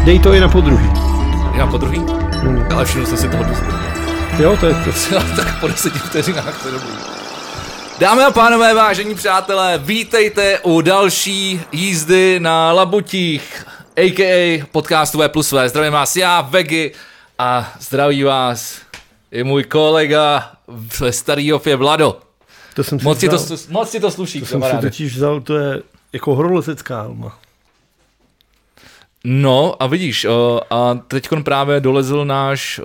Dej to i na podruhý. I na podruhý? Ale všiml jsem si toho dost. Jo, to je to. Tak po 10 vteřinách to dobrý. Dámy a pánové, vážení přátelé, vítejte u další jízdy na labutích, a.k.a. podcastu V+V. Zdravím vás já, Vegy, a zdraví vás i můj kolega ve starý Jofě Vlado. To jsem si moc ti to sluší, to jsem si totiž vzal, to je jako horolezecká helma. No a vidíš, a teďkon právě dolezl náš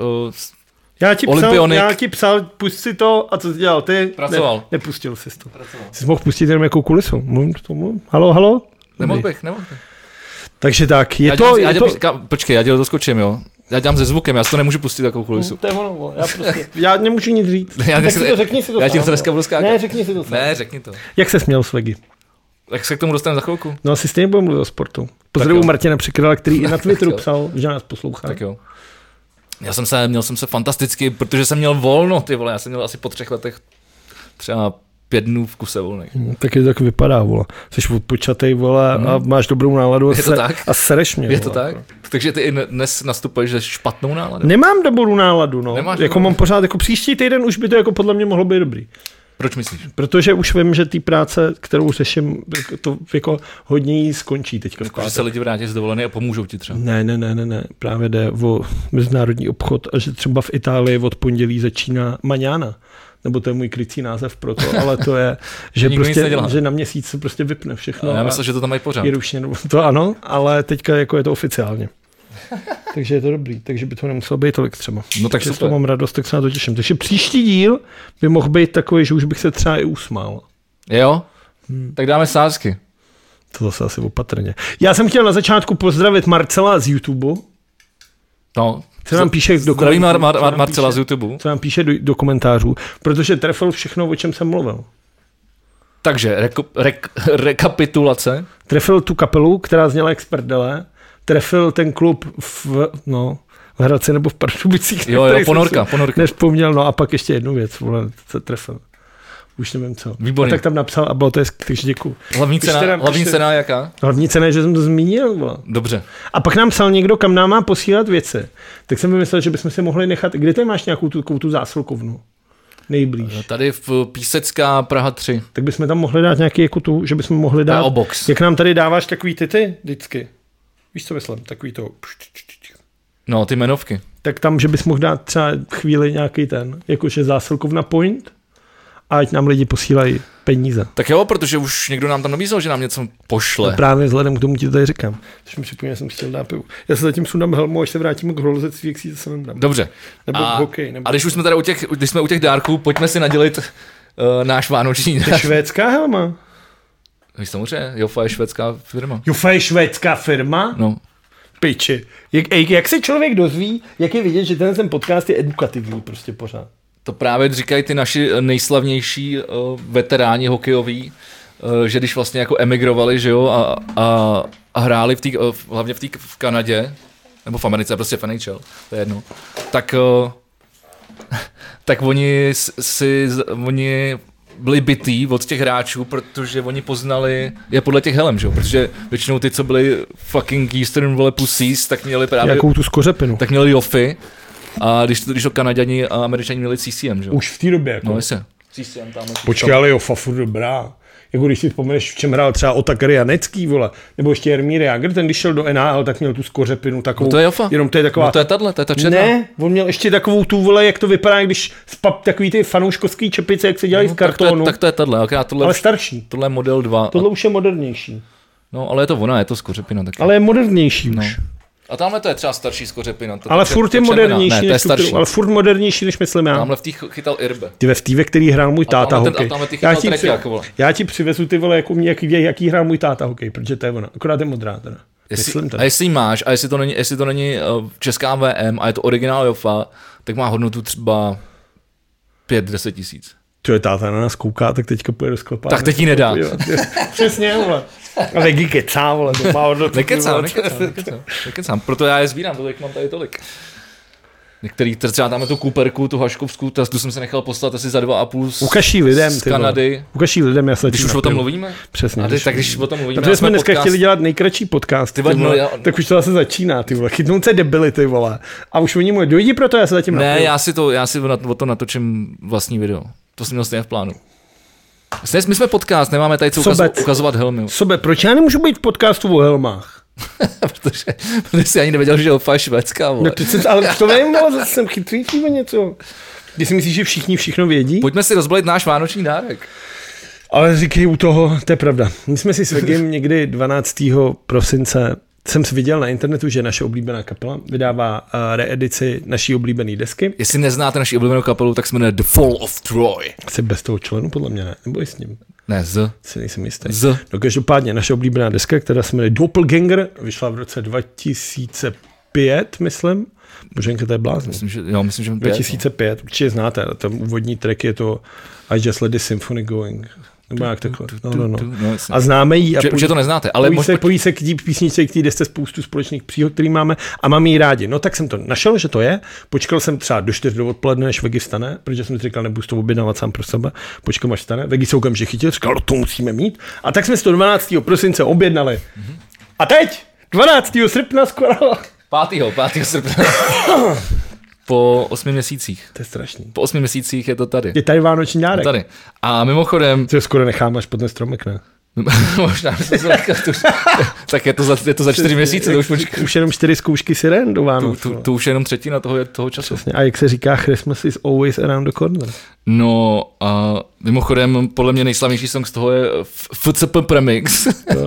Já ti psal, pusť si to, a co jsi dělal ty? Pracoval. Nepustil jsi to. Jsi mohl pustit jenom jako kulisu. Halo? Nemohl bych. Takže tak, Počkej, já tě to skočím, jo. Já dělám se zvukem, já si to nemůžu pustit jako kulisu. To je ono, já nemůžu nic říct. Řekni si to. Já ti to dneska budu skákat. Ne, řekni si to. Ne, řekni to. Jak se směl s Vegy? Tak se k tomu dostaneme za chvilku. No asi stejně budeme mluvit o sportu. Pozdravuji Martina Přikryla, který i na Twitteru psal, že nás poslouchá. Tak jo. Měl jsem se fantasticky, protože jsem měl volno, ty vole, já jsem měl asi po 3 letech třeba 5 dnů v kuse volných. Taky to tak vypadá, vole. Jsi odpočatej, vole, a máš dobrou náladu a sereš mě. Je to tak? Takže ty i dnes nastupuješ se špatnou náladu? Nemám dobrou náladu, no. Nemáš jako mám pořád, jako příští týden už by to jako podle mě mohlo být dobrý. Proč myslíš? Protože už vím, že ty práce, kterou řeším, to jako hodně jí skončí teďka. Že se lidi vrátí z dovolené a pomůžou ti třeba. Ne. Právě jde o mezinárodní obchod a že třeba v Itálii od pondělí začíná maňána. Nebo to je můj krycí název pro to, ale to je, že prostě, že na měsíc se prostě vypne všechno. Já myslím, že to tam mají pořád. To ano, ale teďka jako je to oficiálně. Takže je to dobrý, takže by to nemuselo být tolik třeba. No tak super. To mám radost, tak se na to těším. Takže příští díl by mohl být takový, že už bych se třeba i usmál. Jo? Tak dáme sázky. To zase asi opatrně. Já jsem chtěl na začátku pozdravit Marcela z YouTube. No. Co nám píše do komentářů. Marcela z YouTube. Co nám píše do komentářů, protože trefil všechno, o čem jsem mluvil. Takže rekapitulace. Trefil tu kapelu, která zněla jak z prdele. Trefil ten klub v Hradci nebo v Pardubicích. Jo, ponorka. Nevzpomněl, no a pak ještě jednu věc, vole, se trefil. Už nevím co. Výborný. A tak tam napsal a bylo to hezky, takže děkuju. Hlavní cena jaká? Hlavní cena je, že jsem to zmínil. Vole. Dobře. A pak nám psal někdo, kam nám má posílat věci. Tak jsem vymyslel, že bychom si mohli nechat, kde ty máš nějakou tu zásilkovnu? Nejblíž. Tady v Písecká Praha 3. Tak bychom tam mohli dát nějaký jako tu, že bychom mohli dát. Box. Jak nám tady dáváš takový ty vždycky. Víš, co myslím? Takový to. No, ty jmenovky. Tak tam, že bys mohl dát třeba chvíli nějaký jakože zásilkovna point, a ať nám lidi posílají peníze. Tak jo, protože už někdo nám tam nabízel, že nám něco pošle. No právě vzhledem k tomu ti to tady říkám. Což mi připomíná, jsem chtěl dát pivu. Já se zatím sundám helmu, až se vrátím k horolezectví, jak si to sem dám. Dobře. Nebo hokej. A když už jsme tady když jsme u těch dárků, pojďme si nadělit náš vánoční. To je švédská helma. Víš samozřejmě, Jofa je švédská firma. Jofa je švédská firma? No. Piči. Jak se člověk dozví, jak je vidět, že ten podcast je edukativní prostě pořád. To právě říkají ty naši nejslavnější veteráni hokejoví, že když vlastně jako emigrovali, že jo, a hráli hlavně v Kanadě, nebo v Americe, prostě v NHL, to je jedno, tak oni byli bitý od těch hráčů, protože oni poznali je podle těch helem, že jo, protože většinou ty, co byli fucking Eastern vole pussies, tak měli právě jakou tu skořepinu. Tak měli Jofy. A když to Kanaďani a Američani měli CCM, že jo? Už v té době, jako. No, jestli. CCM tam. Počkej, ale Jofa furt dobrá. Jako když si vzpomeneš, v čem hrál třeba Otakar Janecký, vole, nebo ještě Jaromír Jágr, ten když šel do NHL, tak měl tu skořepinu takovou. No to je Jofa. Jenom to je taková. No to je tahle, to je ta černá. Ne, on měl ještě takovou tu, vole, jak to vypadá, když takový ty fanouškovský čepice, jak se dělají z kartonu. Tak to je tahle, ale starší. Tohle je model 2. Tohle už je modernější. No, ale je to ona, je to skořepina taky. Ale je modernější už. No. A tamhle to je třeba starší skořepina. Ale furt je modernější, ne, to ale furt modernější, než myslím já. Tamhle v tý chytal Irbe. Ty v té, ve který hrál můj táta hokej. Já ti přivezu ty vole, jako jaký hrál můj táta hokej, protože to je ona. Akorát je modrá teda. A jestli máš, a jestli to není česká VM a je to originál Jofa, tak má hodnotu třeba 5-10 tisíc. To je táta na nás kouká, tak teďka půjde do sklepárny. Tak teď ji nedá. Přesně, vole. A Vegy kecá, vole, to má hodnotu. Nekecám. Proto já je sbírám, tolik mám tady tolik. Některý, třeba dáme tu Cooperku, tu haškovskou, tu jsem se nechal poslat asi za 2,5 ukaží lidem, z Kanady. Ukaží lidem, já se když už o tom mluvíme? Přesně. Tak když o tom mluvíme, protože jsme dneska chtěli dělat nejkratší podcast, tak už to zase začíná, ty vole. Chytnout se debily, ty vole. A už oni mu dojdi proto, já se zatím napiju. Ne, já si o to natočím vlastní video. To jsem měl stejně v plánu. My jsme podcast, nemáme tady co ukazovat helmy. Proč já nemůžu být v podcastu o helmách? protože jsi ani nevěděl, že je opá švédská, vole. No, ale to nevím, ale zase jsem chytrý nebo něco. Když si myslíš, že všichni všechno vědí? Pojďme si rozbalit náš vánoční dárek. Ale říkej u toho, to je pravda. My jsme si s Vegem někdy 12. prosince jsem si viděl na internetu, že naše oblíbená kapela vydává reedici naší oblíbené desky. Jestli neznáte naši oblíbenou kapelu, tak se jmenuje The Fall of Troy. Asi bez toho členu, podle mě ne. Nebo i s ním. Ne, si nejsem jistý. No každopádně naše oblíbená deska, která se jmenuje Doppelganger, vyšla v roce 2005, myslím. Boženka, to je blázný. Myslím, že 2005, určitě znáte, ten úvodní track je to I Just Let the Symphony Going. Nebo jak takhle. No. A známe jí. Že to neznáte, ale pojí se k té písničce, k té desce spoustu společných příhod, který máme a mám ji rádi. No tak jsem to našel, že to je. Počkal jsem třeba do 4 do odpoledne, než Vegi vstane, protože jsem si říkal, nebudu to objednávat sám pro sebe. Počkám, až vstane. Vegi se okamžitě chytil, říkal, to musíme mít. A tak jsme 12. prosince objednali. A teď 12. srpna skoro. 5. srpna. Po 8 měsících. To je strašný. Po 8 měsících je to tady. Je tady vánoční dárek. Tady. A mimochodem... To skoro nechám až pod ten stromek, ne? Možná jsem se tak je to za 4 měsíce, to už počkej. Už jenom 4 zkoušky siren do Vánoc. To už je jenom třetina toho času. Přesně. A jak se říká, Christmas is always around the corner. No a mimochodem, podle mě nejslavnější song z toho je FCP Premix.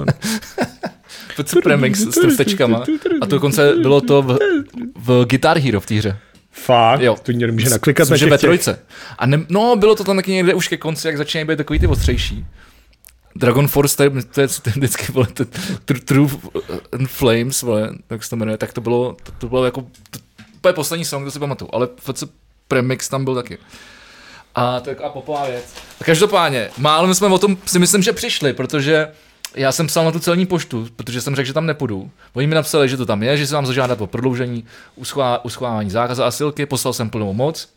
FCP Premix s trstečkama. A to dokonce bylo to v Guitar Hero v té hře. Fakt? Jo. To někdo může naklikat na těch ve trojce. A bylo to tam taky někde už ke konci, jak začínají být takový ty ostřejší. Dragon Force, to je vždycky, vole, True Flames, vole, tak se to jmenuje, tak to bylo jako, to je poslední song, to si pamatuju, ale FC Premix tam byl taky. A to je taková popová věc. A každopádně, málem jsme o tom si myslím, že přišli, protože já jsem psal na tu celní poštu, protože jsem řekl, že tam nepůjdu. Oni mi napsali, že to tam je, že se vám zažádat o prodloužení uschovávání zákazu a silky, poslal jsem plnou moc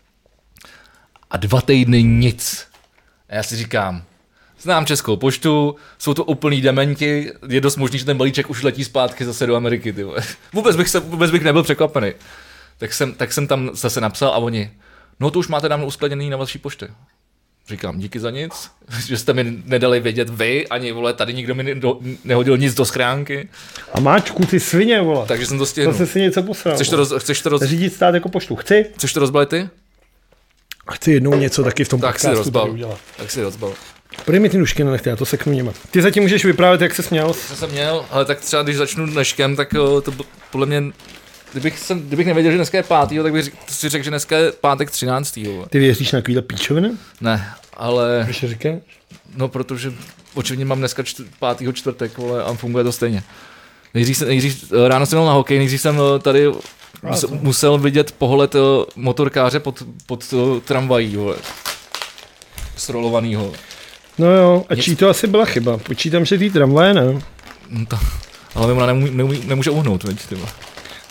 a 2 týdny nic. A já si říkám, znám Českou poštu, jsou to úplný dementi, je dost možný, že ten balíček už letí zpátky zase do Ameriky. Ty vole. Vůbec bych nebyl překvapený. Tak jsem tam zase napsal a oni, no to už máte dávno uskladněný na vaší poště. Říkám, díky za nic, že jste mi nedali vědět vy, ani vole, tady nikdo mi nehodil nic do schránky. A máčku, ty svině, vole. Takže jsem to stihnul. Zase si něco posral. Chceš to řídit stát jako poštu, chci. Chceš to rozbalit ty? A chci jednou něco taky v tom podcastu udělat. Tak si rozbal. Podej mi ty nůžky na nechty, já to seknu něma. Ty zatím můžeš vyprávět, jak se směl. Co jsem měl, ale tak třeba když začnu dneškem, tak to podle mě, kdybych nevěděl, že dneska je 5., tak bych si řekl, že dneska je pátek 13. Ty věříš na takovýhle píčoviny? Ne, ale... Když říkáš? No, protože očividně mám dneska 5. čtvrtek, vole, a funguje to stejně. Nejdřív ráno jsem měl na hokej, nejdřív jsem tady musel vidět pohled motorkáře pod tramvají, vole. Srolovanýho. No jo, a čí to asi byla chyba? Počítám, že tý tramvaje, ne? No to, ale ona nemůže uhnout, veď, ty vole.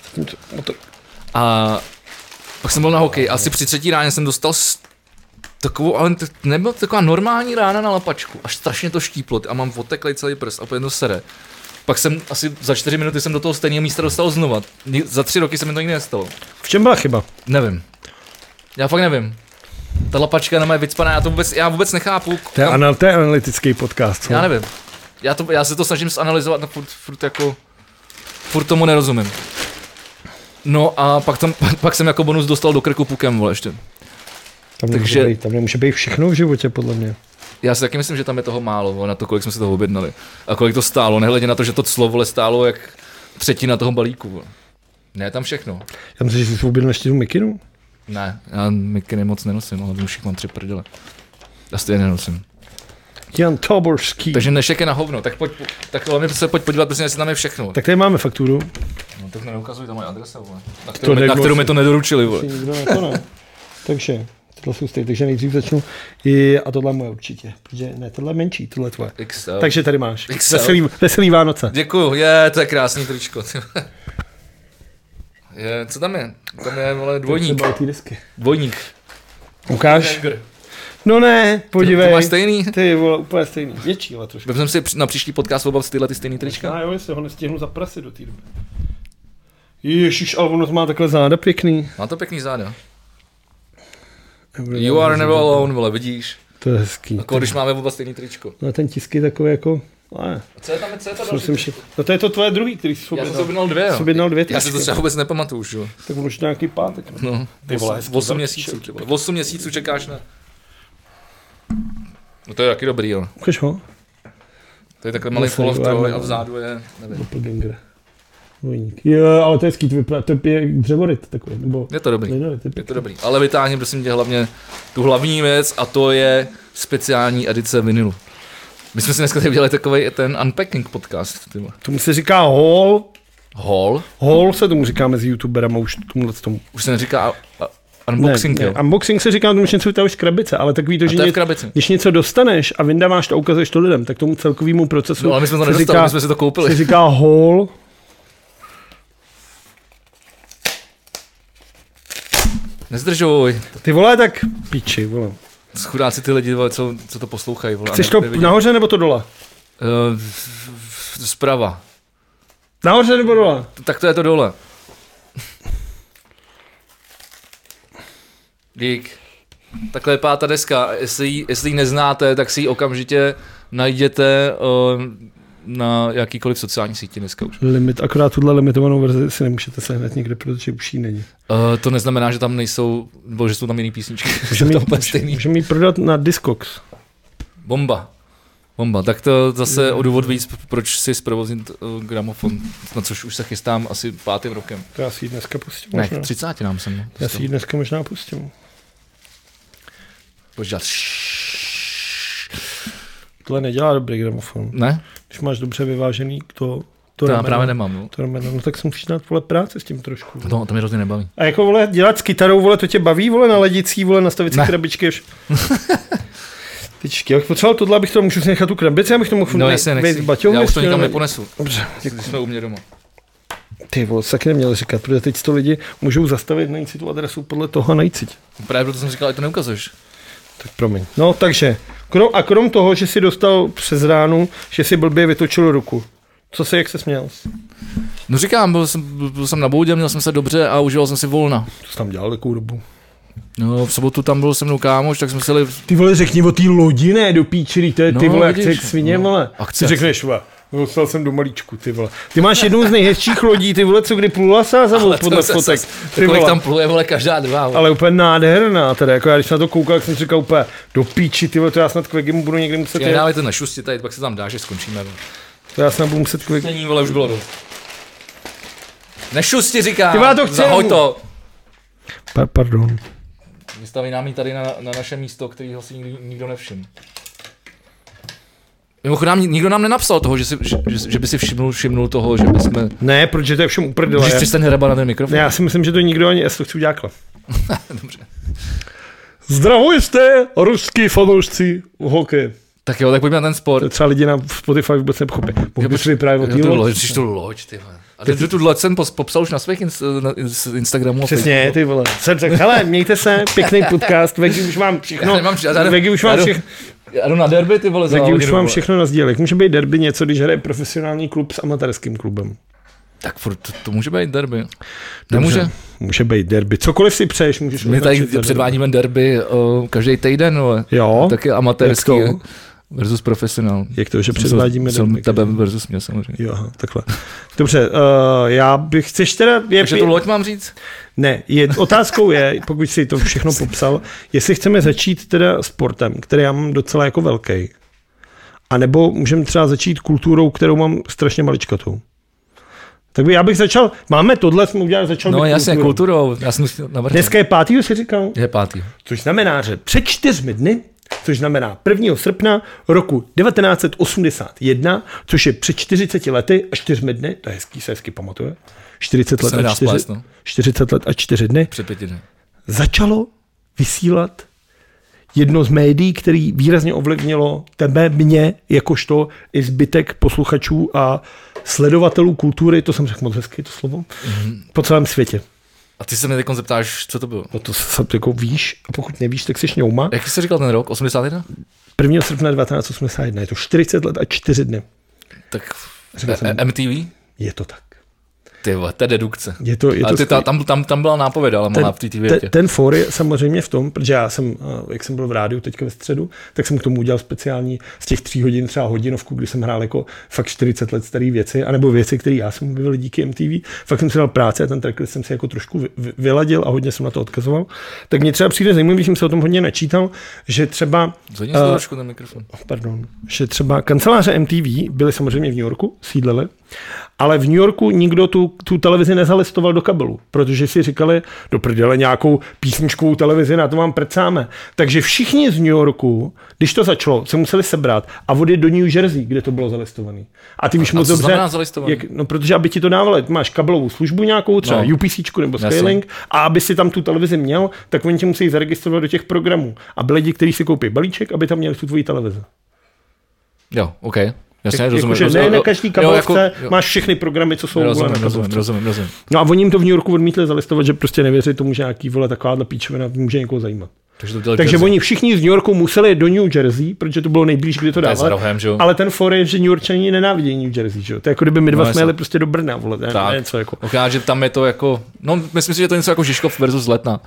A pak jsem byl na hokej, asi při 3. ráně jsem dostal takovou, ale nebyla taková normální rána na lapačku, až strašně to štíplo a mám oteklej celý prst a pojedno to sere. Pak jsem asi za 4 minuty jsem do toho stejného místa dostal znova. Za 3 roky se mi to nikdy nestalo. V čem byla chyba? Nevím. Já fakt nevím. Ta lapačka na mě vycpaná, já vůbec nechápu. To je analytický podcast. Co? Já nevím. Já se to snažím zanalizovat, no furt tomu nerozumím. No a pak jsem jako bonus dostal do krku pukem, vole, ještě. Tam nemůže být všechno v životě, podle mě. Já si taky myslím, že tam je toho málo, na to, kolik jsme si toho objednali. A kolik to stálo, nehledě na to, že to clo, vole, stálo jak 1/3 toho balíku, vole. Ne, tam všechno. Já myslím, že jsi objednal ještě tu mikinu? Ne, já mikiny moc nenosím, ale už mám 3 prdele. Já stejně nenosím. Jan Toborský. Takže dnešek je na hovno, tak hlavně se pojď podívat, jestli tam je všechno. Tak tady máme fakturu. No tak neukazuj tam moje adresa, vole. Na kterou mi to nedoručili, vole. Takže tohle jsou stejné, takže nejdřív začnu. A tohle je moje určitě, protože ne, tohle je menší, tohle je tvoje. XL. Takže tady máš. Veselý Vánoce. Děkuju, to je krásný tričko. Co tam je? Tam je, vole, dvojník. Dvojník. Ukáž? No ne, podívej. Ty máš stejný? Ty vole, úplně stejný. Větší, ale trošku. Vezmeme si na příští podcast obav tyhle ty stejný trička. A jo, jestli ho nestihnu zaprasit do té doby. Ježiš, ale ono má takhle záda pěkný. Má to pěkný záda. You are never alone, vole, vidíš. To je hezký. Jako když máme oba stejný tričko. No ten tisk je takový jako... A co je to další? No to je to tvoje druhý, který jsi objednal. Já jsem to objednal 2, jo. Objednal 2 Já si to třeba vůbec nepamatuju už, jo. Tak už nějaký pátek. No, ty vole, 8 měsíců, ty vole. 8 měsíců čekáš na... No to je taky dobrý, jo. Ukaž ho. To je takhle malý follow troj a vzadu je, nevím. Doppelganger. Dvojník. Jo, ale to je skýt, to je dřevoryt takový, nebo... Je to dobrý, je to dobrý. Ale vytáhni prosím tě hlavně tu hlavní věc a to je speciální edice vinilu. My jsme si dneska tady udělali takovej ten unpacking podcast. Tyma. Tomu se říká haul. Haul? Haul se tomu říká mezi youtuberama už tomu. Už se neříká unboxing, jo? Unboxing se říká, tomu něco vytáváš z krabice, ale takový to, že když něco dostaneš a vyndáváš to a ukazuješ to lidem, tak tomu celkovému procesu no, ale my jsme to nedostali, my jsme si to koupili. Se říká haul. Nezdržuj. Ty vole, tak piči, vole. Chudáci ty lidi, vole, co to poslouchají. Vole, chceš to nahoře nebo to dole? Zprava. Nahoře nebo dole? Tak to je to dole. Dík. Takhle je pátá deska. Jestli ji neznáte, tak si ji okamžitě najděte na jakýkoliv sociální síti dneska už. Akorát tuhle limitovanou verzi si nemůžete sehnat někde, protože už jí není. To neznamená, že tam nejsou, nebo že jsou tam jiný písničky. Můžeme ji prodat na Discogs. Bomba. Tak to zase o důvod víc, proč si zprovoznit gramofon, na což už se chystám asi 5. rokem. To já si ji dneska pustím. Ne, 30 nám jsem. Já si ji dneska možná pustím. Pojď dělat. Tohle nedělá dobrý gramofon. Ne? Když máš dobře vyvážený to já právě nemám, no. To no tak jsem musíš dát, vole, práce s tím trošku. No, to mě hrozně nebaví. A jako, vole, dělat s kytarou, vole, to tě baví, vole, na ledicích, vole, nastavit si krabičky už. Tyčky, já bych potřeboval tohle, abych to můžu si nechat tu krabici, abych to mohl no, jasně, nechci. Já už to nikam neponesu. Dobře. Když jsme u mě doma. Ty vole, taky neměli říkat, protože teď to lidi můžou zastavit, najít si tu adresu podle toho a najít si. Právě proto jsem říkal, že to neukazuješ. Tak promiň. No, takže, krom toho, že jsi dostal přes ránu, že si blbě vytočil ruku. Jak se směl? No říkám, byl jsem na boudě, měl jsem se dobře a užíval jsem si volna. Co jsi tam dělal takovou dobu? No, v sobotu tam byl se mnou kámoš, tak jsme se... Ty vole, řekni o té lodi, ne, do píčery, to je ty vole, akce jak svině, vole. Akce. Ty řekneš, vole, dostal jsem do malíčku, ty vole. Ty máš jednu z nejhezčích lodí, ty vole, co kdy plula Sázavou podle fotek. Ty vole, tam pluje, vole, každá dva. Vole. Ale úplně nádherná, teda, jako já když na to koukal, jak jsem si říkal úplně do píči, ty vole, to já snad k Vegimu budu někdy muset... Já dávajte na šusti tady, pak se tam dá, že skončíme. To já snad budu muset k Vegimu. Není, vole, už bylo dost. Nešusti říkám, ty vole, to chci. Zahoj to. Pardon. Vystaví nám ji tady na naše místo, kterýho si nikdo nevšiml. Mimochodem, nikdo nám nenapsal toho, že by si všimnul toho, že by jsme... Ne, protože to je všem uprdele. Můžeš přestaň hrabat na ten mikrofon? Ne, já si myslím, že to nikdo ani, já to chci udělat. Dobře. Zdravujte, ruský fanoušci hokeje. Tak jo, tak pojďme na ten sport. To třeba lidi na Spotify vůbec nepochopí. Mohl bys vyprávět o té loď. Tu loď, ty vole. A ty tu loď jsem popsal už na svých Instagramu. Přesně, ty vole. Jsem řekl, hele, mějte se, pěkný podcast, Vegi už mám všechno. Vegi už mám všechno. Já jdu na derby, ty vole. Vegi už mám všechno na sdílek. Může být derby něco, když hraje profesionální klub s amatérským klubem. Tak furt to může být derby. Nemůže? Může být derby. Cokoliv si přeješ, můžeš. My tady předvádíme derby každý týden, vole. Jo. Taky amatérský. Versus profesionál. Jak to, že předvádíme derby? Tebe versus mě samozřejmě. Jo, takhle. Dobře, já bych, chceš teda... Takže tu loď mám říct? Ne, otázkou je, pokud si to všechno popsal, jestli chceme začít teda sportem, který já mám docela jako velký, anebo můžeme třeba začít kulturou, kterou mám strašně maličkatou. Tak já bych začal, máme tohle, jsme udělali, začal no jasně, kulturou. Dneska je 5. si říkal? Je 5. Což znamená, že před 4 dny, což znamená 1. srpna roku 1981, což je před 40 lety a 4 dny, to je hezký, se hezky pamatuje, 40 let a 4 dny, před 5 dny, začalo vysílat jedno z médií, který výrazně ovlivnilo tebe, mě, jakožto i zbytek posluchačů a sledovatelů kultury, to jsem řekl moc hezky, to slovo, po celém světě. A ty se mě teď zeptáš, co to bylo? No to se jako víš, a pokud nevíš, tak jsi šňouma. Jak jsi říkal ten rok? 81? 1. srpna 1981, je to 40 let a 4 dny. Tak MTV? Je to tak. Ty vole, to je dedukce. Tam byla nápověda, ale malá v té větě. Ten for je samozřejmě v tom, protože já jsem, jak jsem byl v rádiu teďka ve středu, tak jsem k tomu udělal speciální z těch 3 hodin třeba hodinovku, kdy jsem hrál jako fakt 40 let staré věci, anebo věci, které já jsem objevil díky MTV. Fakt jsem si dal práci a ten tracklist jsem si jako trošku vyladil a hodně jsem na to odkazoval. Tak mě třeba přijde zajímavé, když jsem se o tom hodně načítal, že třeba ten mikrofon. Pardon, že třeba kanceláře MTV byly samozřejmě v New Yorku, sídlely, ale v New Yorku nikdo tu televizi nezalistoval do kabelu, protože si říkali, do prdele nějakou písničkovou televizi, na to vám prcáme. Takže všichni z New Yorku, když to začalo, se museli sebrat a odjet do New Jersey, kde to bylo zalistované. A ty víš moc dobře, no protože aby ti to dávali, máš kabelovou službu nějakou, třeba UPCčku nebo Skylink, a aby si tam tu televizi měl, tak oni tě musí zaregistrovat do těch programů. A byli lidi, kteří si koupí balíček, aby tam měli tu tvoji televizi. Jo, OK. Jasně, rozumím. Ne na každý kabelce máš všechny programy, co jsou vole na kabelce. Rozumím. No a oni jim to v New Yorku odmítli zalistovat, že prostě nevěří tomu, že nějaký vole takováhle píčovina může někoho zajímat. Takže oni všichni z New Yorku museli do New Jersey, protože to bylo nejblíž, kde to dávali. Ale ten for je, že New Yorkčani nenávidí New Jersey, že jo? To je jako kdyby my dva jsme jeli prostě do Brna, vole, ne něco jako. Ukáže, že tam je to jako, no myslím si, že to je něco jako Žižkov versus Letná.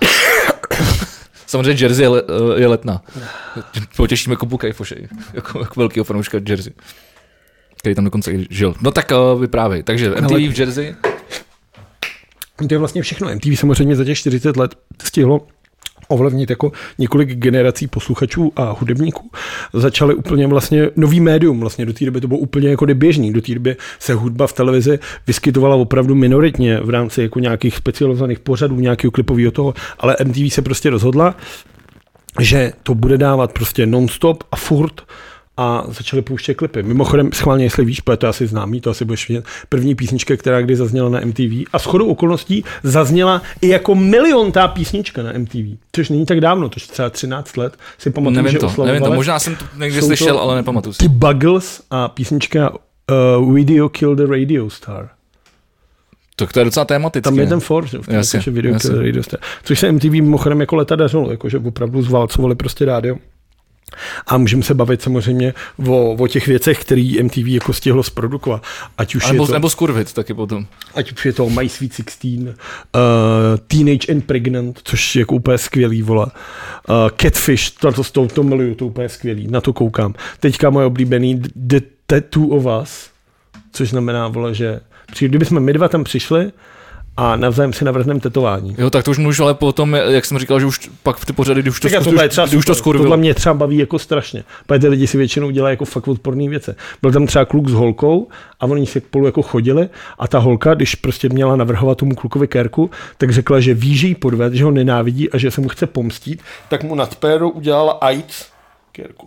Samozřejmě Jersey je Letná. Potěšíme Kubu Kejfoše, jako velkýho fanouška Jersey, který tam dokonce i žil. No tak vyprávěj. Takže MTV v Jersey. To je vlastně všechno. MTV samozřejmě za těch 40 let stihlo ovlivnit jako několik generací posluchačů a hudebníků. Začali úplně vlastně nový médium. Vlastně do té doby to bylo úplně jako běžný. Do té doby se hudba v televizi vyskytovala opravdu minoritně v rámci jako nějakých specializovaných pořadů, nějakého klipového toho, ale MTV se prostě rozhodla, že to bude dávat prostě non-stop a furt a začali pouštět klipy. Mimochodem, schválně, jestli víš, to je asi známý, to asi budeš vidět, první písnička, která kdy zazněla na MTV a shodou okolností zazněla i jako miliontá písnička na MTV, což není tak dávno, to je třeba 13 let, si pamatuju, že oslavovali. Nevím to, možná jsem to někde slyšel, ale nepamatuju si. The Buggles a písnička Video Kill the Radio Star. To je docela tematické. Tam je ten for, že? Video Kill the Radio Star. Což se MTV mimochodem jako leta dařilo, jakože opravdu zválcovali prostě rádio. A můžeme se bavit samozřejmě o těch věcech, které MTV jako stihlo zprodukovat. Ať už nebo skurvit taky potom. Ať už je to My Sweet 16, Teenage and Pregnant, což je jako úplně skvělý, vole. Catfish, to miluju, to úplně skvělý, na to koukám. Teďka moje oblíbený The Tattoo of Us, což znamená, vole, že kdybychom my dva tam přišli a navzájem si navrhneme tetování. Jo, tak to už můžu, ale potom, jak jsem říkal, že už pak v ty pořady, když už to skurvilo. Tohle mě třeba baví jako strašně. Protože ty lidi si většinou dělají jako fakt odporný věci. Byl tam třeba kluk s holkou a oni si spolu jako chodili a ta holka, když prostě měla navrhovat tomu klukovi kérku, tak řekla, že ví, že jí podved, že ho nenávidí a že se mu chce pomstít, tak mu nad pérou udělala AIDS kérku.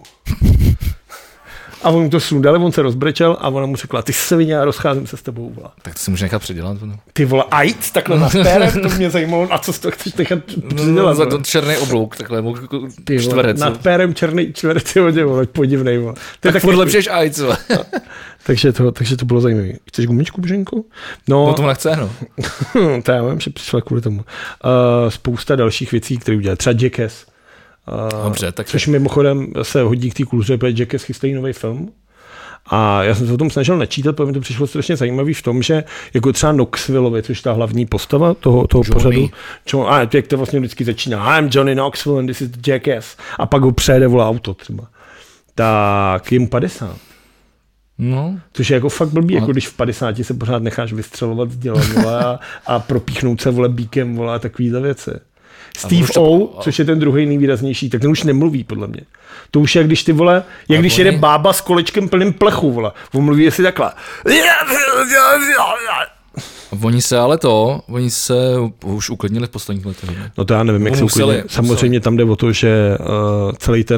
A on mu to sundal, on se rozbrečel a ona mu řekla, ty se vině, já rozcházím se s tebou. Vole. Tak to si můžeš nechat předělat. No. Ty vole, AIDS, takhle nad pérem, to mě zajímalo, a co si to chceš nechat předělat? Za ten černý oblouk, takhle, čtverec. Nad pérem černý čtverec, vole, podivnej. Vole. Tak furt lepšíš AIDS. Vole. Takže to bylo zajímavé. Chceš gumičku, Boženko? No to nechce, no. To já vím, že přišla kvůli tomu. Spousta dalších věcí, které udělali. Třeba Jackass. Dobře, tak což mimochodem se hodí k té kultuře, protože Jackass chystají nový film. A já jsem se o tom snažil načítat, protože mi to přišlo strašně zajímavý v tom, že jako třeba Knoxville, což ta hlavní postava toho pořadu, jak to vlastně vždycky začíná, I'm Johnny Knoxville and this is the Jackass. A pak ho přejede vole auto třeba. Tak jim 50. No. Což je jako fakt blbý, jako když v 50 se pořád necháš vystřelovat z děla a propíchnout se vole bíkem vole a takovýhle věci. Steve O, což je ten druhý nejvýraznější, tak ten už nemluví, podle mě. To už je, když ty vole, jak když jede bába s kolečkem plným plechu, vole. On mluví asi takhle. Oni se už uklidnili v posledních letech. No to já nevím, jak se uklidnili. Samozřejmě tam jde o to, že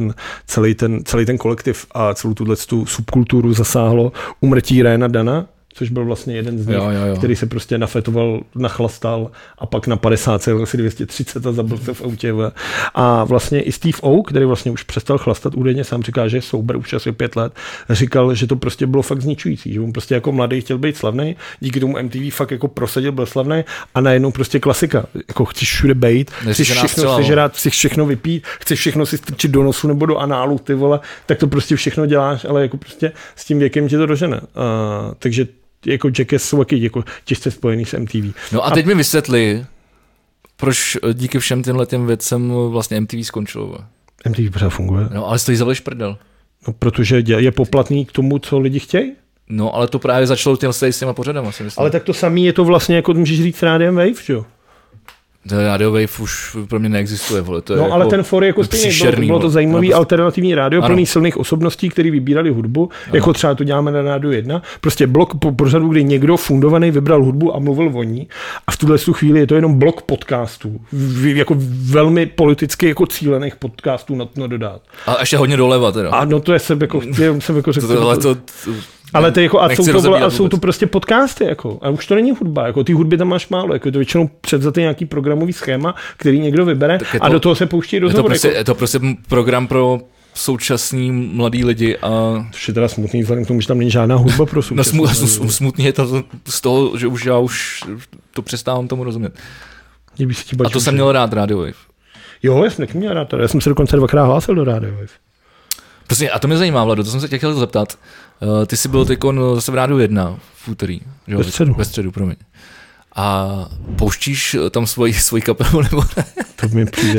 celý ten kolektiv a celou tu subkulturu zasáhlo úmrtí Ryana Dana, což byl vlastně jeden z nich, který se prostě nafetoval, nachlastal a pak na 50 se asi 230 a zabil se v autě. A vlastně i Steve O, který vlastně už přestal chlastat, údajně sám říká, že je sober už asi 5 let, říkal, že to prostě bylo fakt zničující, že on prostě jako mladý chtěl být slavný, díky tomu MTV fakt jako prosadil, byl slavný a najednou prostě klasika, jako chceš všude bejt, chceš všechno sežrat, chceš všechno vypít, chceš všechno si strčit do nosu nebo do análu, ty vole, tak to prostě všechno děláš, ale jako prostě s tím věkem tě to dožene. Takže jako Jackass jsou jako těžce spojený s MTV. No a teď mi vysvětli, proč díky všem těm věcem vlastně MTV skončilo. MTV pořád funguje. No ale stojí zavleš prdel. No protože je poplatný k tomu, co lidi chtějí. No ale to právě začalo s těma pořadama, si myslím. Ale tak to samý je to vlastně, jako můžeš říct Rádiem Wave, že jo? Radio Wave už pro mě neexistuje, vole. To je no, ale ten for jako stejný, bylo to zajímavý alternativní rádio, plný silných osobností, který vybírali hudbu, jako třeba to děláme na Rádiu 1. Prostě blok pořadu, kdy někdo fundovaný vybral hudbu a mluvil o ní. A v tuhle chvíli je to jenom blok podcastů. Jako velmi politicky jako cílených podcastů na dodat. A ještě hodně doleva teda. A no to je jsem jako řekl. Ale to jako, jsou to prostě podcasty, jako. A už to není hudba, jako ty hudby tam máš málo, jako je to většinou převzatý nějaký programový schéma, který někdo vybere a do toho se pouští rozhovor. Je to prostě program pro současný mladý lidi a... To je teda smutný, vzhledem k tomu, že tam není žádná hudba pro současný. No smutný je to z toho, že já už to přestávám tomu rozumět. A to jsem měl rád Radio Wave. Jo, já jsem měl rád, já jsem se dokonce 2krát hlásil do Radio Wave. Prostě, a to mě zajímá, Vlado, to jsem se tě chtěl zeptat. Ty jsi byl teďkon zase v Rádiu 1 v úterý. Ve středu, promiň. A pouštíš tam svoji kapelu, nebo ne? To mi přijde.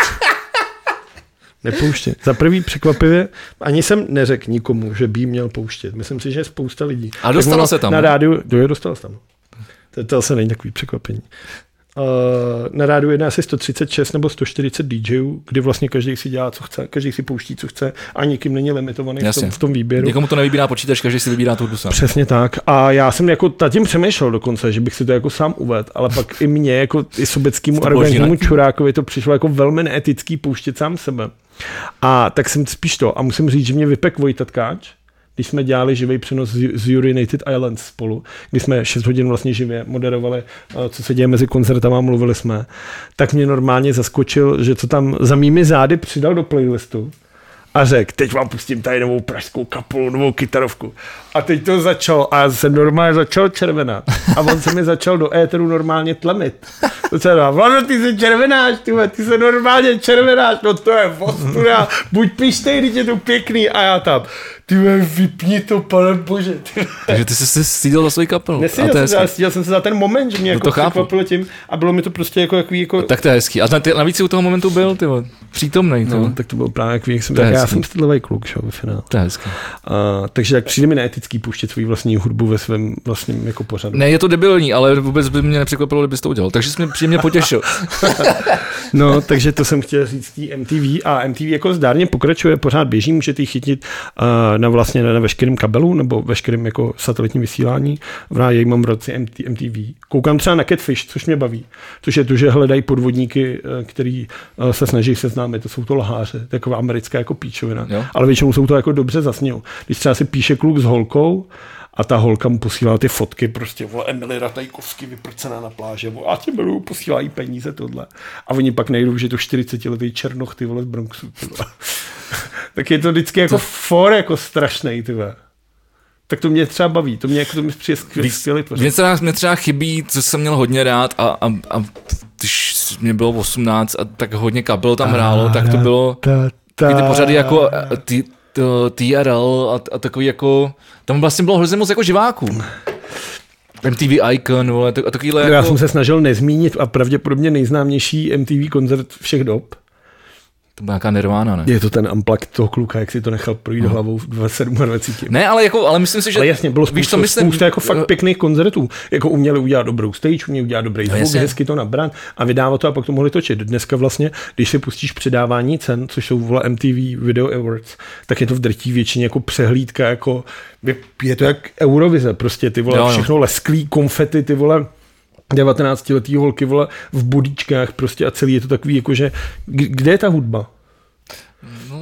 Nepouště. Za prvý překvapivě, ani jsem neřekl nikomu, že by měl pouštět. Myslím si, že je spousta lidí. A dostala se tam? Na rádiu, dostala se tam. To asi není takový překvapení. Na Rádiu 1 asi 136 nebo 140 DJů, kdy vlastně každý si dělá, co chce, každý si pouští, co chce a nikým není limitovaný v tom výběru. Někomu to nevybírá počítač, každý si vybírá tu hudbu sám. Přesně tak. A já jsem jako tím přemýšlel dokonce, že bych si to jako sám uvedl, ale pak i mně, jako i sobeckému arrogantnímu čurákovi to přišlo jako velmi neetický pouštět sám sebe. A tak jsem spíš to. A musím říct, že mě vypek Vojta Tkáč, když jsme dělali živý přenos z United Islands spolu, kdy jsme 6 hodin vlastně živě moderovali, co se děje mezi koncertama, mluvili jsme, tak mě normálně zaskočil, že co tam za mými zády přidal do playlistu a řekl, teď vám pustím tady novou pražskou kapelu, novou kytarovku. A teď to začalo a já se normálně začal červenat. A on se mi začal do éteru normálně tlemit. To se dá, Vlado, ty se červenáš, ty se normálně červenáš, no to je ostuda, buď pištej, když je to pěkný. A já tam, vypni to, pane bože. Takže ty jsi se styděl za svůj kapelu. Styděl jsem se za ten moment, že mě jako překvapilo tím a bylo mi to prostě jako... Tak to je hezký. A navíc si u toho momentu byl, přítomnej. No, tak to byl právě jak já jsem stydlivý kluk, že ve finále. To je hezký. Takže tak přijde mi neetický pouštět svou vlastní hudbu ve svém vlastním jako pořadu. Ne, je to debilní, ale vůbec by mě nepřekvapilo, kdybys to udělal. Takže jsi mě příjemně potěšil. No, takže to jsem chtěl říct tý MTV a MTV jako zdárně pokračuje, pořád běží, můžete ji chytit na veškerém kabelu nebo veškerém jako satelitním vysílání. Já mám v roce MTV. Koukám třeba na Catfish, což mě baví. Což je to, že hledají podvodníky, který se snaží seznámit. To jsou to lháře, taková americká jako píčovina. Jo. Ale většinou jsou to jako dobře zasněl. Když třeba si píše kluk s holkou a ta holka mu posílá ty fotky, prostě vole Emily Ratajkovsky vyprcená na pláže, a tě miluju, posílají peníze tohle. A oni pak nejdou, že to 40letý černoch, ty vole z Bronxu. Tak je to vždycky jako for, jako strašnej, ty vole. Tak to mě třeba baví, to mě přijde skvělý. Mě třeba chybí, co jsem měl hodně rád a když mě bylo 18 a tak hodně kabel tam hrálo, tak to bylo ty pořady jako TRL a takový jako, tam vlastně bylo hrozně moc jako živáků. MTV Icon, vole, a takovýhle jako... Já jsem se snažil nezmínit a pravděpodobně nejznámější MTV koncert všech dob. To byla nějaká Nirvana, ne? Je to ten unplugged toho kluka, jak si to nechal projít hlavou v 27. Ne, ale myslím si, že... Ale jasně, bylo spousta jako fakt pěkných koncertů. Jako uměli udělat dobrou stage, uměli udělat dobrý zvuk, hezky to nabrat a vydávat to a pak to mohli točit. Dneska vlastně, když si pustíš předávání cen, což jsou vole MTV Video Awards, tak je to v drtí většině jako přehlídka, jako je to jak Eurovize, prostě ty vole všechno lesklý, konfety, ty vole 19letý holky, vole, v bodíčkách prostě a celý je to takový, jakože, kde je ta hudba? No.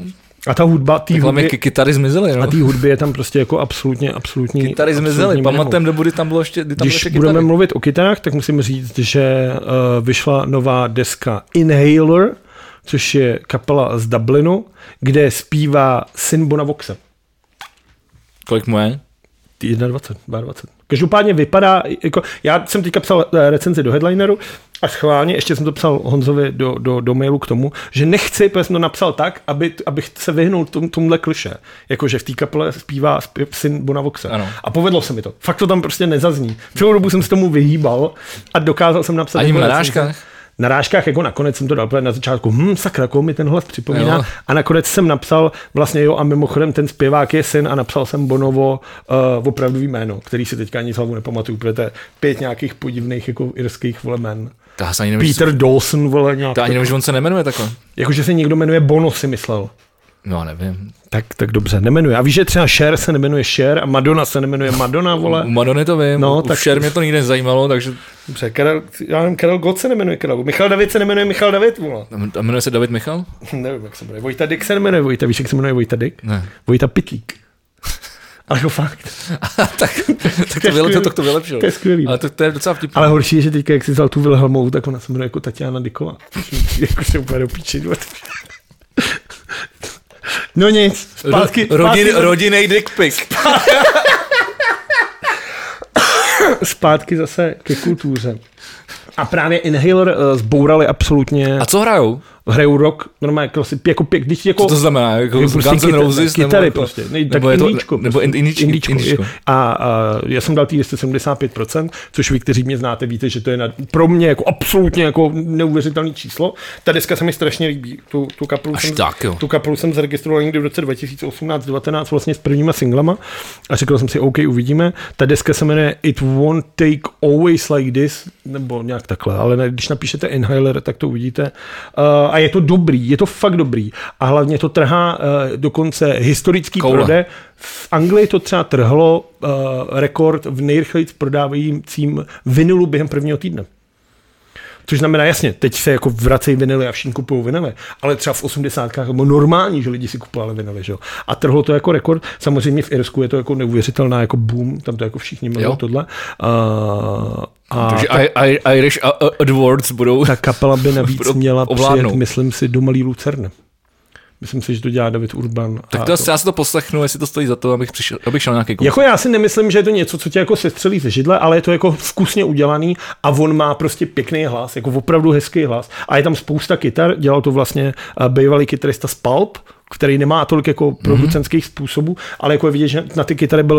A ta hudba, kytary zmizely, no. A té hudby je tam prostě jako absolutní. Kytary zmizely, pamatem do budy tam bylo ještě kytary. Když budeme mluvit o kytarách, tak musím říct, že vyšla nová deska Inhaler, což je kapela z Dublinu, kde zpívá syn Bona Voxe. Kolik mu je? 21. Každopádně vypadá, jako, já jsem teďka psal recenzi do Headlineru a schválně, ještě jsem to psal Honzovi do mailu k tomu, že nechci, protože jsem to napsal tak, abych se vyhnul tomuhle kliše, jakože v té kapele zpívá syn Bona Voxe. Ano. A povedlo se mi to. Fakt to tam prostě nezazní. Celou dobu jsem se tomu vyhýbal a dokázal jsem napsat. Ani v narážkách? Narážkách, jako nakonec jsem to dal na začátku, sakra, koho mi ten hlas připomíná. Jo. A nakonec jsem napsal vlastně a mimochodem ten zpěvák je syn a napsal jsem Bonovo opravdový jméno, který si teďka ani z hlavu nepamatuju, protože to je 5 nějakých podivných jako irských jmen. Peter Dawson, vole, nějak. To ani nevím, že on se nemenuje takhle. Jakože se někdo jmenuje Bono, si myslel. No, nevím. Tak dobře, nemenuje. A víš, že třeba Cher se nemenuje Cher a Madonna se nemenuje Madonna, vole? U Madony to vím, no, tak Cher mě to nikdy nezajímalo, takže... Dobře, Karel Gott se nemenuje Karel. Michal David se nemenuje Michal David, vole. A jmenuje se David Michal? Nevím, jak se jmenuje. Vojta Dick se nemenuje Vojta, víš, jak se jmenuje Vojta Dick? Ne. Vojta Pitlík. Ale jako fakt. tak to vylepšil. To je skvělý. Ale to je docela vtipný. Ale horší je, že teďka, jak jsi vzal tu Wilhelmovou, tak ona se jmenuje jako Tatiana Dicková. Jako se úplně do píči. No nic, zpátky. Rodinnej dick pic. Zpátky zase ke kultuře. A právě Inhaler zbourali absolutně. A co hrajou? Hrajou rock, normálně jako co to znamená? Jako prostě Guns N' Roses? Kytary prostě. Nebo indíčko. A já jsem dal tý 75%, což vy, kteří mě znáte, víte, že to je pro mě jako absolutně jako neuvěřitelný číslo. Ta deska se mi strašně líbí. Tu kapelu jsem zaregistroval někdy v roce 2018-19 vlastně s prvníma singlama a řekl jsem si, OK, uvidíme. Ta deska se jmenuje It Won't Take Always Like This, nebo nějak takhle, ale když napíšete Inhaler, tak to uvidíte. A je to dobrý, je to fakt dobrý. A hlavně to trhá dokonce historický prodej. V Anglii to třeba trhlo rekord v nejrychleji prodávajícím vinilu během prvního týdne. Což znamená, jasně, teď se jako vracejí vinily a všichni kupují vinily, ale třeba v 80kách bylo normální, že lidi si kupovali vinily, že jo. A trhlo to jako rekord. Samozřejmě v Irsku je to jako neuvěřitelná jako boom, tam to jako všichni milují tohle. Takže Irish AdWords budou. Ta kapela by navíc měla přijet, myslím si, do Malý Lucerny. Myslím si, že to dělá David Urban. Tak to já si to poslechnu, jestli to stojí za to, abych šel nějaký koncert. Jako já si nemyslím, že je to něco, co tě jako sestřelí ze židle, ale je to jako vkusně udělaný a on má prostě pěkný hlas, jako opravdu hezký hlas. A je tam spousta kytar, dělal to vlastně bývalý kytarista z Pulp, který nemá tolik jako producentských způsobů, ale jako je vidět, že na ty kytary byl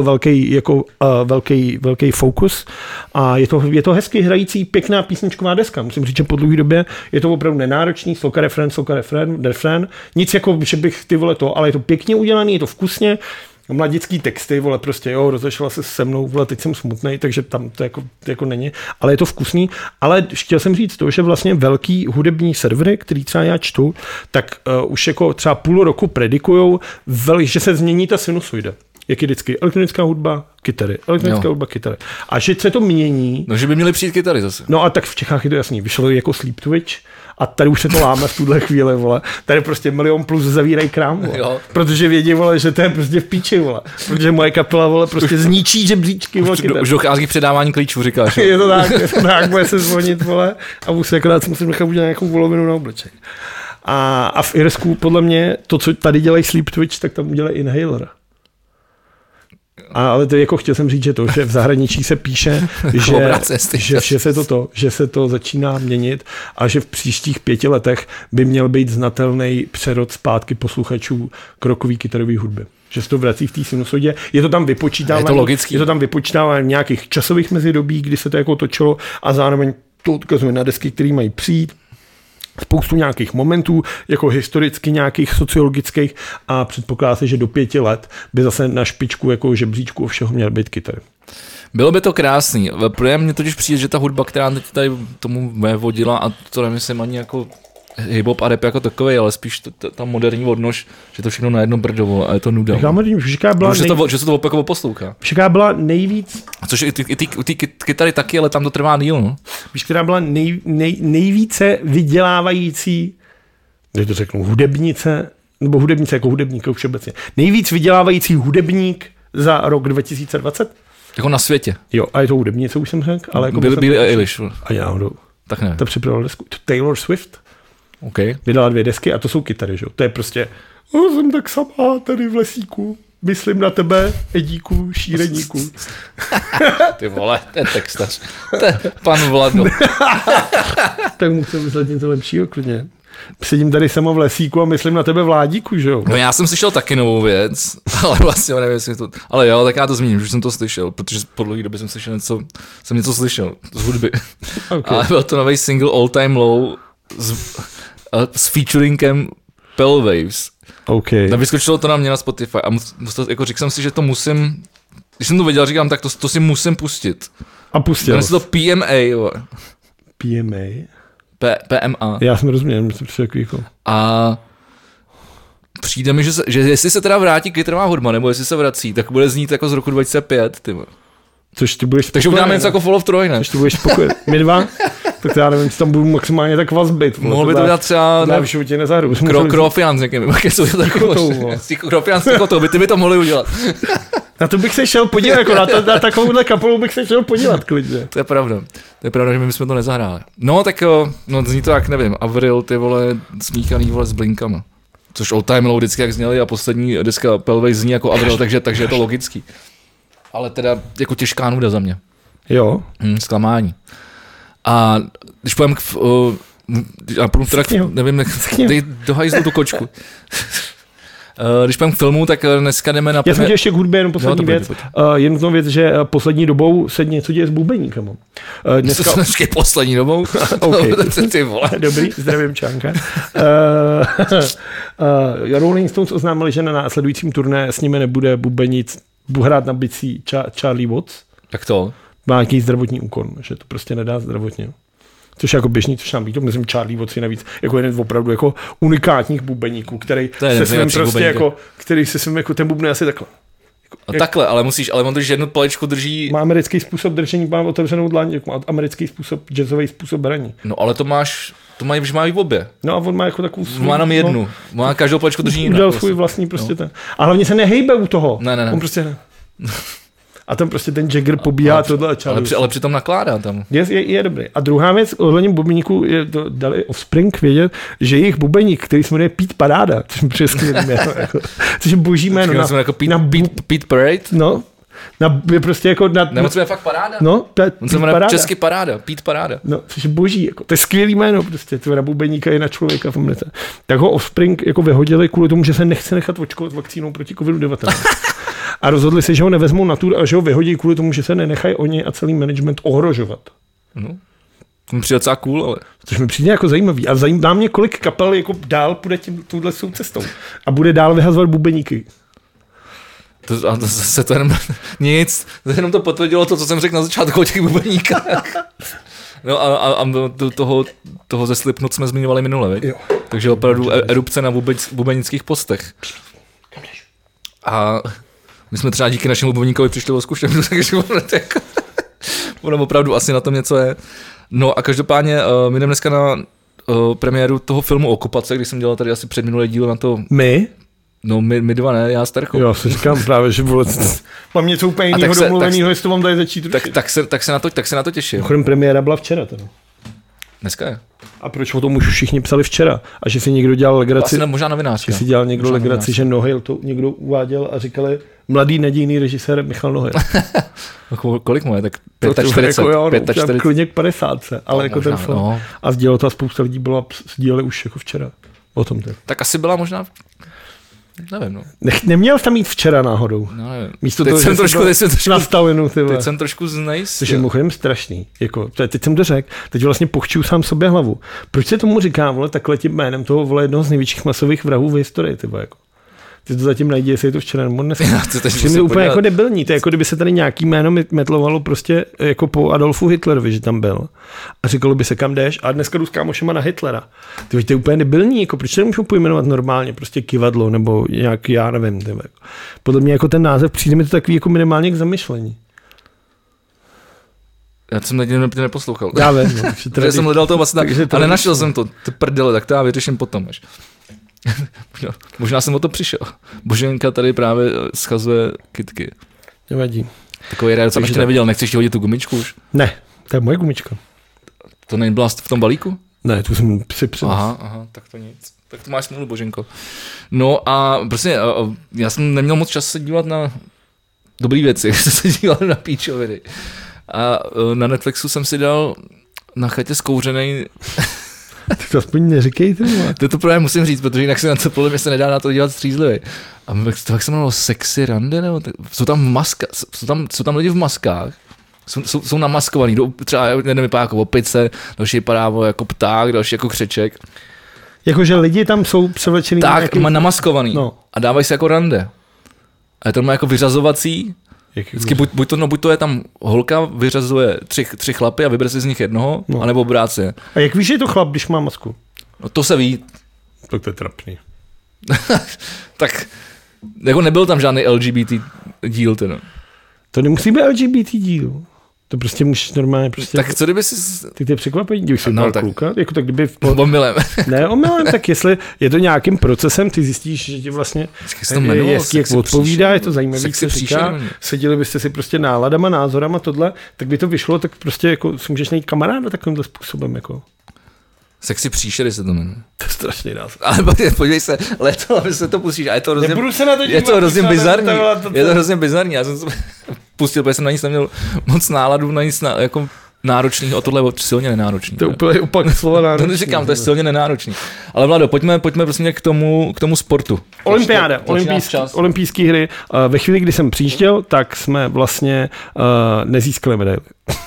velký fokus a je to hezky hrající, pěkná písničková deska. Musím říct, že po dlouhé době je to opravdu nenáročný, sloka, refrén, nic jako, že bych ty vole to, ale je to pěkně udělaný, je to vkusně, mladický texty, vole, prostě jo, rozešla se se mnou, vole, teď jsem smutnej, takže tam to jako není, ale je to vkusný, ale chtěl jsem říct to, že vlastně velký hudební servery, který třeba já čtu, tak už jako třeba půl roku predikujou, že se změní ta sinusoida. Jak je vždycky elektronická hudba, kytary, hudba, kytary. A že se to mění. No, že by měly přijít kytary zase. No a tak v Čechách je to jasný, vyšlo jako Sleep Twitch a tady už se to láme v tuhle chvíli, vole. Tady prostě 1 000 000+ zavírají krám, vole. Protože vědí, vole, že to je prostě v píči, vole. Protože moje kapela, vole, prostě zničí žebříčky, vole. Už dochází k předávání klíčů, říkáš. Je to tak, bude se zvonit, vole, a musím nechat udělat nějakou volovinu na obleček. A v Irsku, podle mě, to, co tady dělají Sleep Twitch, tak tam udělají Inhaler. Ale to jako chtěl jsem říct, že to, že v zahraničí se píše, že se to začíná měnit a že v příštích 5 letech by měl být znatelný přerod zpátky posluchačů k rockový kytarový hudby. Že se to vrací v té sinusoidě. Je to tam vypočítávání v nějakých časových mezidobí, kdy se to jako točilo a zároveň to odkazuje na desky, které mají přijít. Spoustu nějakých momentů, jako historicky nějakých sociologických a předpokládá se, že do 5 let by zase na špičku jako žebříčku všeho měly být kytary. Bylo by to krásný. Pro mě totiž přijde, že ta hudba, která teď tady tomu vodila, a to nemyslím ani jako hip-hop a rap jako takovej, ale spíš ta moderní odnož, že to všechno na jedno brdovo a je to nuda. Že se to opět poslouchá. Všaká byla nejvíc... Což i ty kytary taky, ale tam to trvá díl, no. Víš, která byla nejvíce vydělávající, když to řeknu, hudebnice Nebo hudebníci jako hudebník všeobecně. Nejvíc vydělávající hudebník za rok 2020? Jako na světě. Jo, a je to hudebnice, už jsem řekl. Ale jako Billie Eilish. A já náhodou. Tak ne. To připravil desku. Taylor Swift. Okay. Vydala 2 desky a to jsou kytary, že? To je prostě, jsem tak samá tady v lesíku, myslím na tebe, Edíku, šíreníku. Ty vole, to je textař. To je pan Vlado. Tak musím myslet něco lepšího, klidně. Sedím tady sama v lesíku a myslím na tebe, Vládíku, že jo? No já jsem slyšel taky novou věc, ale vlastně nevím, jestli to... Ale jo, tak já to zmíním, že jsem to slyšel, protože po dlouhé době jsem něco slyšel z hudby. Okay. Ale byl to nový single All Time Low s featuringem Pale Waves. Okay. Tak vyskočilo to na mě na Spotify a jako řekl jsem si, že to musím, když jsem to viděl, říkám, tak to si musím pustit. A pustil jsi. To PMA, jo. PMA? PMA. Já jsem rozuměl, myslím, že jako... A přijde mi, že jestli se teda vrátí kytarová hudba, nebo jestli se vrací, tak bude znít jako z roku 2005, ty. Což ty budeš spokojený. Takže uděláme něco jako Fall of Troy, ne? Což ty budeš spokojený. My dva? Tak já nevím, co tam budu maximálně tak vazbit. Mohl by to dělat třeba... Já v životě nezahru. Krofian s někým. Krofian s kotou, ty by to mohli udělat. Na to bych se šel podívat, jako na takovouhle kapelu bych se šel podívat klidně. To je pravda, že my jsme to nezahráli. No tak no zní to jak nevím, Avril, ty vole smíchaný vole s blinkama. Což All Time Low vždycky jak zněli a poslední deska Pale Waves zní jako Avril, takže je to logický. Ale teda jako těžká nuda za mě. Jo. Zklamání. A když půjdem nevím, dej do hajzlu tu kočku. Když půjdem k filmu, tak dneska jdeme na... Já jsem tě ještě k hudbě, jenom poslední věc. Jenom věc, že poslední dobou se něco děje s bubeníkama. Dneska... poslední dobou? Okay. Ty vole. Dobrý, zdravím Čánka. Rolling Stones oznámili, že na následujícím turné s nimi nebude bubenit, hrát na bicí Charlie Watts. Jak to? Má nějaký zdravotní úkon, že to prostě nedá zdravotně. Což jako běžný, což nám líto, myslím, Charlie Watts je navíc jako jeden z opravdu jako unikátních bubeníků, který se svým prostě jako, který se svým jako ten bubne asi takhle. Jako, takhle, ale on drží jednu paličku drží... Má americký způsob držení, má otevřenou dlaň, jako má americký způsob, jazzový způsob hraní. No ale to mají v obě. No a on má jako takovou svůj... Má jenom jednu, má každou paličku drží jinak. Udělal svůj vlastní prostě ten. A hlavně se nehejbe u toho. Ne. On prostě ne. A tam prostě ten Jagger pobíhá tohle a Charlie. Ale přitom nakládá tam. Je dobrý. A druhá věc, ohledně bubeníků, dali Offspring vědět, že jejich bubeník, který se jmenuje Pete Paráda, což mi přijde skvělý jméno, což je boží jméno. Jako Pete Parade? No. Je prostě jako Nebo to je fakt Paráda? No, on se jmenuje česky Paráda, Pete Paráda. No, což je boží, jako, to je skvělý jméno prostě, to je na bubeníka i na člověka v omlete. Tak ho Offspring jako vyhodili kvůli tomu, že se nechce nechat očkovat vakcínou proti COVID-19. A rozhodli se, že ho nevezmou na tur a že ho vyhodí kvůli tomu, že se nenechají oni a celý management ohrožovat. No. To mi přijde docela cool, ale... Což mi přijde jako zajímavý. A zajímá mě, kolik kapel jako dál půjde touhle cestou. A bude dál vyhazovat bubeníky. To jenom nic, jenom to potvrdilo to, co jsem řekl na začátku o těch bubeníkách. No a toho ze Slipknot jsme zmiňovali minule, veď? Takže opravdu erupce na bubenických postech. A my jsme třeba díky našemu bubeníkovi přišli o zkušenost, takže ono opravdu asi na tom něco je. No a každopádně my jdeme dneska na premiéru toho filmu Okupace, když jsem dělal tady asi předminulý díl na to... My? No my dva ne, já s Terkou. Jo, si říkám právě, že mám něco úplně jiného domluvenýho, jestli to vám tady začít rušit. Tak se na to těším. Chodem premiéra byla včera teda. Dneska je. A proč o tom už všichni psali včera? A že si někdo dělal legraci... Vlastně možná novinářka. Že si dělal někdo legraci, že Nohyl to někdo uváděl a říkali mladý nadějný režisér Michal Nohyl. Kolik mu je? Tak 45. Jako klidně k 50. Ale jako ten film. No. A sdělalo to a spousta lidí sdíleli už jako včera. O tom teď. Tak asi byla možná... Nevím, no. Neměl tam jít včera náhodou. No, nevím. Místo toho, že trošku nastavenu, ty vole. Teď jsem trošku znejist. Což je mimochodem strašný. Jako, teď jsem to řekl, teď vlastně pochčuju sám sobě hlavu. Proč se tomu říká, vole, takhle tím jménem toho, vole, jednoho z největších masových vrahů v historii, ty vole, jako. Ty to zatím najdi, jestli je to včera nebo dneska. To je úplně jako debilní. To je jako kdyby se tady nějaký jméno metlovalo prostě jako po Adolfu Hitlerovi, že tam byl. A říkalo by se, kam jdeš, a dneska jdu s kámošema na Hitlera. To je úplně debilní, jako proč nemůžu pojmenovat normálně prostě Kivadlo nebo nějak, já nevím. Tyhle. Podle mě jako ten název přijde mi to takový jako minimálně k zamyšlení. Já jsem neposlouchal. Já vím. No, jsem hledal toho vlastně, ale nenašel jsem to. Ty prdele, tak to já vyřeším potom až. Možná jsem o to přišel. Boženka tady právě schazuje kytky. Nevadí. Takový rád jsem ještě neviděl, nechceš ti hodit tu gumičku už? Ne, to je moje gumička. To nebyla v tom balíku? Ne, tu jsem si přinesl. Aha, tak to nic. Tak to máš smůlu, Boženko. No a prostě já jsem neměl moc čas se dívat na dobrý věci, jsem se díval na píčoviny. A na Netflixu jsem si dal Na chatě zkouřenej. Tak to aspoň neříkejte. To právě musím říct, protože jinak se na to podle mě se nedá na to dívat střízlivý. A to jak se jmenovalo Sexy Rande, nebo tak, jsou tam lidi v maskách. Jsou namaskovaný, třeba jeden vypadá jako opice, další vypadá jako pták, další jako křeček. Jakože lidi tam jsou převlečený. Tak, má namaskovaný. No. A dávají se jako rande. A je to má jako vyřazovací. Vždycky buď to je tam holka, vyřazuje tři chlapy a vybere si z nich jednoho, anebo obráceně. A jak víš, že je to chlap, když má masku? No to se ví. Tak to je trapný. Tak, jako nebyl tam žádný LGBT díl teda. To nemusí být LGBT díl. To prostě můžeš normálně prostě... Tak co kdyby si... Ty překvapení, kdybych si dal kluka, jako tak kdyby... Omylem. Ne, omylem, tak jestli je to nějakým procesem, ty zjistíš, že ti vlastně... Jak odpovídá, je to zajímavý, co říká, seděli byste si prostě náladama, názorama, tohle, tak by to vyšlo, tak prostě jako si můžeš najít kamaráda takovýmhle způsobem, jako... Sexy příšery se to jmenuje. To je strašný název. Ale podívej se, leto, aby se to pustíš, a je to hrozně... Nebudu se na to dívat, je to hrozně bizarní. Je to hrozně bizarní, já jsem pustil, protože jsem na nic neměl moc náladu, na nic jako náročného, a tohle je silně nenáročný. To je úplně opak slova náročný. To říkám, to je silně nenáročný. Ale Vlado, pojďme prostě k tomu sportu. Olympiáda, olympijské hry. Ve chvíli, kdy jsem přijížděl, tak jsme vlastně nezískali medaili.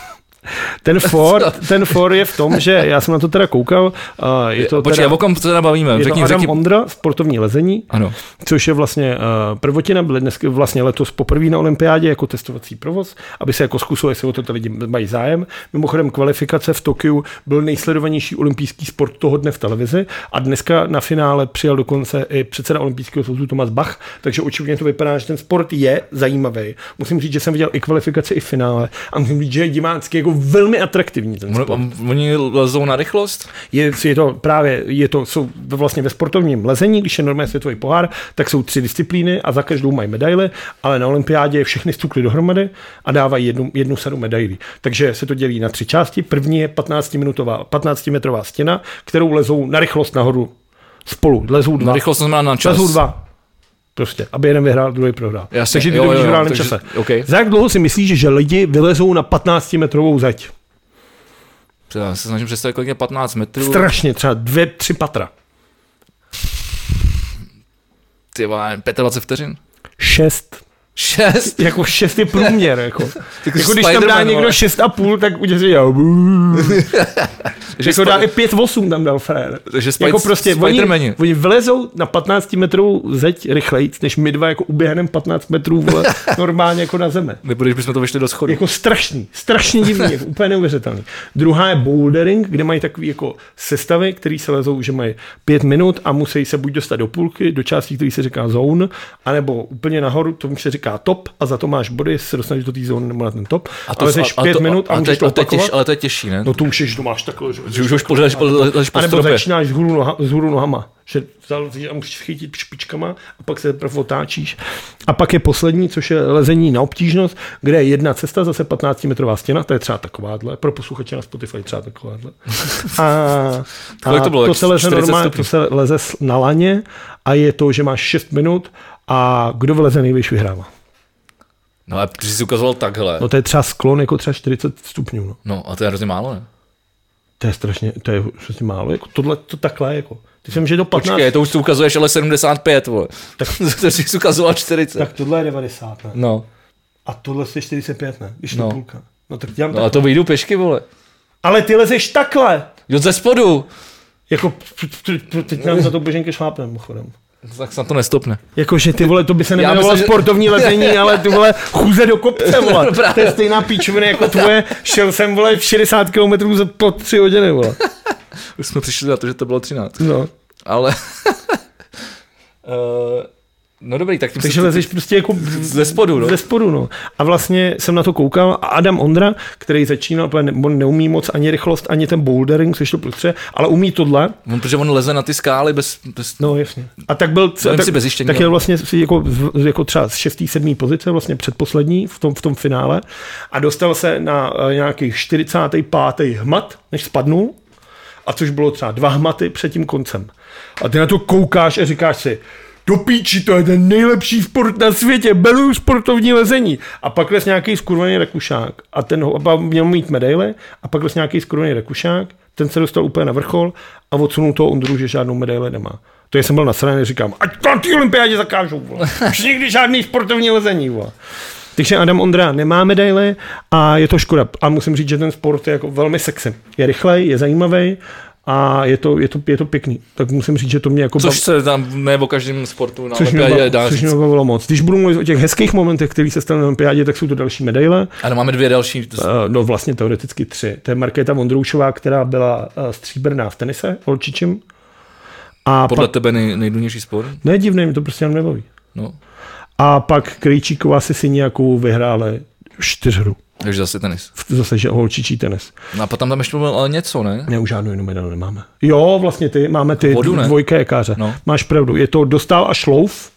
Ten for je v tom, že já jsem na to teda koukal. Počkej, o kom teda bavíme? Je to Adam Ondra, sportovní lezení, ano. Což je vlastně prvotina, byly dnes vlastně letos poprvé na olympiádě jako testovací provoz, aby se jako zkusilo, jestli o to lidi mají zájem. Mimochodem kvalifikace v Tokiu byl nejsledovanější olympijský sport toho dne v televizi a dneska na finále přijel dokonce i předseda olympijského svazu Tomas Bach, takže očividně to vypadá, že ten sport je zajímavý. Musím říct, že jsem viděl i kvalifikaci, i finále a musím říct, že je divácky jako velmi atraktivní ten sport. Oni lezou na rychlost? Jsou vlastně ve sportovním lezení, když je normálně světový pohár, tak jsou 3 disciplíny a za každou mají medaile, ale na olympiádě všechny stukly dohromady a dávají jednu sadu medailí. Takže se to dělí na 3 části. První je 15metrová stěna, kterou lezou na rychlost nahoru spolu. Lezou 2. Na rychlost znamená na čas. Lezou 2. Prostě, aby jeden vyhrál, druhý prohrál. Jasně, takže ty to vidíš v reálném čase. Okay. Za jak dlouho si myslíš, že lidi vylezou na 15metrovou zeď? Já se snažím představit, kolik je 15 metrů. Strašně, třeba 2-3 patra. Ty vole, 25 vteřin? 6. Jako 6 je průměr, jako když tam dá někdo 6,5, tak uděří jako dá i 5,8 tam dal frér. Jako prostě oni vylezou na 15metrovou zeď rychlejc, než my dva jako uběhneme 15 metrů vole, normálně jako na zemi. Když bychom to vyšli do schodu. Jako strašně divný, jako úplně neuvěřitelný. Druhá je bouldering, kde mají takový jako sestavy, který se lezou, že mají 5 minut a musí se buď dostat do půlky, do části, který se říká zone, anebo úplně nahoru, tomu se říká top a za to máš body, jestli se dostaneš do té zóny nebo na ten top. A to lezeš 5 minut a můžeš to opakovat. Ale to je těžší, ne? No to to máš takhle, že už polezeš po stropě. Nebo začínáš vzhůru nohama, že a musíš chytit špičkama a pak se teprve otáčíš. A pak je poslední, což je lezení na obtížnost, kde je jedna cesta, zase 15metrová stěna, to je třeba takováhle, pro posluchače na Spotify třeba takováhle. A to se leze normálně, to se leze na laně a je to, že máš 6 minut a kdo vyleze nejvíc vyhrává. No a když jsi ukazoval takhle. No to je třeba sklon jako třeba 40 stupňů. No a to je hrozně málo, ne? To je strašně málo, jako tohle to takhle, jako. Ty jsem, že do 15... Počkej, to už ukazuješ ale 75, vole. Tak to jsi ukazoval 40. Tak tohle je 90, ne? No. A tohle je 45, ne? Když to půlka. No tak dělám tak. A to vyjdu pěšky, vole. Ale ty lezeš takhle. Jo, ze spodu. Jako, teď nám za to Boženke šlápnem, mimochodem. Tak se na to nestopne. Jakože ty vole, to by se nemělo sportovní lezení, ale ty vole, chůze do kopce, vole. No, to je stejná píčovina jako tvoje. Šel jsem, vole, 60 km za po 3 hodiny, vole. Už jsme přišli na to, že to bylo 13. No. Ale... No dobrý, tak tím takže lezeš prostě jako ze spodu, no. Ze spodu, no. A vlastně jsem na to koukal a Adam Ondra, který začínal, on neumí moc ani rychlost, ani ten bouldering, což to prostře, ale umí tohle. Protože on leze na ty skály bez... No jasně. A tak byl... Tak je vlastně jako třeba z 6. 7. pozice, vlastně předposlední v tom finále a dostal se na nějakých 45. hmat, než spadnul, a což bylo třeba 2 hmaty před tím koncem. A ty na to koukáš a říkáš si, do píči, to je ten nejlepší sport na světě, beru sportovní lezení. A pak les nějaký skurvený rekušák. A ten měl mít medaile, a pak les nějaký skurvený rekušák, ten se dostal úplně na vrchol a odsunul toho Ondru, že žádnou medaili nemá. To jsem byl nasraný, říkám, ať to na té olympiádě zakážou, vole. Už nikdy žádný sportovní lezení, vole. Takže Adam Ondra nemá medaile a je to škoda. A musím říct, že ten sport je jako velmi sexy. Je rychlej, je zajímavý. A je to pěkný. Tak musím říct, že to mě jako... Což se tam ne o každém sportu na olympiádě dá říct. Což mě bavilo moc. Když budu mluvit o těch hezkých momentech, které se staly na olympiádě, tak jsou to další medaile. Ano, máme 2 další. No vlastně teoreticky 3. To je Markéta Vondroušová, která byla stříbrná v tenise, holčičím. A podle tebe nejdůležitější sport? Ne, divné, mě to prostě nám nebaví. No. A pak Krejčíková se Syniakovou vyhráli 4 hru. Takže zase tenis. Zase, že holčičí tenis. No a potom tam ještě bylo něco, ne? Ne, už žádnou jinou medaili nemáme. Jo, vlastně máme ty dvojkajakáře. No. Máš pravdu. Je to Dostál a Šlouf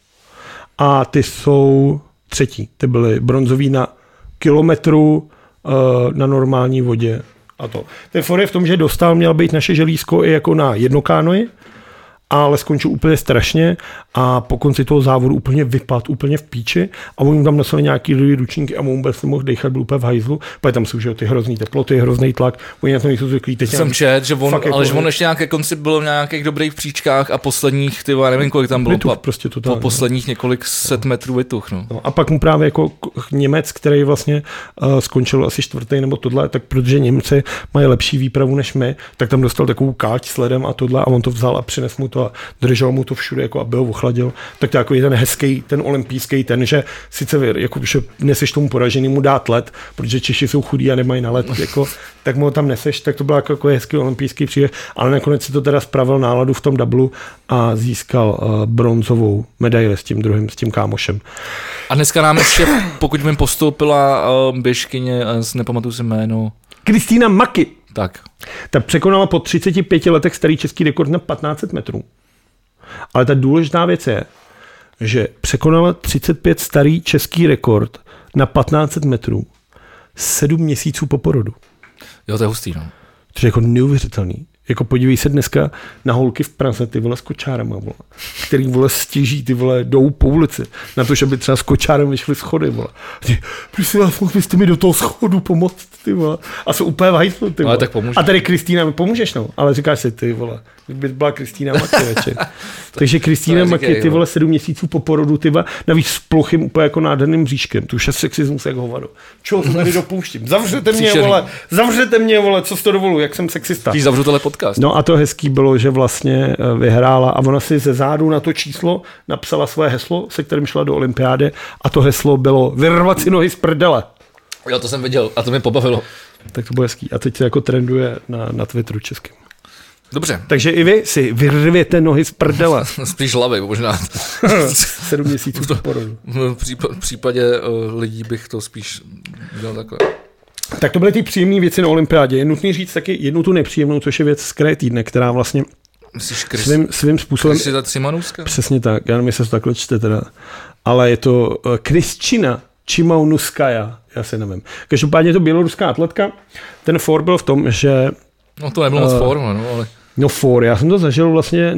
a ty jsou 3. Ty byly bronzový na kilometru na normální vodě a to. Ten for je v tom, že Dostál měl být naše želízko i jako na jednokánoji, ale skončil úplně strašně a po konci toho závodu úplně vypad, úplně v píči a oni tam nosili nějaký ručníky a on vůbec nemohl dejchat, byl úplně v hajzlu, protože tam jsou že ty hrozný teploty, hrozný tlak, oni na to nejsou zvyklí. Jsem čet, že on, ale že on ještě nějaké konci byl v nějakých dobrých příčkách a posledních, nevím kolik tam bylo, vytuch, prostě po posledních několik set metrů vytuch. No. A pak mu právě jako Němec, který vlastně skončil asi 4. nebo tohle, tak protože Němci mají lepší výpravu než my, tak tam dostal takovou káť s ledem a tohle a on to vzal a přines mu to a držel mu to všude, jako aby ho ochladil. Tak to je jako ten hezký, ten olympijský, ten, že sice jako, že neseš tomu poraženému dát led, protože Češi jsou chudí a nemají na led, jako, tak mu ho tam neseš, tak to byl jako hezký olympijský příběh, ale nakonec si to teda spravil náladu v tom dublu a získal bronzovou medaili s tím kámošem. A dneska nám ještě, pokud vím, postoupila běžkyně, nepamatuju si jméno. Kristýna Maki. Tak. Ta překonala po 35 letech starý český rekord na 1500 metrů. Ale ta důležitá věc je, že překonala 35 starý český rekord na 1500 metrů 7 měsíců po porodu. Jo, to je hustý, no. To je jako neuvěřitelný. Jako podívej se dneska na holky v Praze, ty vole s kočárama, vole, který vole stěží, ty vole jdou po ulici, na to, že by třeba s kočárem vyšly schody, vole. Prosím vás, mohli byste mi do toho schodu pomoct, ty vole. A jsou úplně v hajzlu, ty vole. A tady Kristýna, mi pomůžeš, no, ale říkáš si, ty vole, by byla Kristýna Maki večer. Takže Kristýna Maki, ty vole 7 měsíců po porodu, ty vole, navíc s plochým úplně jako nádherným bříškem, to už je sexismus jak hovado. Čeho se tady dopouštím? Zavřete mě, vole, co si to dovoluji, jak jsem sexista. Když zavřu tohle podcast. No a to hezký bylo, že vlastně vyhrála a ona si ze zádu na to číslo napsala svoje heslo, se kterým šla do olympiády a to heslo bylo vyrvat si nohy z prdele. Jo, to jsem viděl a to mě pobavilo. Tak to bylo hezký a teď se jako trenduje na Twitteru českým. Dobře. Takže i vy si vyrvěte nohy z prdele. Spíš hlavy, možná. 7 měsíců to porodu. V případě lidí bych to spíš dělal takhle. Tak to byly ty příjemné věci na olympiádě. Je nutný říct taky jednu tu nepříjemnou, což je věc z kraje týdne, která vlastně svým způsobem... Krysita Třimanouska? Přesně tak, já nevím, jestli se to takhle čte teda. Ale je to Krystina Čimaunuskaja, já si nevím. Každopádně je to běloruská atletka. Ten for byl v tom, že... No to nebylo moc for, no, ale... No for, já jsem to zažil vlastně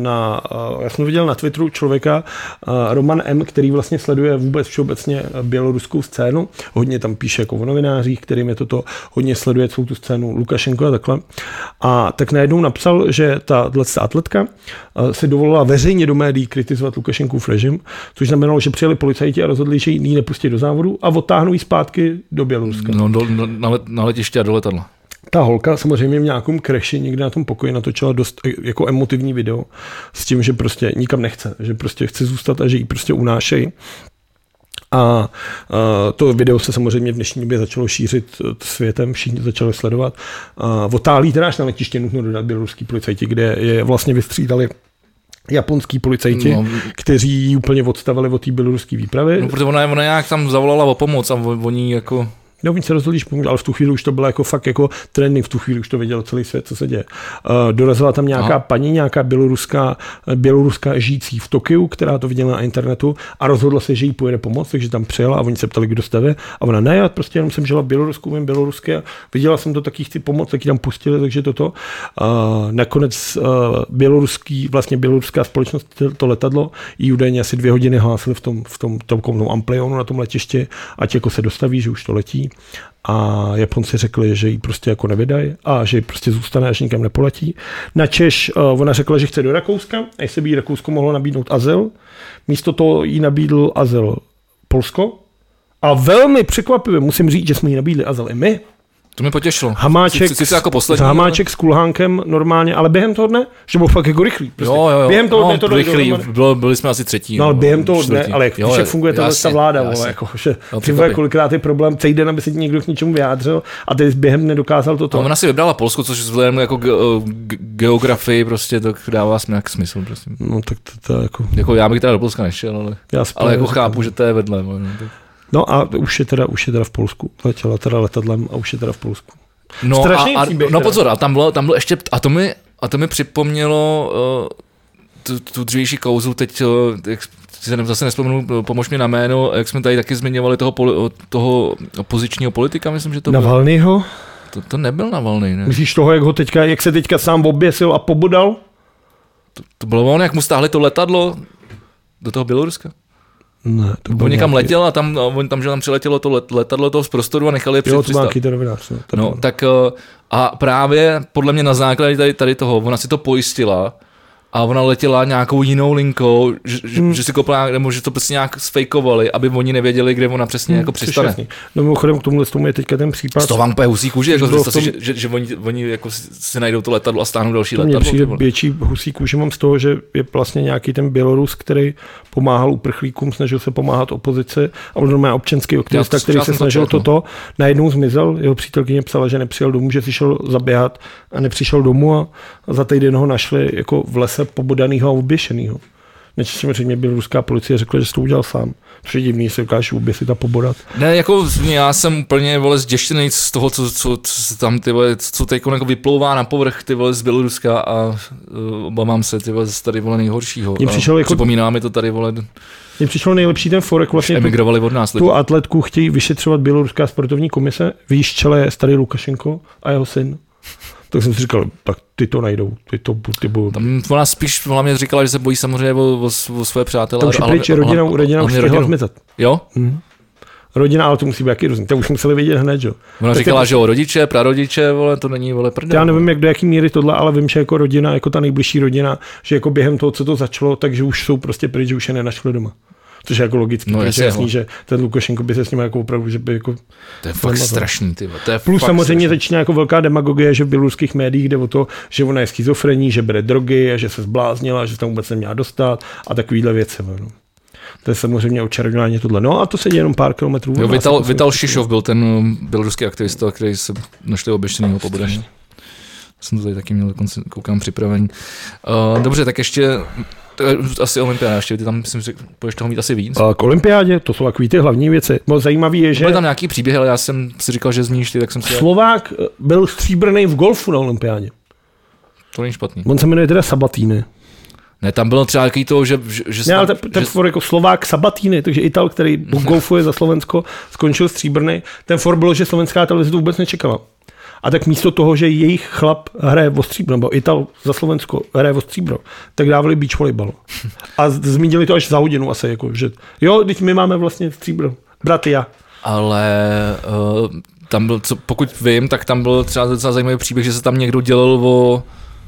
já jsem viděl na Twitteru člověka, Roman M., který vlastně sleduje vůbec všeobecně běloruskou scénu, hodně tam píše jako o novinářích, kterým je toto, hodně sleduje celou tu scénu Lukašenko a takhle. A tak najednou napsal, že ta atletka si dovolila veřejně do médií kritizovat Lukašenkův režim, což znamenalo, že přijeli policajti a rozhodli, že ji nepustí do závodu a odtáhnou ji zpátky do Běloruska. No, na letiště a do letadla. Ta holka samozřejmě v nějakém crashu někde na tom pokoji natočila dost jako emotivní video s tím, že prostě nikam nechce, že prostě chce zůstat a že jí prostě unášejí. A to video se samozřejmě v dnešní době začalo šířit světem, všichni začali sledovat. Otálí teda až na letiště, nutno dodat, běloruský policajti, kde je vlastně vystřídali japonský policajti, kteří ji úplně odstavili od té běloruské výpravy. No, protože ona nějak tam zavolala o pomoc a oni jako... No, oni se rozhodli, ale v tu chvíli už to bylo jako fakt jako trending, v tu chvíli už to věděl celý svět, co se děje. Dorazila tam nějaká paní, nějaká běloruská žijící v Tokiu, která to viděla na internetu a rozhodla se, že jí pojede pomoct, takže tam přijela a oni se ptali, kdo jste vy. A ona, ne, já prostě jenom jsem žila v Bělorusku, umím běloruské a viděla jsem to, taky chci pomoct, taky tam pustili, takže toto. Nakonec běloruská společnost to letadlo, jí údajně asi 2 hodiny hlásili v tom amplionu na tom letišti, ať jako se dostaví, že už to letí. A Japonci řekli, že jí prostě jako nevydají a že jí prostě zůstane, až nikam nepoletí. Načež ona řekla, že chce do Rakouska a jestli by jí Rakousko mohlo nabídnout azyl. Místo toho jí nabídl azyl Polsko. A velmi překvapivě musím říct, že jsme jí nabídli azyl i my. To mě potěšilo. Hamáček s Kulhánkem normálně, ale během toho dne, že byl fakt jako rychlý. Prostě. Jo. Během toho dne to rychlý, byli jsme asi 3. No, ale během toho dne, ale jak funguje ta vláda, jako, že kolikrát je problém celý den, aby se někdo k něčemu vyjádřil a teď během dne dokázal toto. A ona si vybrala Polsko, což vzhledem jako geografii prostě to dává nějak smysl. Prostě. No tak to jako... Já bych teda do Polska nešel, ale jako chápu, že to je vedle. No a už je teda v Polsku. Letěla teda letadlem a už je teda v Polsku. No no pozor, a tam bylo ještě, a to mi připomnělo tu dřívější kauzu, teď se zase nespomenu, pomož mi na jméno, jak jsme tady taky zmiňovali toho opozičního politika, myslím, že to byl. Navalnyho? To nebyl Navalny, ne? Myslíš toho, jak se teďka sám oběsil a pobodal? To bylo on, jak mu stáhli to letadlo do toho Běloruska? Ne, to on někam letěl a tam přiletělo to letadlo toho z prostoru a nechali je přistat. No, tak a právě podle mě na základě tady toho, ona si to pojistila a ona letěla nějakou jinou linkou, že si kopla, nebo že to prostě nějak sfejkovali, aby oni nevěděli, kde ona přesně jako přistane. No mimochodem k tomu je teďka ten případ. To vám husí kůži, jako že oni jako si najdou to letadlo a stáhnou další letadlo. Mně přijde větší husí kůži mám z toho, že je vlastně nějaký ten Bělorus, který pomáhal uprchlíkům, snažil se pomáhat opozici a on má občanský aktivista, který se snažil toto, najednou zmizel, jeho přítelkyně psala, že nepřijel domů, že si šel zaběhat a nepřišel domů a za týden ho našli jako v lese pobodanýho a oběšenýho. Nečistě řekně běloruská policie řekla, že jsi to udělal sám. To je divný, se dokážeš oběsit a pobodat. Ne, jako já jsem úplně zděštěný z toho, co tam co teď jako vyplouvá na povrch z Běloruska a obávám se z tady nejhoršího. Připomíná mi to tady Mně přišel nejlepší ten forek vlastně. Emigrovali od nás. Tu atletku chtějí vyšetřovat Běloruská sportovní komise. V jejíž čele je starý Lukašenko a jeho syn. Tak jsem si říkal, tak ty to najdou, ty budou. Tam ona spíš hlavně říkala, že se bojí samozřejmě o své přátele. To už je pryč, rodina už stihla zmizet. Jo? Rodina, ale to musí být jaký různý. To už museli vědět hned, jo. Ona říkala, že rodiče, prarodiče, to není prdel. Já nevím, jak do jaký míry tohle, ale vím, že jako rodina, jako ta nejbližší rodina, že jako během toho, co to začalo, takže už jsou prostě pryč, že už je nenašli doma. Což je jako logicky, no, jasný, že ten Lukašenko by se s ním jako opravdu, že by jako... To je fakt strašný, Plus samozřejmě začíná jako velká demagogie, že v běloruských médiích jde o to, že ona je schizofrení, že bere drogy a že se zbláznila, že se tam vůbec neměla dostat a takovýhle věci. No. To je samozřejmě očarování tohle. No a to se děje jenom pár kilometrů. Jo, Vital Šišov byl ten běloruský aktivista, který se našli oběštěnýho pobodení. Jsem to tady taky měl dokonce, koukám, připravený. Dobře, tak ještě... Asi olympiáda, ještě ty tam myslím, že budeš toho mít asi víc. K olympiádě, to jsou takový ty hlavní věci. Moc zajímavý je, že... Byly tam nějaký příběh, ale já jsem si říkal, že zmíníš ty, tak jsem si... Slovák byl stříbrný v golfu na olympiádě. To není špatný. On se jmenuje teda Sabatini. Ne, tam bylo třeba takový to, že ne, ale ten for jako Slovák Sabatini, takže Ital, který golfuje za Slovensko, skončil stříbrný. Ten for bylo, že slovenská televize to vůbec nečekala. A tak místo toho, že jejich chlap hraje o stříbro, nebo Ital za Slovensko hraje o stříbro, tak dávali beach volleyball. A zmínili to až za hodinu asi, jako, že jo, teď my máme vlastně stříbro, braty já. Ale tam byl, pokud vím, tak tam byl třeba docela zajímavý příběh, že se tam někdo dělal o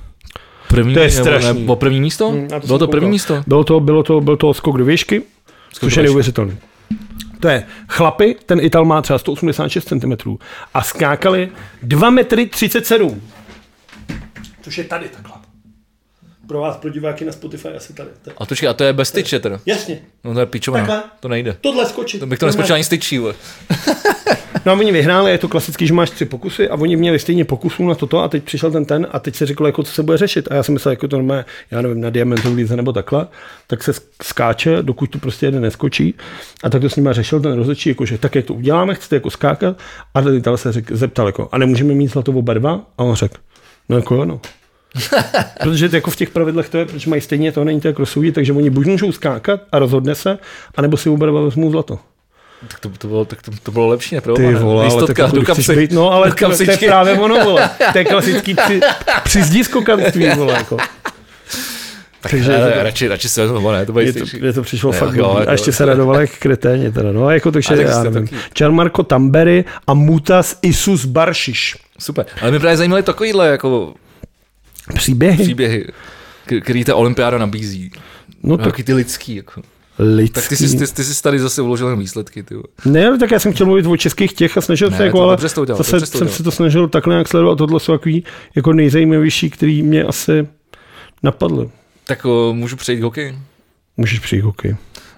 první místo? Bylo to první místo? Byl to skok do výšky, což je neuvěřitelný. To je chlapy, ten Ital má třeba 186 cm a skákali 2,37 m. Což je tady takhle. Pro vás, pro diváky na Spotify asi tady. A to je bez tyče teda? Jasně. No to je pičovina, to nejde. Tohle skočit. To bych to neskočil ani s tyčí. No a oni vyhráli, je to klasický, že máš 3 pokusy a oni měli stejně pokusů na toto a teď přišel ten a teď se řeklo, jako co se bude řešit. A já jsem myslel, jako to normálně, já nevím, na diamantovou líze nebo takhle, tak se skáče, dokud to prostě jeden neskočí. A tak to s nimi řešil ten rozhodčí, jakože tak jak to uděláme, chcete jako skákat. A tady se zeptal, jako, a nemůžeme mít zlatovou barva? A on řekl, no jako jo, no. Protože jako v těch pravidlech to je, protože mají stejně to, není to jako soudit, takže oni buď můžou skákat a rozhodne se, anebo si u barva vezmou zlato. Tak to bylo lepší, ne? Ty vole, ale tak do kapsy. Být, no, ale to je právě ono, vole. To je klasický přizdi skokanství, vole, jako. Takže radši se vezmu, ne? To je to přišlo fakt a ještě se radovali jak kreténi teda, no a jako takže já nevím. Gianmarco Tamberi a Mutas Isus Baršiš. Super, ale mě právě zajímaly takovýhle jako příběhy, který ta olympiáda nabízí. No taky ty lidský, jako. Tak ty jsi tady zase uložil výsledky. Ty. Ne, tak já jsem chtěl mluvit o českých těch a snažil se, jako, ale zase jsem si to snažil takhle nějak sledovat. Tohle jsou takový jako nejzajímavější, který mě asi napadly. Tak můžu přejít k hokeji? Můžeš přejít k hokeji.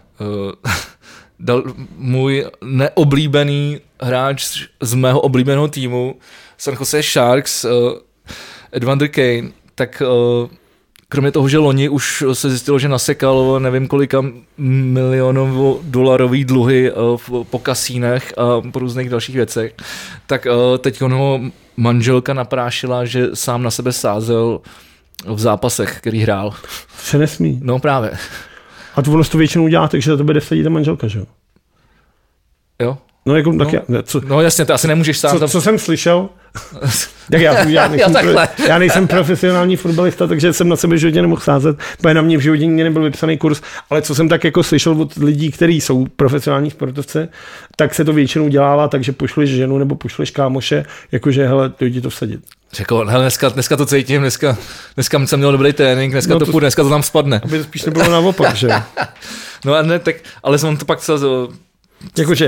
Můj neoblíbený hráč z mého oblíbeného týmu, San Jose Sharks, Evander Kane, tak kromě toho, že loni už se zjistilo, že nasekal nevím kolika $milionový dluhy po kasínech a po různých dalších věcech, tak teď ho manželka naprášila, že sám na sebe sázel v zápasech, který hrál. Se nesmí. No právě. A to ono to většinou dělá, takže za to bude vsadit ta manželka, že jo? Jo. No, jako, tak no jasně, to asi nemůžeš sám. Co jsem slyšel? Tak já nejsem profesionální fotbalista, takže jsem na sebe v životě nemohl sázet, protože na mě v životě nikdy nebyl vypsaný kurz, ale co jsem tak jako slyšel od lidí, kteří jsou profesionální sportovci, tak se to většinou dělává, takže pošleš ženu nebo pošleš kámoše, jakože hele, jdi to vsadit. Řekl, hele, dneska to cítím, dneska jsem měl dobrý trénink, dneska to půjde, dneska to tam spadne. Aby to spíš nebylo naopak, že? No a ne, tak, ale jsem to pak jakože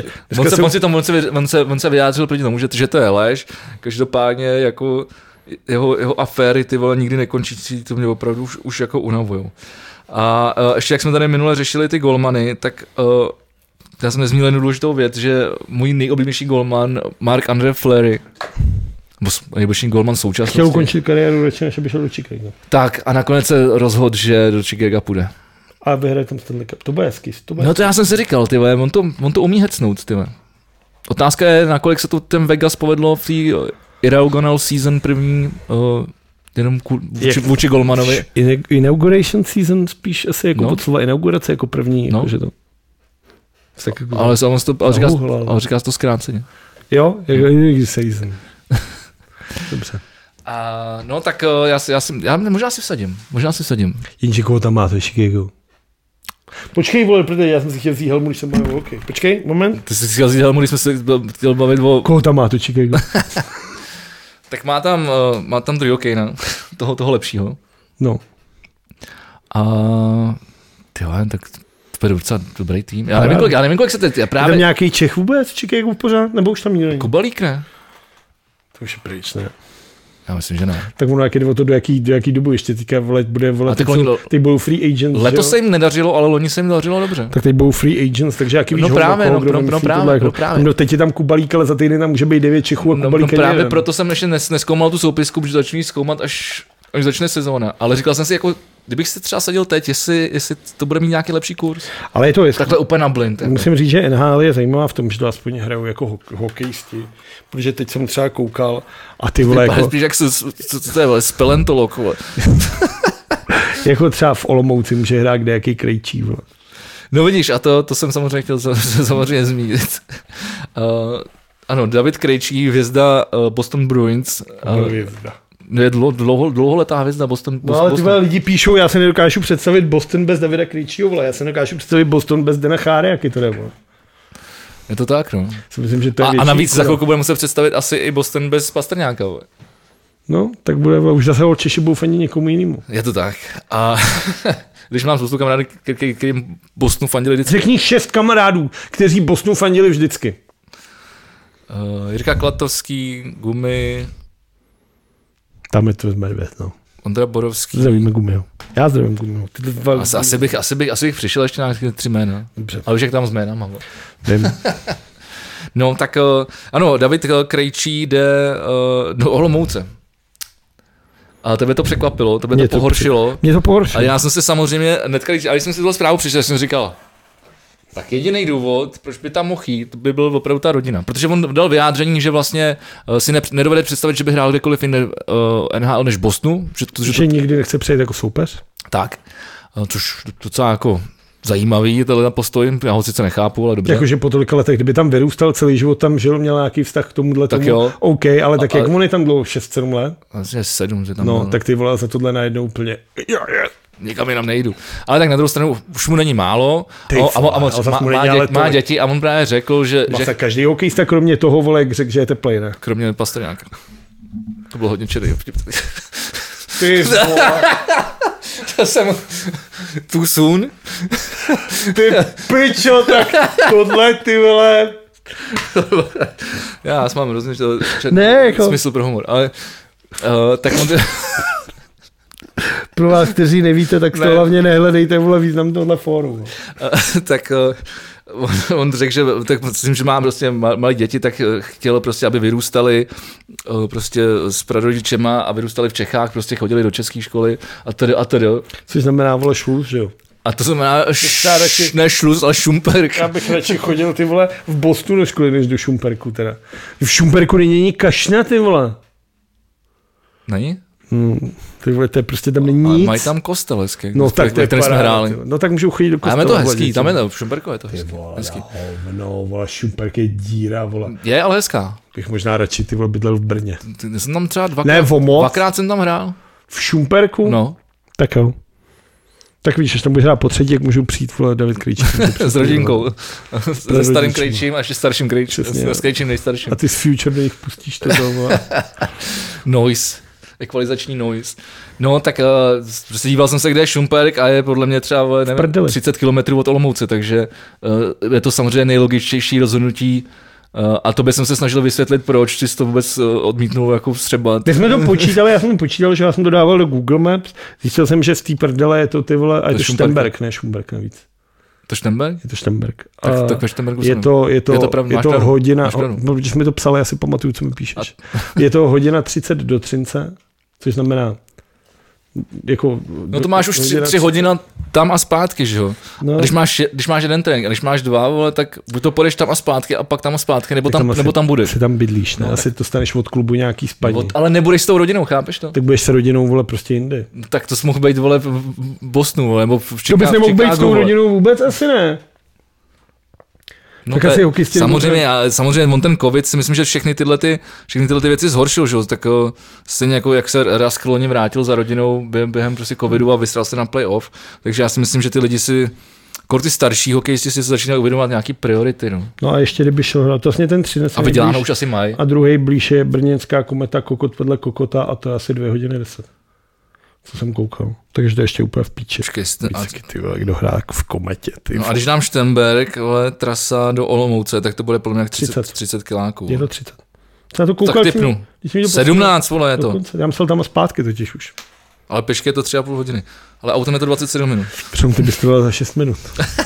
on se vyjádřil proti tomu, že to je lež. Každopádně jako jeho aféry, ty vole, nikdy nekončící, to mě opravdu už jako unavujou. A ještě jak jsme tady minule řešili ty golmany, tak já jsem nezmínil jednu důležitou věc, že můj nejoblíbenější golman Marc-André Fleury, nejbližší golman současnosti. Chtěl ukončit kariéru radši, než aby šel do Chicago. Tak a nakonec se rozhodl, že do Chicaga půjde. A vyhraje tam Stanley Cup. To bude hezký. No to já jsem si říkal, ty vole, on to umí hecnout, ty vole. Otázka je, nakolik se to ten Vegas povedlo v té inaugural season první, jenom vůči golmanovi. Inauguration season spíš asi jako pod slova inaugurace jako první. No. Jako, že to, jako, ale říká to zkráceně. Jo, jako season. Dobře. No tak já možná si vsadím. Jenže koho tam máte, Chicago? Počkej, vole, protože já jsem si chtěl vzít helmu, když jsem bavil o hokej. Počkej, moment. Ty jsi chtěl vzít helmu, když jsme se chtěl bavit o... Koho tam máte, Chicago? Tak má tam druhého Kanea, toho lepšího. No. A tyhle, tak to je docela dobrý tým. Já nevím, kolik se teď... Je tam nějaký Čech vůbec v Chicago pořád? Nebo už tam nikdo není? Kubalík, ne? To už je pryč, ne? Já myslím, že ne. Tak ono jak jde o to, do jaký dobu ještě teďka bude volat. Teď budou free agents. Letos se jim nedařilo, ale loni se jim dařilo dobře. Tak teď budou free agents, takže jaký víš, právě. No teď je tam Kubalík, ale za týden tam může být 9 Čechů a Kubalík je právě proto jsem ještě neskoumal tu soupisku, protože začnu zkoumat až začne sezóna. Ale říkal jsem si, jako, kdybych si třeba sadil teď, jestli to bude mít nějaký lepší kurz. Ale je to takhle úplně na blind. Jako. Musím říct, že NHL je zajímavá v tom, že to aspoň hrajou jako hokejisti. Protože teď jsem třeba koukal a ty vole jako... Spíš jak to je, spelentolog, vole. Jako třeba v Olomouci může hrát kdejaký Krejčí, vole. No vidíš, a to jsem samozřejmě chtěl samozřejmě zmínit. Ano, David Krejčí, hvězda Boston Bruins. Hvězda. Je dlouholetá hvězda Boston. No ale tyhle lidi píšou, já se nedokážu představit Boston bez Davida Krejčího, vole. Já se nedokážu představit Boston bez Dana Cháry, jaký to jde, vole. Je to tak, no. Myslím, že to je a navíc za chvilku budeme muset představit asi i Boston bez Pastrňáka, vole. No, tak bude, už zase Češi budou fandit někomu jinému. Je to tak. A když mám spoustu kamarádů, kterým Bostonu fandili vždycky. Řekni 6 kamarádů, kteří Bostonu fandili vždycky. Jirka Klatovský, Gumy. Tam je to Medvěd, no. Ondra Borovský. Zavíme Gumyho. Já zdravím Guminu. Asi bych přišel ještě na 3 jména. Dobře. Ale už jak tam s jménama. Vím. No tak ano, David Krejčí jde do Olomouce. A tebe to překvapilo, tebe to pohoršilo. Mě to pohoršilo. A já jsem se samozřejmě hnedka, když jsem si tuhle zprávu přišel, jsem říkal, tak jediný důvod, proč by tam mohl jít, to by byl opravdu ta rodina. Protože on dal vyjádření, že vlastně si nedovede představit, že by hrál kdekoliv jinde NHL než Bostonu. Že nikdy nechce přejít jako soupeř? Tak, což docela jako zajímavý, tenhle postoj, já ho sice nechápu, ale dobře. Jakože po tolika letech, kdyby tam vyrůstal celý život, tam žil, měl nějaký vztah k tomuhle tomu, jo. OK, ale tak jak on je tam dlouho, 6-7 let? Asi 7, že tam no, tak ty vole za tohle najednou úplně... Nikam jinam nejdu. Ale tak na druhou stranu už mu není málo má děti a on právě řekl, že každý hokejista kromě toho, vole, jak řekl, že je teplej, ne? Kromě Pastrňáka. To bylo hodně čerý. Ty vole. To jsem too soon. Ty pičo, tak tohle ty vole. Já mám hrozně smysl pro humor, ale tak on... Pro vás, kteří nevíte, tak to hlavně nehledejte, vole, význam tohle fóru. Tak on řekl, že tak myslím, že má prostě malé děti, tak chtěl prostě, aby vyrůstali prostě s prarodičema a vyrůstali v Čechách, prostě chodili do české školy a tedy. Což znamená, vole, šluz, že jo? A to znamená ne šluz, ale Šumperk. Já bych radši chodil, ty vole, v Bostonu do školy, než do Šumperku teda. V Šumperku není kašna, ty vole. Není? Ty vole, to je prostě tam není nic. Mají tam kostel hezký, no, tak to je jsme hráli. No tak můžou chodit do kostela. A je to hezký, tam je to, v Šumperku je to hezký. No, vole, Šumperk je díra, vole. Je, ale hezká. Bych možná radši, ty vole, bydlel v Brně. Jsem tam třeba dvakrát jsem tam hrál. V Šumperku? No. Tak jo. Tak víš, až tam budeš hrát po třetí, jak můžou přijít, vole, David Krejčí. S rodinkou. Se starým Krejčím a ještě starším Krejčím. S Krejčím nejstarším. A ty z Future jich pustíš to vole. Noise. Ekvalizační noise. No, tak prostě díval jsem se, kde je Šumperk a je podle mě třeba 30 km od Olomouce, takže je to samozřejmě nejlogičtější rozhodnutí. A to bych jsem se snažil vysvětlit, proč jsi to vůbec odmítnul jako vstřebat. My jsme to počítali, já jsem to počítal, že já jsem to dával do Google Maps, zjistil jsem, že z té prdele je to ty vole, a je to Štemberk, ne Šumperk navíc. To Štemberk? Je to Štemberk. Tak ve Štemberku je to hodina, protože jsi mi to psal, já si pamatuju, co mi píšeš. Je to hodina 30 do Třince, což znamená jako... No to máš už 3 hodiny tam a zpátky, že jo? No. Když máš jeden trénink a když máš 2, vole, tak buď to půjdeš tam a zpátky a pak tam a zpátky, nebo tam budeš. Ty tam bydlíš, ne? No, asi to staneš od klubu nějaký spaní. Ale nebudeš s tou rodinou, chápeš to? Tak budeš s rodinou, vole, prostě jinde. No, tak to jsi mohl být, vole, v Bostonu, vole, nebo v Chicagu. To bys nemohl být s tou rodinou vůbec? Asi ne. No tak asi samozřejmě on ten covid si myslím, že všechny tyhle věci zhoršil, že? Tak stejně jako jak se Rask loni vrátil za rodinou během prostě covidu a vystral se na playoff, takže já si myslím, že ty lidi si ty starší hokejisti si začínají uvědomovat nějaký priority. No a ještě kdyby šel hrát, to vlastně ten 13. A vyděláno už asi mají. A druhý blíž je brněnská Kometa Kokot vedle Kokota a to je asi 2 hodiny 10. Co jsem koukal. Takže to je ještě úplně v píči. Ty vole, kdo hrá v Kometě. No a když dám Štemberk, trasa do Olomouce, tak to bude podle mě 30 kiláků. Je to 30. Já to koukal, tak typnu. 17, vole, je to. Dokonce. Já myslel tam a zpátky totiž už. Ale pešky je to 3,5 hodiny. Ale autem je to 27 minut. Přenom ty bys to dal za 6 minut.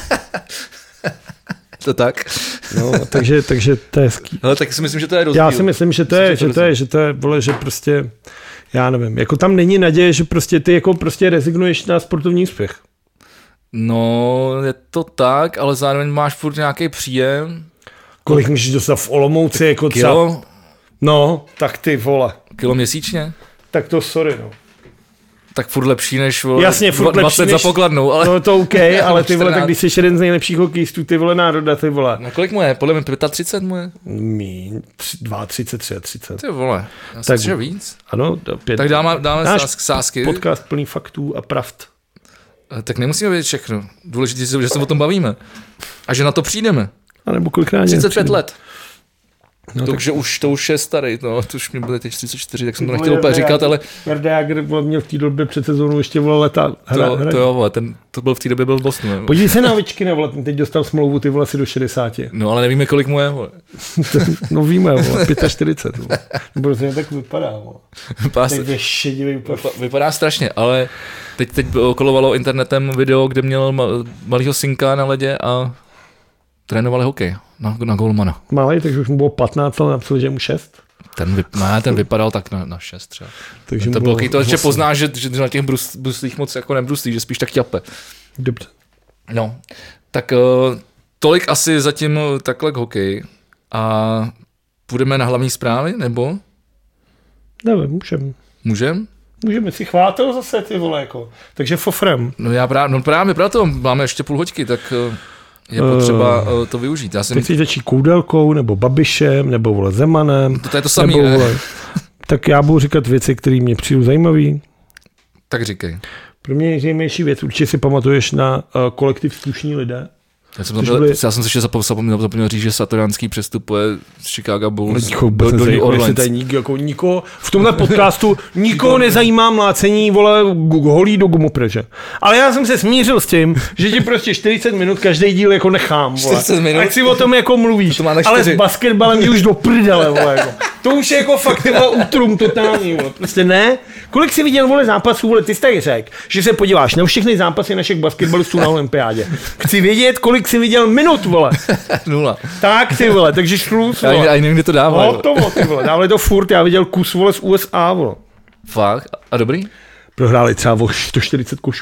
To tak. No, takže to je hezký. Ale tak si myslím, že to je rozdíl. Já si myslím, že to je, vole, že prostě já nevím, jako tam není naděje, že prostě ty jako prostě rezignuješ na sportovní úspěch. No, je to tak, ale zároveň máš furt nějaký příjem. Kolik můžeš dostat v Olomouci, jako kilo? No, tak ty vole. Kilo měsíčně? Tak to sorry, no. Tak furt lepší než jasně, furt 20 lepší za pokladnou. Ale... No to OK, ale ty vole, tak když jsi jeden z nejlepších hokejistů, ty vole národa, ty vole. No kolik mu je? Podle mě 35 mu je? Míň, 32, 33. Ty vole, já tak, si víc. Ano, tak dáme sázky. Podcast plný faktů a pravd. Tak nemusíme vědět všechno. Důležité je, že se o tom bavíme. A že na to přijdeme. A nebo kolikrát 35 let. No, to už je starý, no, to už mě byly teď 34, tak jsem to nechtěl úplně říkat, ale... Jarda Jágr měl v té době před sezónou ještě leta. To jo, vole, to byl v té době byl v Bostonu. Podívej se na Ovečkina, vole, ten teď dostal smlouvu, ty vole, asi do 60. No, ale nevíme, kolik mu je, vole. No víme, vole, 45, vole. Nebo to tak vypadá, vole. Vypadá strašně, ale teď kolovalo internetem video, kde měl malýho synka na ledě a trénovali hokej na golmana. Malej, takže už mu bylo 15, ale napsal, že je mu 6. Ten vypadal tak na 6 třeba. Takže to bylo to, že poznáš, že na těch bruslích moc jako nebruslí, že spíš tak ťape. Dobře. No, tak tolik asi zatím takhle k hokeji. A půjdeme na hlavní zprávy, nebo? Nevím, můžeme. Můžeme si chvátil zase, ty vole, jako. Takže fofrem. No právě proto máme ještě půl hoďky, tak je potřeba to využít. Teď si začít Koudelkou, nebo Babišem, nebo vole Zemanem. To je to samý, ne? Vole, tak já budu říkat věci, které mě přijdou zajímavý. Tak říkej. Pro mě nejzajímavější věc, určitě si pamatuješ na kolektiv Slušní lidé. Já jsem se ještě zapomněl říct, že Satoranský přestupuje z Chicago Bulls do New Orleans. Nikoho, v tomhle podcastu nikoho nezajímá mlácení, vole, holí do gumopreže. Ale já jsem se smířil s tím, že ti prostě 40 minut každý díl jako nechám, vole. Ať si o tom jako mluvíš, ale s basketbalem jdi už do prdele, vole, jako. To už je jako fakt tyhle útrum totální, vole. Prostě ne. Kolik jsi viděl, vole, zápasů, vole, ty jsi tady řekl, že se podíváš na všechny zápasy našich basketbalistů na olympiádě. Chci vědět, kolik jsi viděl minut, vole. 0. Tak, ty vole, takže šluz, vole. Já nevím, kde to dává. Hotovo, ty vole, dávali to furt, já viděl kus, vole, z USA, vole. Fakt? A dobrý? Prohráli třeba o 140 košů.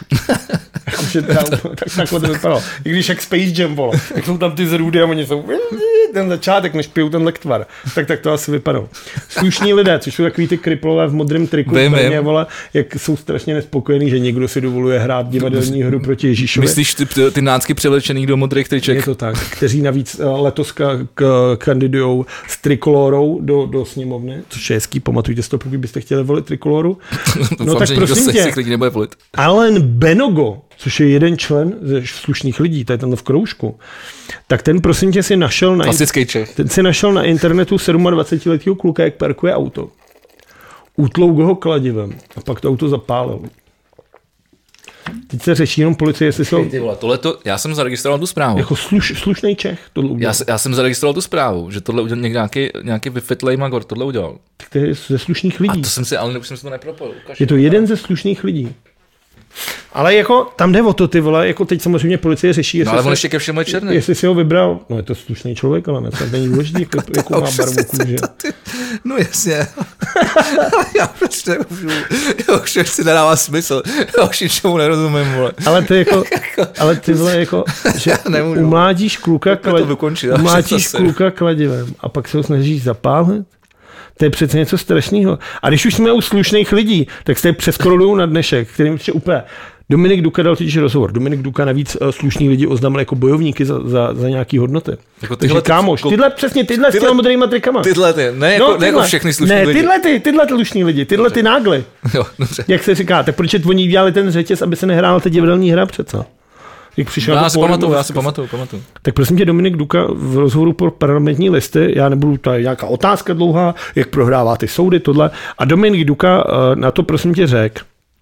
Tak to vypadalo. I když jak Space Jam, vole, jak jsou tam ty zrůdy a oni jsou ten začátek, než pijou ten lektvar. Tak to asi vypadalo. Slušní lidé, což jsou takový ty kriplové v modrém triku, mě, vole, jak jsou strašně nespokojení, že někdo si dovoluje hrát divadelní hru proti Ježíšovi. Myslíš ty nácky převlečených do modrých triček? Je to tak, kteří navíc letos kandidujou s trikolorou do sněmovny, což je hezký, pamatujte si to, pokud byste chtěli volit trikoloru. No tak prosím tě, Alan Benogo, což je jeden člen ze Slušných lidí, to je ten v kroužku, tak ten prosím tě si našel na internetu 27letýho kluka, jak parkuje auto. Utlouk ho kladivem a pak to auto zapálil. Teď se řeší jenom policie, jestli jsou... Já jsem zaregistroval tu zprávu. Jako slušný Čech tohle udělal. Já jsem zaregistroval tu zprávu, že tohle udělal nějaký vyfitlej magor, tohle udělal. Tak to je ze Slušných lidí. A to jsem si, ale už jsem si to nepropojil. Je to jeden ze Slušných lidí. Ale jako tam jde o to, ty vole, jako teď samozřejmě policie řeší, jestli, ale on ještě ke všemu je černý. Jestli si ho vybral, no je to slušný člověk, ale to není důležitý, jakou má barvu kůže. No jasně. Já prostě už si nedává smysl, já už ničemu nerozumím, vole. Ale to jako, ale ty vole, jako, že umládíš kluka kladivem a pak se ho snažíš zapálit. To je přece něco strašného. A když už jsme u slušných lidí, tak se přeskroluju na dnešek, kterým ještě úplně... Dominik Duka dal totiž rozhovor. Dominik Duka navíc slušní lidi oznámil jako bojovníky za nějaký hodnoty. Jako takže kámoš, tyhle s těma modrýma trikama. Ne jako všechny slušní lidi. Tyhle slušní lidi, tyhle ty nágle. Jo, dobře. Jak se říká, tak proč oni dělali ten řetěz, aby se nehrála ta divadelní hra přece? Já si pamatuju. Tak prosím tě, Dominik Duka v rozhovoru pro Parlamentní listy, já nebudu, to je nějaká otázka dlouhá, jak prohrává ty soudy, tohle. A Dominik Duka na to prosím tě řekl,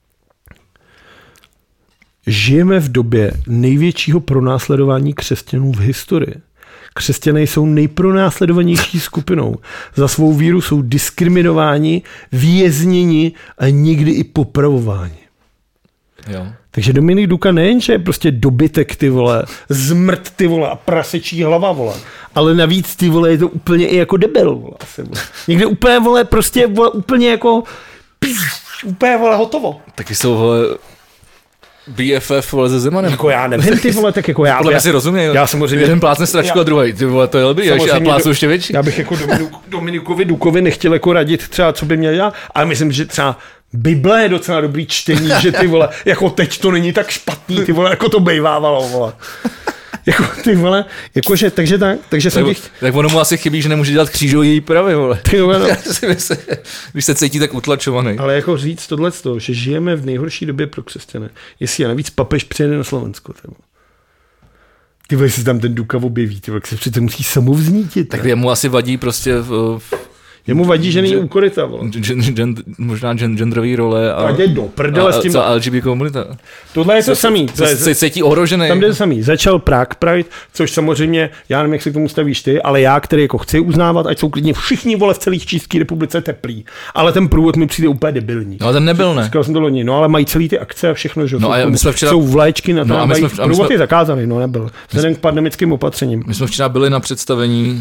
žijeme v době největšího pronásledování křesťanů v historii. Křesťané jsou nejpronásledovanější skupinou. Za svou víru jsou diskriminováni, vězněni a někdy i popravováni. Jo. Takže Dominik Duka nejenže je prostě dobytek, ty vole, zmrt, ty vole, a prasečí hlava, vole, ale navíc, ty vole, je to úplně i jako debil, vole, asi, vole. Někde úplně, vole, prostě, vole, úplně jako, úplně, vole, hotovo. Taky jsou, vole, BFF, vole, se Zemanem. Jako já nevím, ty vole, tak jako já. Podle mě si rozuměj, já samozřejmě, jeden plácne stračku a druhý, ty vole, to je dobrý, a plácnu ještě větší. Já bych jako Dominikovi Dukovi nechtěl jako radit třeba, co by měl dělat, ale myslím, že třeba Bible je docela dobrý čtení, že ty vole, jako teď to není tak špatný, ty vole, jako to bejvávalo, vole. Jako ty vole, jakože, takže jsem těch... Tak ono mu asi chybí, že nemůže dělat křížový pravy, vole. Ty vole, no. Když se cítí tak utlačovaný. Ale jako říct tohleto, že žijeme v nejhorší době pro křesťany, jestli a navíc papež přijede na Slovensko, ty vole. Ty vole, se tam ten Duka objeví, ty vole, se přece musí samovznítit. Tak jemu asi vadí prostě jemu vadí, že není u koryta, vole. Možná genderový role a do prdele s tím. A LGBT komunita. Tohle je to samý. Se cítí ohrožený. Tam je to samý. Začal Prague Pride, což samozřejmě, já nevím, jak se k tomu stavíš ty, ale já, který jako chci uznávat, ať jsou klidně všichni vole v celé České republice teplí. Ale ten průvod mi přijde úplně debilní. No, ten nebyl, ne? Říkal jsem to loni, no, ale mají celý ty akce a všechno, že no, jsou vléčky na to, no, průvod je zakázaný, no, nebyl. Vzhledem k pandemickým opatřením. My jsme včera byli na představení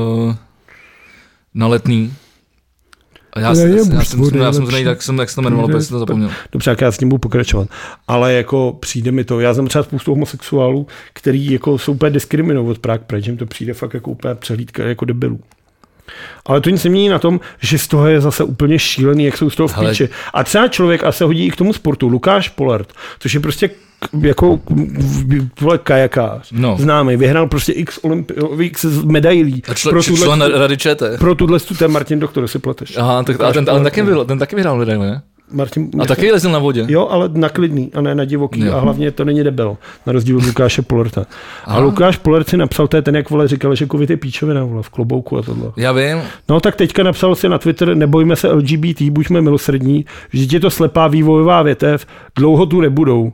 na Letný. Já jsem to nejde, jak se to jmenovalo, protože jsem to zapomněl. Dobře, jak já s tím budu pokračovat. Ale jako přijde mi to, já znám třeba spoustu homosexuálů, který jako jsou úplně diskriminují od Prague Pride, že jim to přijde fakt jako úplně přehlídka jako debilů. Ale to nic nemění na tom, že z toho je zase úplně šílený, jak jsou z toho v píči. A třeba člověk, a se hodí i k tomu sportu, Lukáš Polert, což je prostě jako kajakář, no. Známý, vyhrál prostě x medailí. Člen Rady ČT. Pro tuhle to je Martin Doktor, si pleteš. Aha, ten taky vyhrál medaili, ne? Martin, a taky lezl na vodě. Jo, ale na klidný a ne na divoký. Jo. A hlavně to není debil, na rozdíl od Lukáše Polerta. A Lukáš Polert si napsal, to je ten, jak vole říkal, že covid je píčovina, vole, v klobouku a tohle. Já vím. No tak teďka napsal si na Twitter, nebojme se LGBT, buďme milosrdní, vždyť je to slepá vývojová větev, dlouho tu nebudou.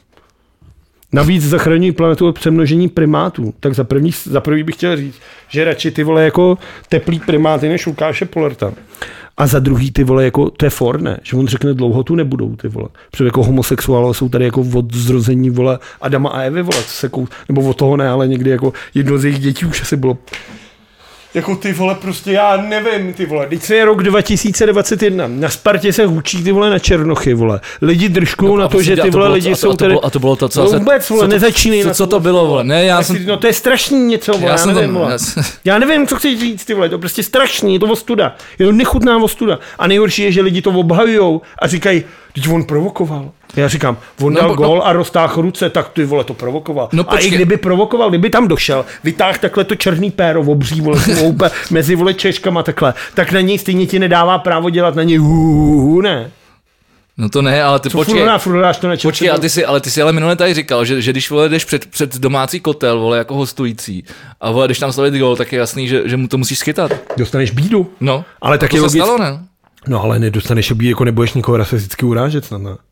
Navíc zachraňují planetu od přemnožení primátů. Tak za první bych chtěl říct, že radši ty vole jako teplý primáty než Lukáše Polerta. A za druhý ty vole jako, to je for, ne? Že on řekne dlouho tu nebudou ty vole. Protože jako homosexuálové jsou tady jako od zrození vole Adama a Evy vole, nebo od toho ne, ale někdy jako jedno z jejich dětí už asi bylo. Jako ty vole, prostě já nevím, ty vole. Teď je rok 2021. Na Spartě se hučí ty vole na Černochy, vole. Lidi držkou na to, že ty vole lidi jsou tady. A to bylo to, co no, vůbec, vole, nezačínej na to. Co to bylo, vole? Ne, já jsem... No to je strašný něco, vole, já nevím, vole. Já nevím, co chceš říct, ty vole, to je prostě strašný, je to ostuda. Je to nechutná ostuda. A nejhorší je, že lidi to obhajujou a říkají, teď on provokoval. Já říkám, on dal gól a roztáhl ruce, tak ty vole to provokoval. No, a i kdyby provokoval, kdyby tam došel, vytáhl takhle to černý péro v obří, vole, mezi vole češkama takhle, tak na něj stejně ti nedává právo dělat na něj ne. No to ne, ale ty počkej, ale ty si minule tady říkal, že když vole jdeš před domácí kotel, vole, jako hostující, a vole, když tam slavit gól, tak je jasný, že mu to musíš schytat. Dostaneš bídu. No, ale taky to se stalo, ne? No ale nedostaneš bídu, jako nebudeš nikoho rasisticky urážet snad, ne?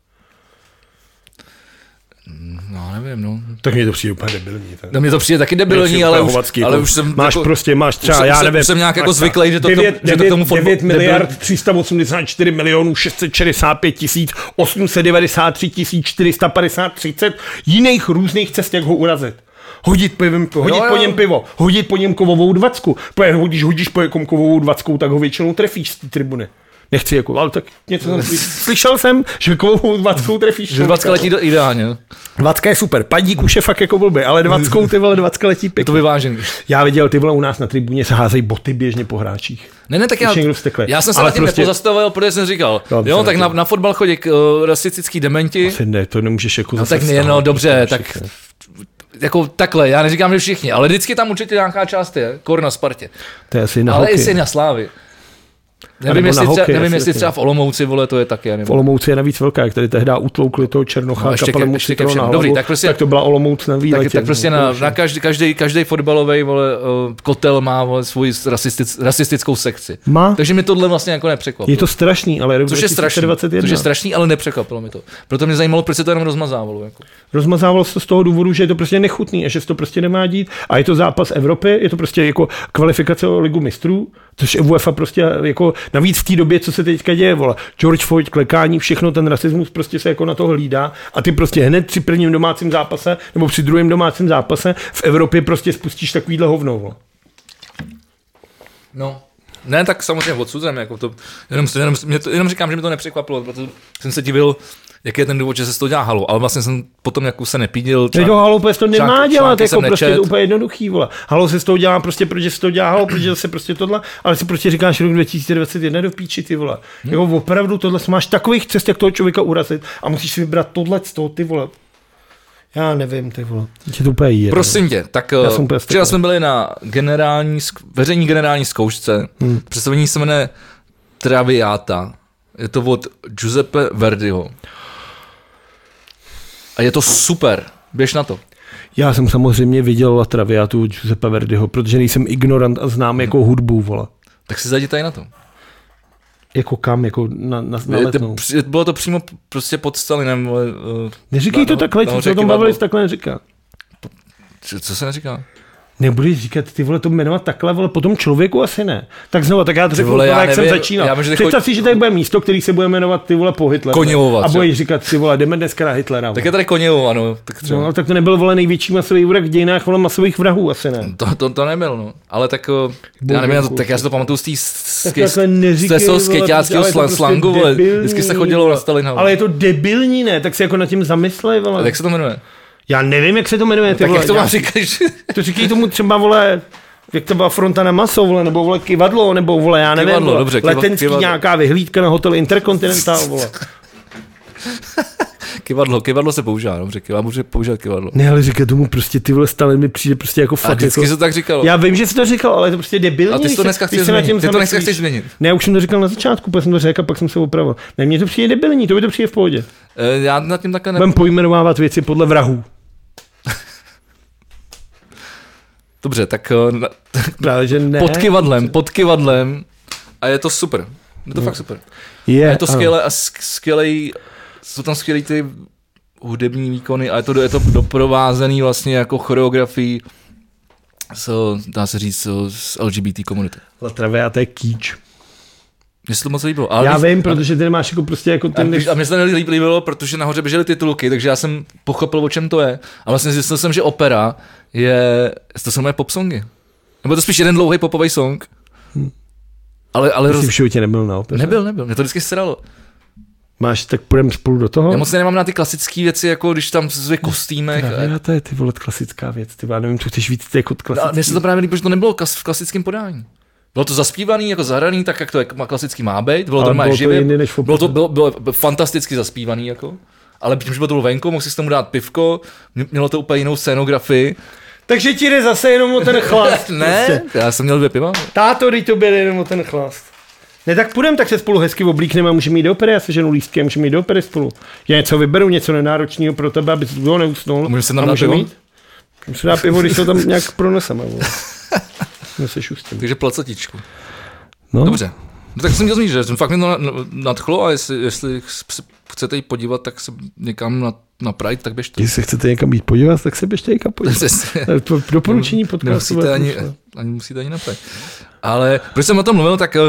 No, nevím, no. Tak mě to přijde úplně debilní. No, mě to přijde taky debilní, ale už jsem... Máš jako, prostě, máš třeba, já nevím. Jsem nějak jako zvyklý, že to k tomu 9 miliard 384 milionů 665 893 450 jiných různých cest, jak ho urazit. Hodit po něm pivo, hodit po něm kovovou 20. Když hodíš po někom kovovou 20, tak ho většinou trefíš z té tribuny. Nechci jako, ale tak něco jsem slyšel jsem, že kovou 20 trefíš. Že 20 letí ideálně. 20 je super, padík už je fakt jako blbý, ale 20 ty vole 20 letí pěkně. Je to vyvážený. Já viděl ty vole u nás na tribuně se házejí boty běžně po hráčích. Ne, tak já jsem se na tím prostě... nepozastavil, protože jsem říkal, jo, tak na fotbal chodí rasistický dementi. Asi ne, to nemůžeš jako zase tak ne, no dobře, tak jako takhle, já neříkám, že všichni, ale vždycky tam určitě nějaká část je, kor na Spartě. To je asi na ale i na Slávy. Nevím, jestli třeba v Olomouci, vole, to je taky. V Olomouci je navíc velká, jak tady tehdy utloukli toho Černocha, no, kapale mu si to na hlavu, dobrý, tak, prostě, tak to byla Olomouc na výletě. Tak prostě na každý fotbalový vole, kotel má vole, svou rasistickou sekci. Má? Takže mi tohle vlastně jako nepřekvapilo. Je to strašný, ale rok 2021. Což je strašný, ale nepřekvapilo mi to. Proto mě zajímalo, proč se to jenom rozmazávalo. Jako. Rozmazávalo se z toho důvodu, že je to prostě nechutný a že se to prostě nemá dít. A je to zápas Evropy, je to prostě jako kvalifikace o Ligu mistrů, což UEFA prostě jako navíc v té době, co se teďka děje, vole, George Floyd, klekání, všechno, ten rasismus prostě se jako na toho hlídá a ty prostě hned při prvním domácím zápase nebo při druhém domácím zápase v Evropě prostě spustíš takovýhle hovno, vole. No, ne, tak samozřejmě odsuzujeme, jako to, jenom říkám, že mi to nepřekvapilo, protože jsem se divil, jaký je ten důvod, že se to dělá halou, ale vlastně jsem potom jako se nepídil. Jako halou prostě to nemá dělat, jako prostě je to úplně jednoduchý, vole. Halou se z toho dělá prostě, protože se to dělá halou, protože se prostě tohle, ale si prostě říkáš rok 2021 do píči, ty vole. Jako opravdu tohle, máš takových cest, jak toho člověka urazit a musíš si vybrat tohle z toho, ty vole. Já nevím, ty vole. Je to úplně jíje. Prosím tě, tak včera jsme byli na veřejní generální zkoušce. Představení se jmenuje Traviata. Je to od Giuseppe Verdiho. A je to super. Běž na to. Já jsem samozřejmě viděl La Traviatu Giuseppe Verdiho, protože nejsem ignorant a znám jako hudbu, vole. Tak si zajdi tady na to. Jako kam, jako na letnou. Bylo to přímo prostě pod Stalinem. Neříkej to takhle, co se o tom bavili, takhle neříká. Co se neříká? Nebudeš říkat, ty vole, to jmenovat takhle, vole, potom člověku asi ne. Tak znovu, tak já to řeknu, jak jsem začínal. Představ si, že tady bude místo, který se bude jmenovat ty vole po Hitleru. Koněvova. A budeš říkat, ty vole, jdeme dneska na Hitlera. Tak je tady Koněvova, ano. Tak to nebyl, vole, největší masový úrak v dějinách, vole, masových vrahů, asi ne. To nebyl, no. Ale tak, já nevím, tak já si to pamatuju z toho skeťáckého slangu, vole. Vždycky se chodilo na Stalina. Ale je to debilní, ne? Tak si jako nad tím zamyslej, vole. Jak se to jmenuje? Já nevím, jak se to jmenuje, ty tak vole. Jak to mám říkáš? To říkají tomu třeba, vole, jak to byla fronta na maso, vole, nebo vole kivadlo, nebo vole, já nevím, kivadlo, dobře, letenský kivadlo. nějaká vyhlídka na hotel Intercontinental, vole. Kivadlo se používá, dobře, může používat kivadlo. Ne, ale říkat tomu prostě, ty vole, Stalin mi přijde prostě jako fakt. A vždycky jako... se tak říkalo. Já vím, že jsi to říkal, ale je to prostě debilní. A ty to dneska chceš změnit. Ty to dneska chceš změnit. Ne, už jsem to říkal na začátku, pak jsem to řekl, pak jsem se opravil. Ne, mně to přijde debilní, to by to přijde v pohodě. Já nad tím takhle budem pojmenovávat věci podle vrahů. Dobře, tak právě, že ne. Pod kivadlem a je to super. Je to fakt super. A je to skvělé a skvělej, jsou tam skvělý ty hudební výkony a je to doprovázený vlastně jako choreografií dá se říct, z LGBT komunity. La Traviata je kýč. Mně se to moc líbilo. Ale já vím, protože ty nemáš jako prostě jako ten... A mně se to nelíbilo, protože nahoře běžely titulky, takže já jsem pochopil, o čem to je. A vlastně zjistil jsem, že opera to jsou moje popsongy. Nebo to spíš jeden dlouhý popový song. Ale v životě nebyl na opeře? Nebyl. Mě to vždycky sralo. Máš, tak půjdeme spolu do toho? Já moc nemám na ty klasické věci, jako když tam v kostýmech. To je ty vole klasická věc. Ty já nevím, co chceš víc jako klasický. Mně se to právě líbí, protože to nebylo v klasickém podání. Bylo to zaspívaný, jako zahraný, tak jak to klasicky má být. Bylo to normálně živě. Bylo fantasticky zaspívaný, jako. Ale tím, že bylo to venku, mohl si s tomu dát pivko, mělo to úplně jinou scénografii. Takže ti jde zase jenom o ten chlast. Ne, prostě. Já jsem měl 2 piva. Táto, dej to jde jenom o ten chlast. Ne, tak půjdem, tak se spolu hezky oblíkneme a můžeme jít do opery, já se ženu lístky a můžeme jít do opery spolu. Já něco vyberu, něco nenáročného pro tebe, aby to neusnul. Můžeme se tam dát pivo? Můžeme se dát pivo, když to tam nějak proneseme. Takže placatičku. No. Dobře. No, tak jsem měl zmínit, že fakt mě to nadchlo a jestli chcete jít podívat, tak se někam na Pride, tak běžte. Jestli chcete někam jít podívat, tak se běžte někam podívat. Doporučení podcastu. Musíte ani na Pride. Ale proč jsem o tom mluvil, tak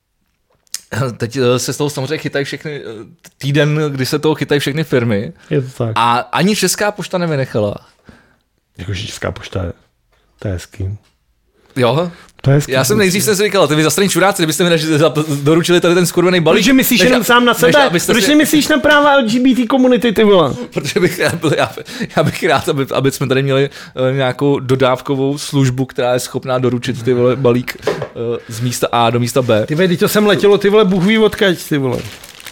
teď se z toho samozřejmě chytají všechny, týden, kdy se toho chytají všechny firmy. Je to tak. A ani Česká pošta nevynechala. Jakože Česká pošta je. To je hezký. Jo? Já jsem nejdřív si říkal, ty vy zastraní čuráci, kdybyste mi doručili tady ten skurvený balík. Protože myslíš jenom sám na sebe? Proč nemyslíš na práva LGBT komunity, ty vole? Protože já bych rád, aby jsme tady měli nějakou dodávkovou službu, která je schopná doručit ty vole balík z místa A do místa B. Ty vole, teď to sem letělo, ty vole, Bůh ví odkaď, ty vole.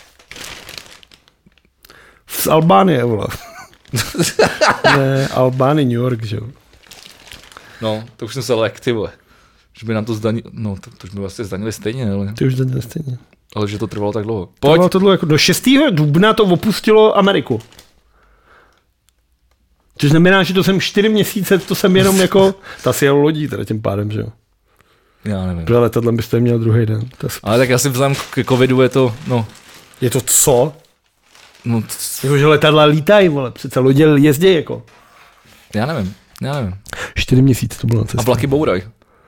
Z Albánie, vole. Ne, Albánie, New York, že jo. No, to už jsem se lek, ty vole. Že by nám to zdanili, no to už by vlastně zdanili stejně, ale... Ty už zdanili stejně. Ale že to trvalo tak dlouho. Pojď. Trvalo to dlouho, jako do 6. dubna to opustilo Ameriku. Což znamená, že to jsem 4 měsíce, to jsem jenom jako... Ta si jel lodí teda tím pádem, že jo. Já nevím. Protože letadlem byste měl druhý den. Ale tak asi vzhledem k covidu je to, no... Je to co? No... Jako, že letadla lítají, vole, přece lodě jezdí jako. Já nevím. 4 měsíce to bylo na cestě. A vlaky bouraj.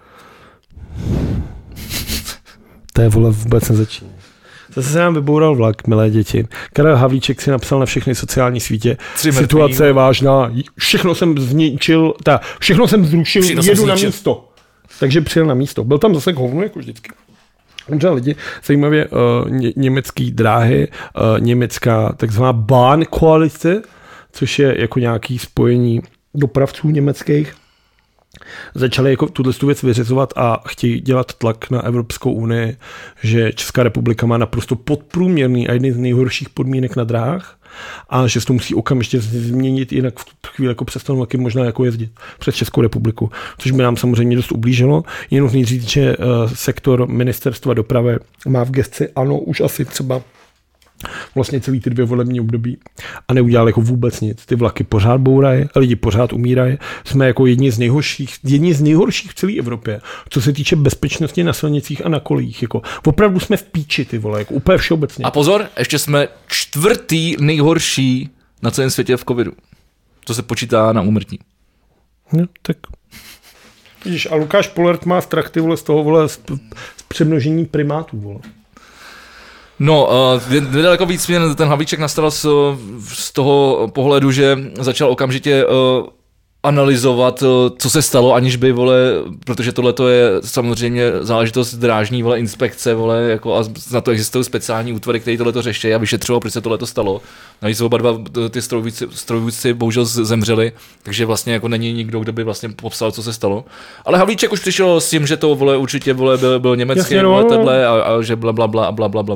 To je, vole, vůbec nezačíná. Zase se nám vyboural vlak, milé děti. Karel Havlíček si napsal na všechny sociální sítě. Situace je vážná, všechno jsem zničil, všechno jsem zrušil, jedu na místo. Takže přijel na místo. Byl tam zase k hovnu, jako vždycky. Možná lidi, zajímavě německý dráhy, německá takzvaná Bahnkoalice, což je jako nějaký spojení dopravců německých, začali jako tuto věc vyřizovat a chtějí dělat tlak na Evropskou unii, že Česká republika má naprosto podprůměrný a jedny z nejhorších podmínek na dráhách a že se to musí okamžitě změnit, jinak v tu chvíli jako přestanou taky možná jako jezdit přes Českou republiku, což by nám samozřejmě dost ublížilo. Jenom z říct, že sektor ministerstva dopravy má v gesci, ano, už asi třeba vlastně celý ty 2 volební období a neudělal jako vůbec nic. Ty vlaky pořád bourají, lidi pořád umírají. Jsme jako jedni z nejhorších v celé Evropě, co se týče bezpečnosti na silnicích a na kolejích. Jako, opravdu jsme v píči, ty vole, jako úplně všeobecně. A pozor, ještě jsme 4. nejhorší na celém světě v covidu. To se počítá na úmrtí. No, tak... Vidíš, a Lukáš Polert má strach, ty vole, z toho, vole, z přemnožení primátů, vole. No, daleko víc mě ten Havlíček nastal z toho pohledu, že začal okamžitě analyzovat, co se stalo, aniž by, vole, protože tohleto je samozřejmě záležitost drážní, vole, inspekce, vole, jako a na to existují speciální útvary, které tohleto řeší a vyšetřují, proč se tohleto stalo. Navíc oba dva ty strojvůdci bohužel zemřeli, takže vlastně jako není nikdo, kdo by vlastně popsal, co se stalo. Ale Havlíček už přišel s tím, že to, vole, určitě, vole, byl německý, vole, tedle a že blablabla.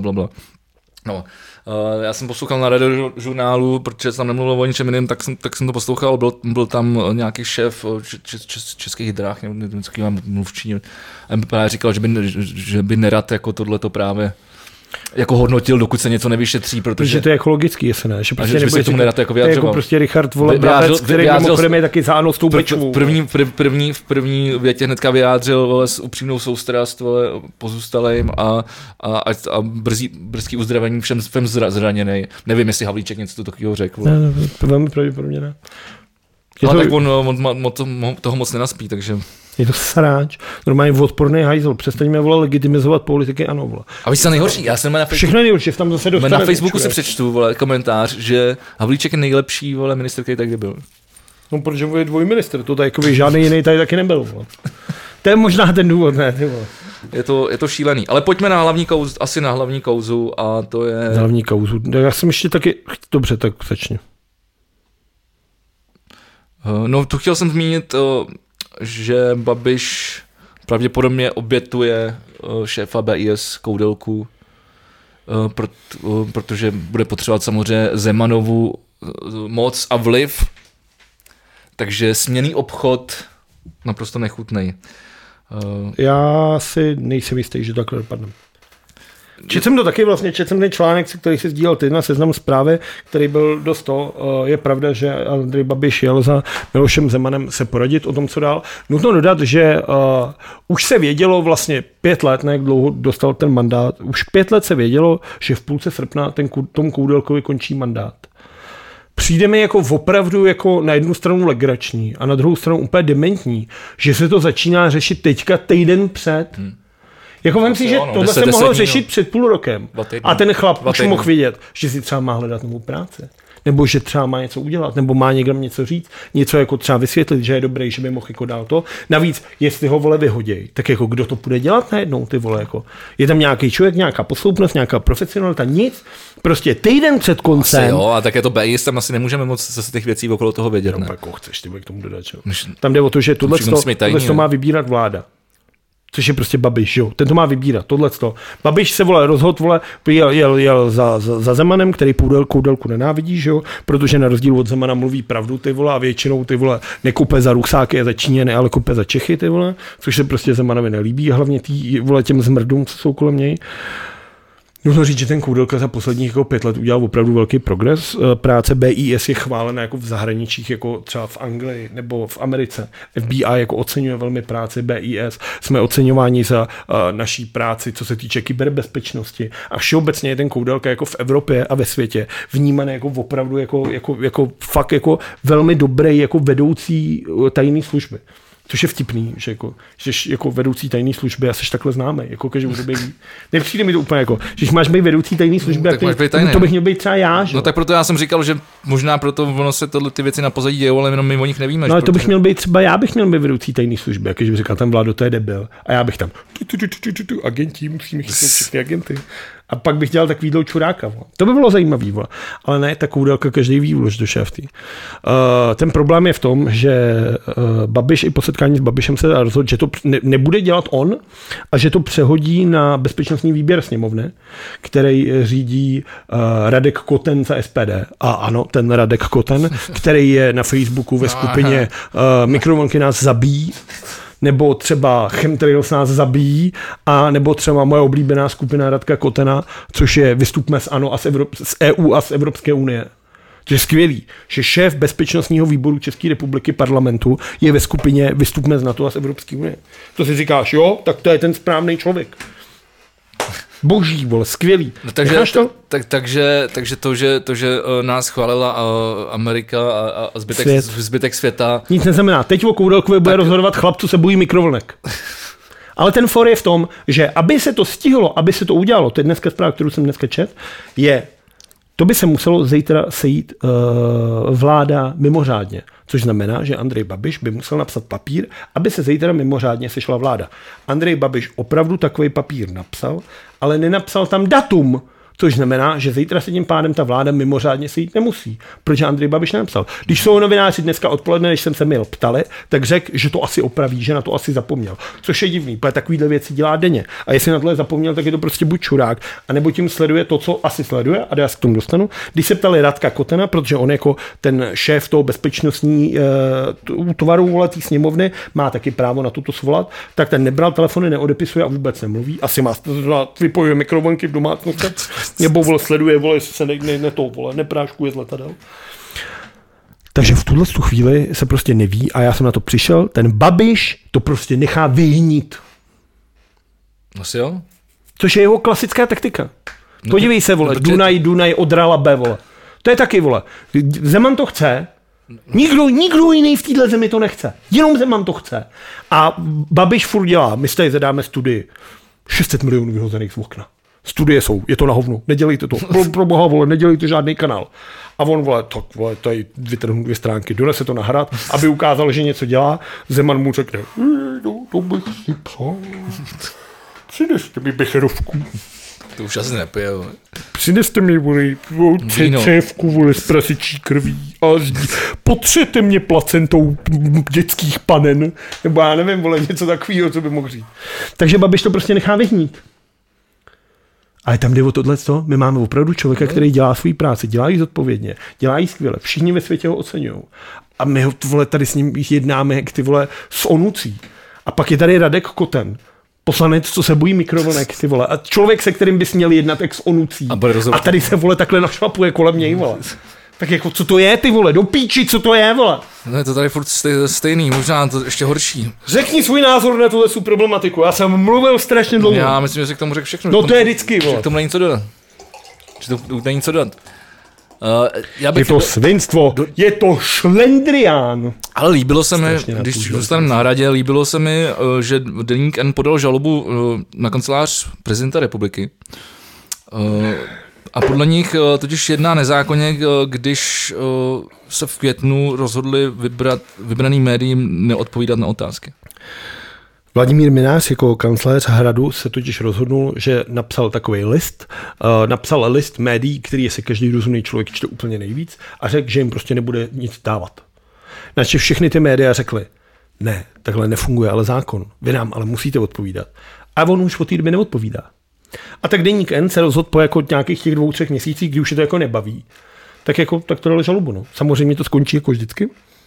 No. Já jsem poslouchal na radiožurnálu, protože jsem nemluvil o ničem jiném, tak jsem to poslouchal, byl tam nějaký šéf českých dráh, nevím, co mám mluvčí, a říkal, že by nerad jako tohleto právě jako hodnotil, dokud se něco nevyšetří, protože to je jako logický, jestli ne. Že prostě že tomu nerad jako vyjadřoval. Jako prostě Richard, vole, Brabec, který mimochodem je taky záhno s tou Bečvou. V první větě hnedka vyjádřil, vole, s upřímnou soustrast, vole, pozůstalým a brzký uzdravení všem zraněnej. Nevím, jestli Havlíček něco takového řekl. Ne, velmi pravděpodobně ne. Tak on toho moc nenaspí, takže... Je to sráč. Normálně odporný hajzl. Přestaňme, vole, legitimizovat politiky, ano, vole. A víš, co nejhorší? Já jsem na Facebooku... Všechno nejhorší, tam zase dostane... Na Facebooku si přečtu, vole, komentář, že Havlíček je nejlepší, vole, ministr, který tady byl. No, protože je dvojministr, to tady jako žádný jiný tady taky nebyl, vole. To je možná ten důvod, ne, ty vole. Je to šílený. Ale pojďme na hlavní kauzu a to je... Na hlavní kauzu. Já jsem ještě taky... Dobře, tak začni. No, tu chtěl jsem zmínit, že Babiš pravděpodobně obětuje šéfa BIS Koudelku, protože bude potřebovat samozřejmě Zemanovu moc a vliv, takže směnný obchod naprosto nechutnej. Já si nejsem jistý, že takhle dopadne. Četl jsem to taky vlastně, četl jsem ten článek, který se sdílel ty na Seznamu Zprávy, který byl dost to. Je pravda, že Andrej Babiš jel za Milošem Zemanem se poradit o tom, co dál. Nutno dodat, že už se vědělo vlastně 5 let, ne jak dlouho dostal ten mandát, už 5 let se vědělo, že v půlce srpna tomu Koudelkovi končí mandát. Přijde mi jako opravdu jako na jednu stranu legrační a na druhou stranu úplně dementní, že se to začíná řešit teďka týden před. Jako vem si, že tohle se mohlo řešit před půl rokem a ten chlap už mohl vědět, že si třeba má hledat novou práci. Nebo že třeba má něco udělat, nebo má někdo něco říct, něco jako třeba vysvětlit, že je dobrý, že by mohl jako dál to. Navíc, jestli ho, vole, vyhoděj, tak jako kdo to bude dělat najednou, ty vole, jako. Je tam nějaký člověk, nějaká posloupnost, nějaká profesionalita, nic. Prostě týden před koncem. Asi jo, a tak je to BIS, tam asi nemůžeme moc se těch věcí okolo toho vědět, ne? Jako chceš, ty k tomu dodat, čo? Tam jde o to, že tohle to má vybírat vláda. Což je prostě Babiš, jo. Ten to má vybírat, tohleto. Babiš se, vole, rozhodl, vole, jel za Zemanem, který Koudelku nenávidí, že jo, protože na rozdíl od Zemana mluví pravdu, ty vole, a většinou, ty vole, nekupe za Rusáky a za Číňany, ale kupe za Čechy, ty vole, což se prostě Zemanovi nelíbí, a hlavně vole, těm zmrdům, co jsou kolem něj. Můžu říct, že ten Koudelka za posledních jako 5 let udělal opravdu velký progres. Práce BIS je chválena jako v zahraničích, jako třeba v Anglii nebo v Americe. FBI jako oceňuje velmi práci BIS. Jsme oceňováni za naší práci, co se týče kyberbezpečnosti. A všeobecně je ten Koudelka jako v Evropě a ve světě vnímaný jako opravdu jako fakt jako velmi dobrý jako vedoucí tajné služby. Což je vtipný, že jako vedoucí tajné služby a seš takhle známý, jako každý době. Nepřijde mi to úplně jako, že máš být vedoucí tajné služby, to bych měl být třeba já, že? No tak proto já jsem říkal, že možná proto ono se ty věci na pozadí dějou, ale jenom my o nich nevíme. No ale to bych měl být třeba, já bych měl být vedoucí tajné služby, jakože bych říkal, ten Vládo, to je debil. A já bych tam agenti, musíme chytnout všechny agenty. A pak bych dělal takovýhle čuráka. Vole. To by bylo zajímavý, vole. Ale ne, ta Koudelka každý ví, vole, do šéftý. Ten problém je v tom, že Babiš i po setkání s Babišem se rozhodl, že to nebude dělat on a že to přehodí na bezpečnostní výběr sněmovny, který řídí Radek Koten za SPD. A ano, ten Radek Koten, který je na Facebooku ve skupině Mikrovlnky nás zabíjí. nebo třeba Chemtrails nás zabijí, a nebo třeba moje oblíbená skupina Radka Kotena, což je Vystupme z ANO a z EU a z Evropské unie. To je skvělý, že šéf bezpečnostního výboru České republiky parlamentu je ve skupině Vystupme z NATO a z Evropské unie. To si říkáš, jo, tak to je ten správný člověk. Boží, vole, skvělý. No, takže to, že nás chválila Amerika a zbytek světa. Nic neznamená. Teď o Koudelkovi bude rozhodovat chlap, co se bojí mikrovlnek. Ale ten for je v tom, že aby se to stihlo, aby se to udělalo, to je dneska zpráva, kterou jsem dneska čet, to by se muselo zítra sejít vláda mimořádně. Což znamená, že Andrej Babiš by musel napsat papír, aby se zítra mimořádně sešla vláda. Andrej Babiš opravdu takový papír napsal, ale nenapsal tam datum. Což znamená, že zítra se tím pádem ta vláda mimořádně sejít nemusí. Protože Andrej Babiš nenapsal. Když jsou novináři dneska odpoledne, než jsem se měl ptali, tak řekl, že to asi opraví, že na to asi zapomněl. Což je divný, protože takovýhle věci dělá denně. A jestli na tohle zapomněl, tak je to prostě buď čurák, anebo tím sleduje to, co asi sleduje, a já se k tomu dostanu. Když se ptali Radka Kotena, protože on jako ten šéf toho bezpečnostní útvaru volatý sněmovny má taky právo na toto svolat, tak ten nebral telefony, neodepisuje a vůbec nemluví. Asi má vypojuje mikrovlnky v domácnosti. Nebo vole sleduje, vole, se nepráškuje z letadel. Takže v tuhle chvíli se prostě neví a já jsem na to přišel, ten Babiš to prostě nechá vyhnít. Asi jo. Což je jeho klasická taktika. Podívej se, vole, Dunaj odrala B, vole. To je taky, vole. Zeman to chce, nikdo jiný v téhle zemi to nechce. Jenom Zeman to chce. A Babiš furt dělá, my tady zadáme studii. 600 milionů vyhozených z okna. Studie jsou, je to na hovnu, nedělejte to, pro boha, vole, nedělejte žádný kanál. A on, vole, tak, vole, tady vytrhnu 2 stránky, donese to na hrad, aby ukázal, že něco dělá. Zeman mu řekne, to bych si psal, přineste mi becherovku. To už asi nepije, vole. Přineste mi, vole, cévku, vole, z prasičí krví a potřete mě placentou dětských panen, nebo já nevím, vole, něco takového, co by mohl říct. Takže Babiš to prostě nechá vyhnít. Ale tam jde o tohleto, my máme opravdu člověka, který dělá svou práci, dělá ji zodpovědně, dělá ji skvěle, všichni ve světě ho oceňují. A my ho, vole, tady s ním jednáme, jak ty, vole, s onucí. A pak je tady Radek Koten, poslanec, co se bojí mikrovlnek, ty, vole. A člověk, se kterým bys měl jednat jak s onucí. A tady se, vole, takhle našlapuje kolem něj, vole. Tak jako, co to je, ty, vole, do píči, co to je, vole? No je to tady furt stejný, možná to ještě horší. Řekni svůj názor na tuhle problematiku, já jsem mluvil strašně dlouho. Já myslím, že si k tomu řekl všechno. No to je vždycky, vole. Že k tomu není co dodat. Že to není co dodat. Je to svinstvo, je to šlendrián. Ale líbilo se mi, když zůstaneme na Hradě, líbilo se mi, že Deník N podal žalobu na kancelář prezidenta republiky. A podle nich totiž jedná nezákonně, když se v květnu rozhodli vybraným médiím neodpovídat na otázky. Vladimír Minář jako kancléř Hradu se totiž rozhodnul, že napsal takový list, napsal list médií, který se každý rozumný člověk čte úplně nejvíc, a řekl, že jim prostě nebude nic dávat. Načež všechny ty média řekly, ne, takhle nefunguje ale zákon, vy nám ale musíte odpovídat. A on už od té doby neodpovídá. A tak Deník N se rozhodl po jako nějakých těch 2-3 měsících, kdy už je to jako nebaví, tak to dalo žalobu. No. Samozřejmě to skončí jako vždycky.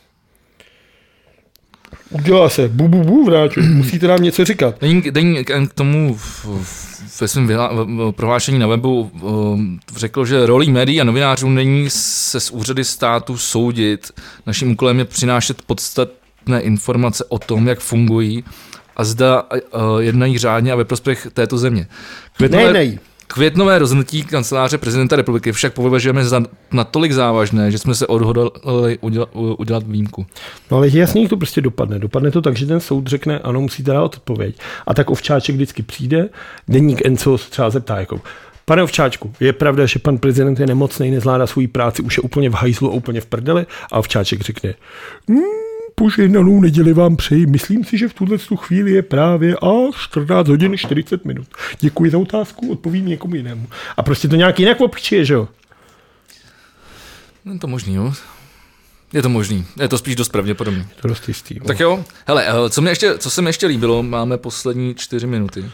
Udělá se, vráču, musíte nám něco říkat. Deník N k tomu ve svém prohlášení na webu řekl, že rolí médií a novinářů není se z úřady státu soudit. Naším úkolem je přinášet podstatné informace o tom, jak fungují a zda jednají řádně a ve prospěch této země. Květnové rozhodnutí kanceláře prezidenta republiky však považujeme za natolik závažné, že jsme se odhodlali udělat výjimku. No ale jasně, jak to prostě dopadne. Dopadne to tak, že ten soud řekne, ano, musíte dát odpověď. A tak Ovčáček vždycky přijde, Deník N se třeba zeptá, jako, pane Ovčáčku, je pravda, že pan prezident je nemocný, nezvládá svou práci, už je úplně v hajzlu a úplně v prdeli? A Ovčáček řekne, požehnanou neděli vám přeji. Myslím si, že v tuhle chvíli je právě 14 hodin 40 minut. Děkuji za otázku, odpovím někomu jinému. A prostě to nějak jinak občije, že jo? Je to možný, jo? Je to možný. Je to spíš dost pravděpodobný. To dost jistý. Tak jo. Hele, co se mi ještě líbilo, máme poslední 4 minuty.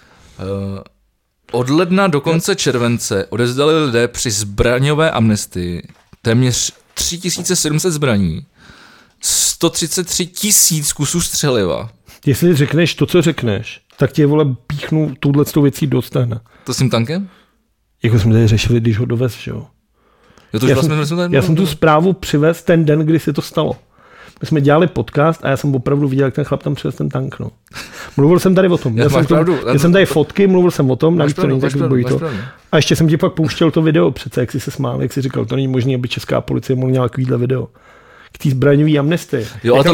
Od ledna do konce července odevzdali lidé při zbraňové amnestii téměř 3700 zbraní, 133 000 kusů střeliva jestli řekneš to, co řekneš, tak tě, vole, píchnu touhletou věcí do stehna. To s tím tankem? Jako jsme tady řešili, když ho dovez, že jo. Já jsem tu zprávu přivez ten den, kdy se to stalo. My jsme dělali podcast a já jsem opravdu viděl, jak ten chlap tam přivez ten tank. No. Mluvil jsem tady o tom. Já jsem tady fotky, mluvil jsem o tom, navíc to není tak bojí to. A ještě jsem ti pak pouštěl to video přece, jak jsi se smál, jak jsi říkal, to není možné, aby česká policie mohla nějak takovýhle video. K té zbraňové amnestii. Jo, ale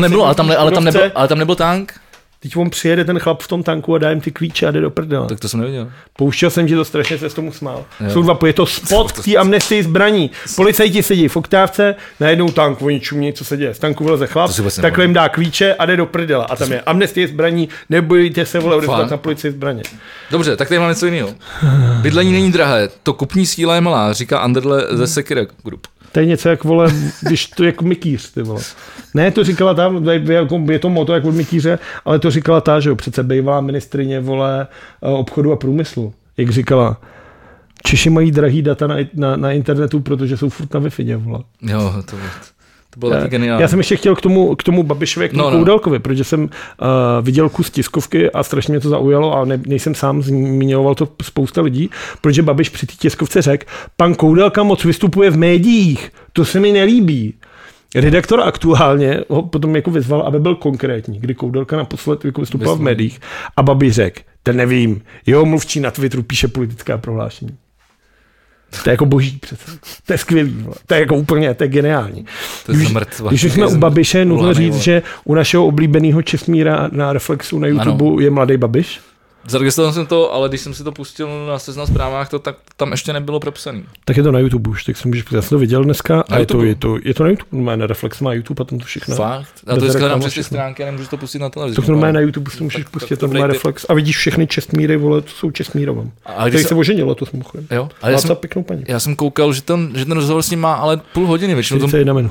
tam nebyl tank. Teď on přijede ten chlap v tom tanku a dá jim ty klíče a jde do prdele. Tak to jsem neviděl. Pouštěl jsem ti to, strašně se s tomu smál. Je to spot k té amnestii zbraní. Policajti sedí v oktávce, najednou tank, oni čumí, co se děje. Z tanku vyleze chlap, takhle jim dá klíče a jde do prdele. A tam je amnestie zbraní, nebojte se, vole, odevzdat na policii zbraně. Dobře, tak tady máme něco jiného. Bydlení není drahé, to kupní síla je malá, říká Anderle ze Sekira Group. To je něco jak, vole, když to jako Mikýř, ty vole. Ne, to říkala tam, je to moto jako od Mikýře, ale to říkala ta, že jo, přece bývalá ministryně, vole, obchodu a průmyslu. Jak říkala, Češi mají drahý data na internetu, protože jsou furt na Wi-Fi, vole. Jo, to bylo taky geniální. Já jsem ještě chtěl k tomu Babišovi, k tomu Koudelkovi, protože jsem viděl kus tiskovky a strašně mě to zaujalo a nejsem sám, zmiňoval to spousta lidí, protože Babiš při té tiskovce řekl, pan Koudelka moc vystupuje v médiích, to se mi nelíbí. Redaktor Aktuálně ho potom jako vyzval, aby byl konkrétní, kdy Koudelka naposled vystupoval v médiích a Babiš řekl, ten nevím, jeho mluvčí na Twitteru píše politická prohlášení. To je jako boží přece. To je skvělý. To je jako úplně, to je geniální. Když jsme u Babiše, nutno říct, že u našeho oblíbeného Česmíra na Reflexu na YouTube je mladý Babiš. Zaregistroval jsem to, ale když jsem si to pustil na Seznam Zprávách, tak tam ještě nebylo propsaný. Tak je to na YouTube už, tak jsem to viděl dneska a je to na YouTube, na Reflex má YouTube a tam to všechno. Fakt? A to je skladám přes ty stránky a nemůžu to pustit na televizi. Tak normálně na YouTube si můžeš pustit, to má Reflex a vidíš všechny Čestmíry, vole, to jsou Čestmírovam. Tady se oženilo, to jsme mohli. Jo, ale pěknou paní. Já jsem koukal, že ten rozhovor s ním má ale půl hodiny, většinou 41 minut.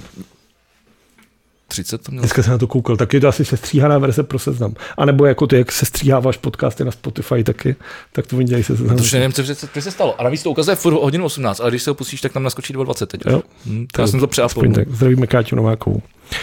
30 to mělo. Dneska jsem na to koukal, tak je to asi sestříhaná verze pro Seznam. A nebo jako ty, jak se stříháváš podcasty na Spotify taky, tak to oni dělají se Seznam. To nevím, co se stalo. A navíc to ukazuje furt hodinu 18, ale když se ho pustíš, tak tam naskočí 2:20 teď. Jo. Já jsem to přeaploval. Zdravíme Káťu Novákovou.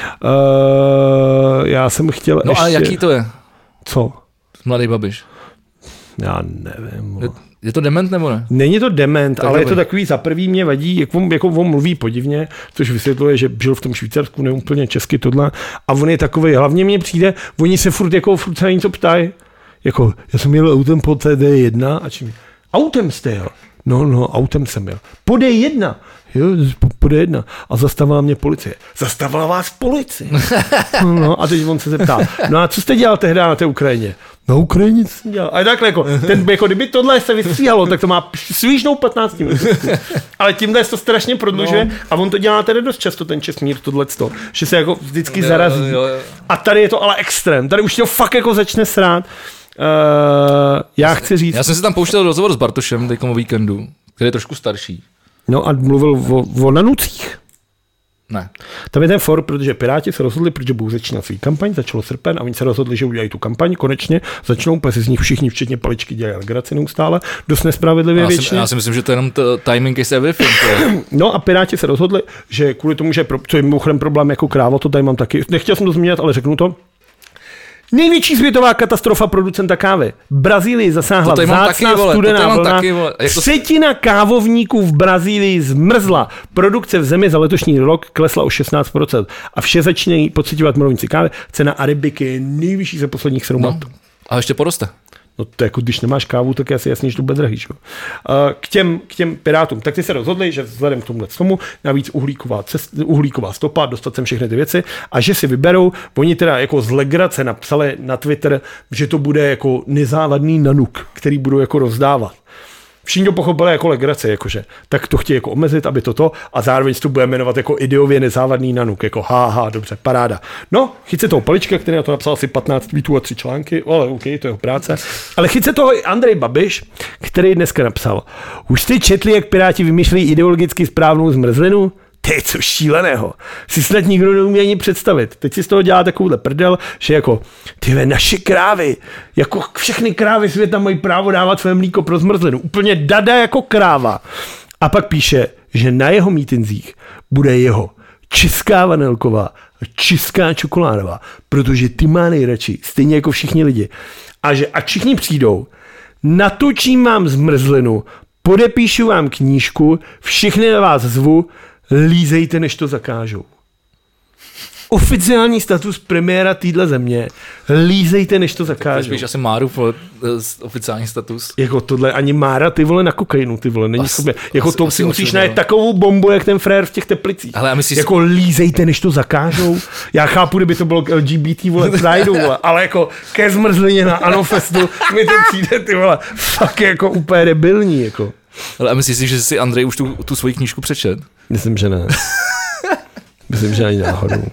Já jsem chtěl No ještě... a jaký to je? Co? Mladý Babiš. Já nevím. Je to dement nebo ne? Není to dement, tak ale je to takový, za prvý mě vadí, jak on mluví podivně, což vysvětluje, že žil v tom Švýcarsku, neúplně česky tohle, a on je takový, hlavně mně přijde, oni se furt se na něco ptají, jako, já jsem jel autem po TD1 a čím? Autem jste jel? No, autem jsem jel. Po D1. Jo, po D1. A zastavila mě policie. Zastavila vás policie? No a teď on se zeptá, no a co jste dělal tehdy na té Ukrajině? Na Ukrajině nic jsem dělal. A takhle, jako kdyby tohle se vystříhalo, tak to má svížnou 15 minut. Ale tímhle to strašně prodlužuje a on to dělá tedy dost často, ten Česmír, tohleto, že se jako vždycky zarazí. Jo. A tady je to ale extrém. Tady už to fakt jako začne srát. Já chci říct... Já jsem si tam pouštěl rozhovor s Bartošem teďkom o víkendu, který je trošku starší. No a mluvil o nanucích. Ne. Tam je ten for, protože Piráti se rozhodli, protože budou začínat svůj kampaň, začalo srpen a oni se rozhodli, že udělají tu kampaň, konečně začnou, protože z nich všichni, včetně Paličky, dělají legraci neustále, dost nespravedlivě většině. Já si myslím, že to je jenom timing is everything. No a Piráti se rozhodli, že kvůli tomu, že co je mimochodem problém jako kráva, to tady mám taky, nechtěl jsem to zmínit, ale řeknu to. Největší světová katastrofa producenta kávy. Brazílii zasáhla vzácná studená vlna. Třetina kávovníků v Brazílii zmrzla. Produkce v zemi za letošní rok klesla o 16%. A vše začínají pociťovat milovníci kávy. Cena arabiky je nejvyšší za posledních 7 let. A ještě poroste. No to jako když nemáš kávu, tak je asi jasný, že to bude drahý. K těm Pirátům. Tak ty se rozhodli, že vzhledem k tomu navíc uhlíková stopa, dostat sem všechny ty věci a že si vyberou, oni teda jako z legrace napsali na Twitter, že to bude jako nezávadný nanuk, který budou jako rozdávat. Všichni to pochopili jako legrace, jakože. Tak to chtějí jako omezit, aby toto a zároveň to bude jmenovat jako ideově nezávadný nanuk, jako dobře, paráda. No, chyť se toho Palička, který na to napsal asi 15 tweetů a 3 články, ale OK, to je jeho práce. Ale chyť se toho i Andrej Babiš, který dneska napsal, už jste četli, jak Piráti vymýšlejí ideologicky správnou zmrzlinu? To je co šíleného. Si snad nikdo neumí ani představit. Teď si z toho dělá takovouhle prdel, že jako tyhle naše krávy, jako všechny krávy světa mají právo dávat své mlíko pro zmrzlinu. Úplně dada jako kráva. A pak píše, že na jeho mítinzích bude jeho česká vanilková a česká čokoládová, protože ty má nejradši, stejně jako všichni lidi. A že ať všichni přijdou, natočím vám zmrzlinu, podepíšu vám knížku, všechny vás zvu, lízejte, než to zakážou. Oficiální status premiéra téhle země, lízejte, než to zakážou. Spíš asi Máru oficiální status. Jako tohle ani Mára, ty vole, na kokainu, ty vole, není schopné. Jako to si musíš najít takovou bombu, jak ten frér v těch Teplicích. Ale jako lízejte, než to zakážou. Já chápu, kdyby to bylo LGBT, vole, Prideu, vole, ale jako ke zmrzlině na Anofestu mi to přijde, ty vole, fakt jako úplně debilní, jako. Ale a myslíš si, že si Andrej už tu svoji knížku přečet? Myslím, že ne. Myslím, že ani náhodou.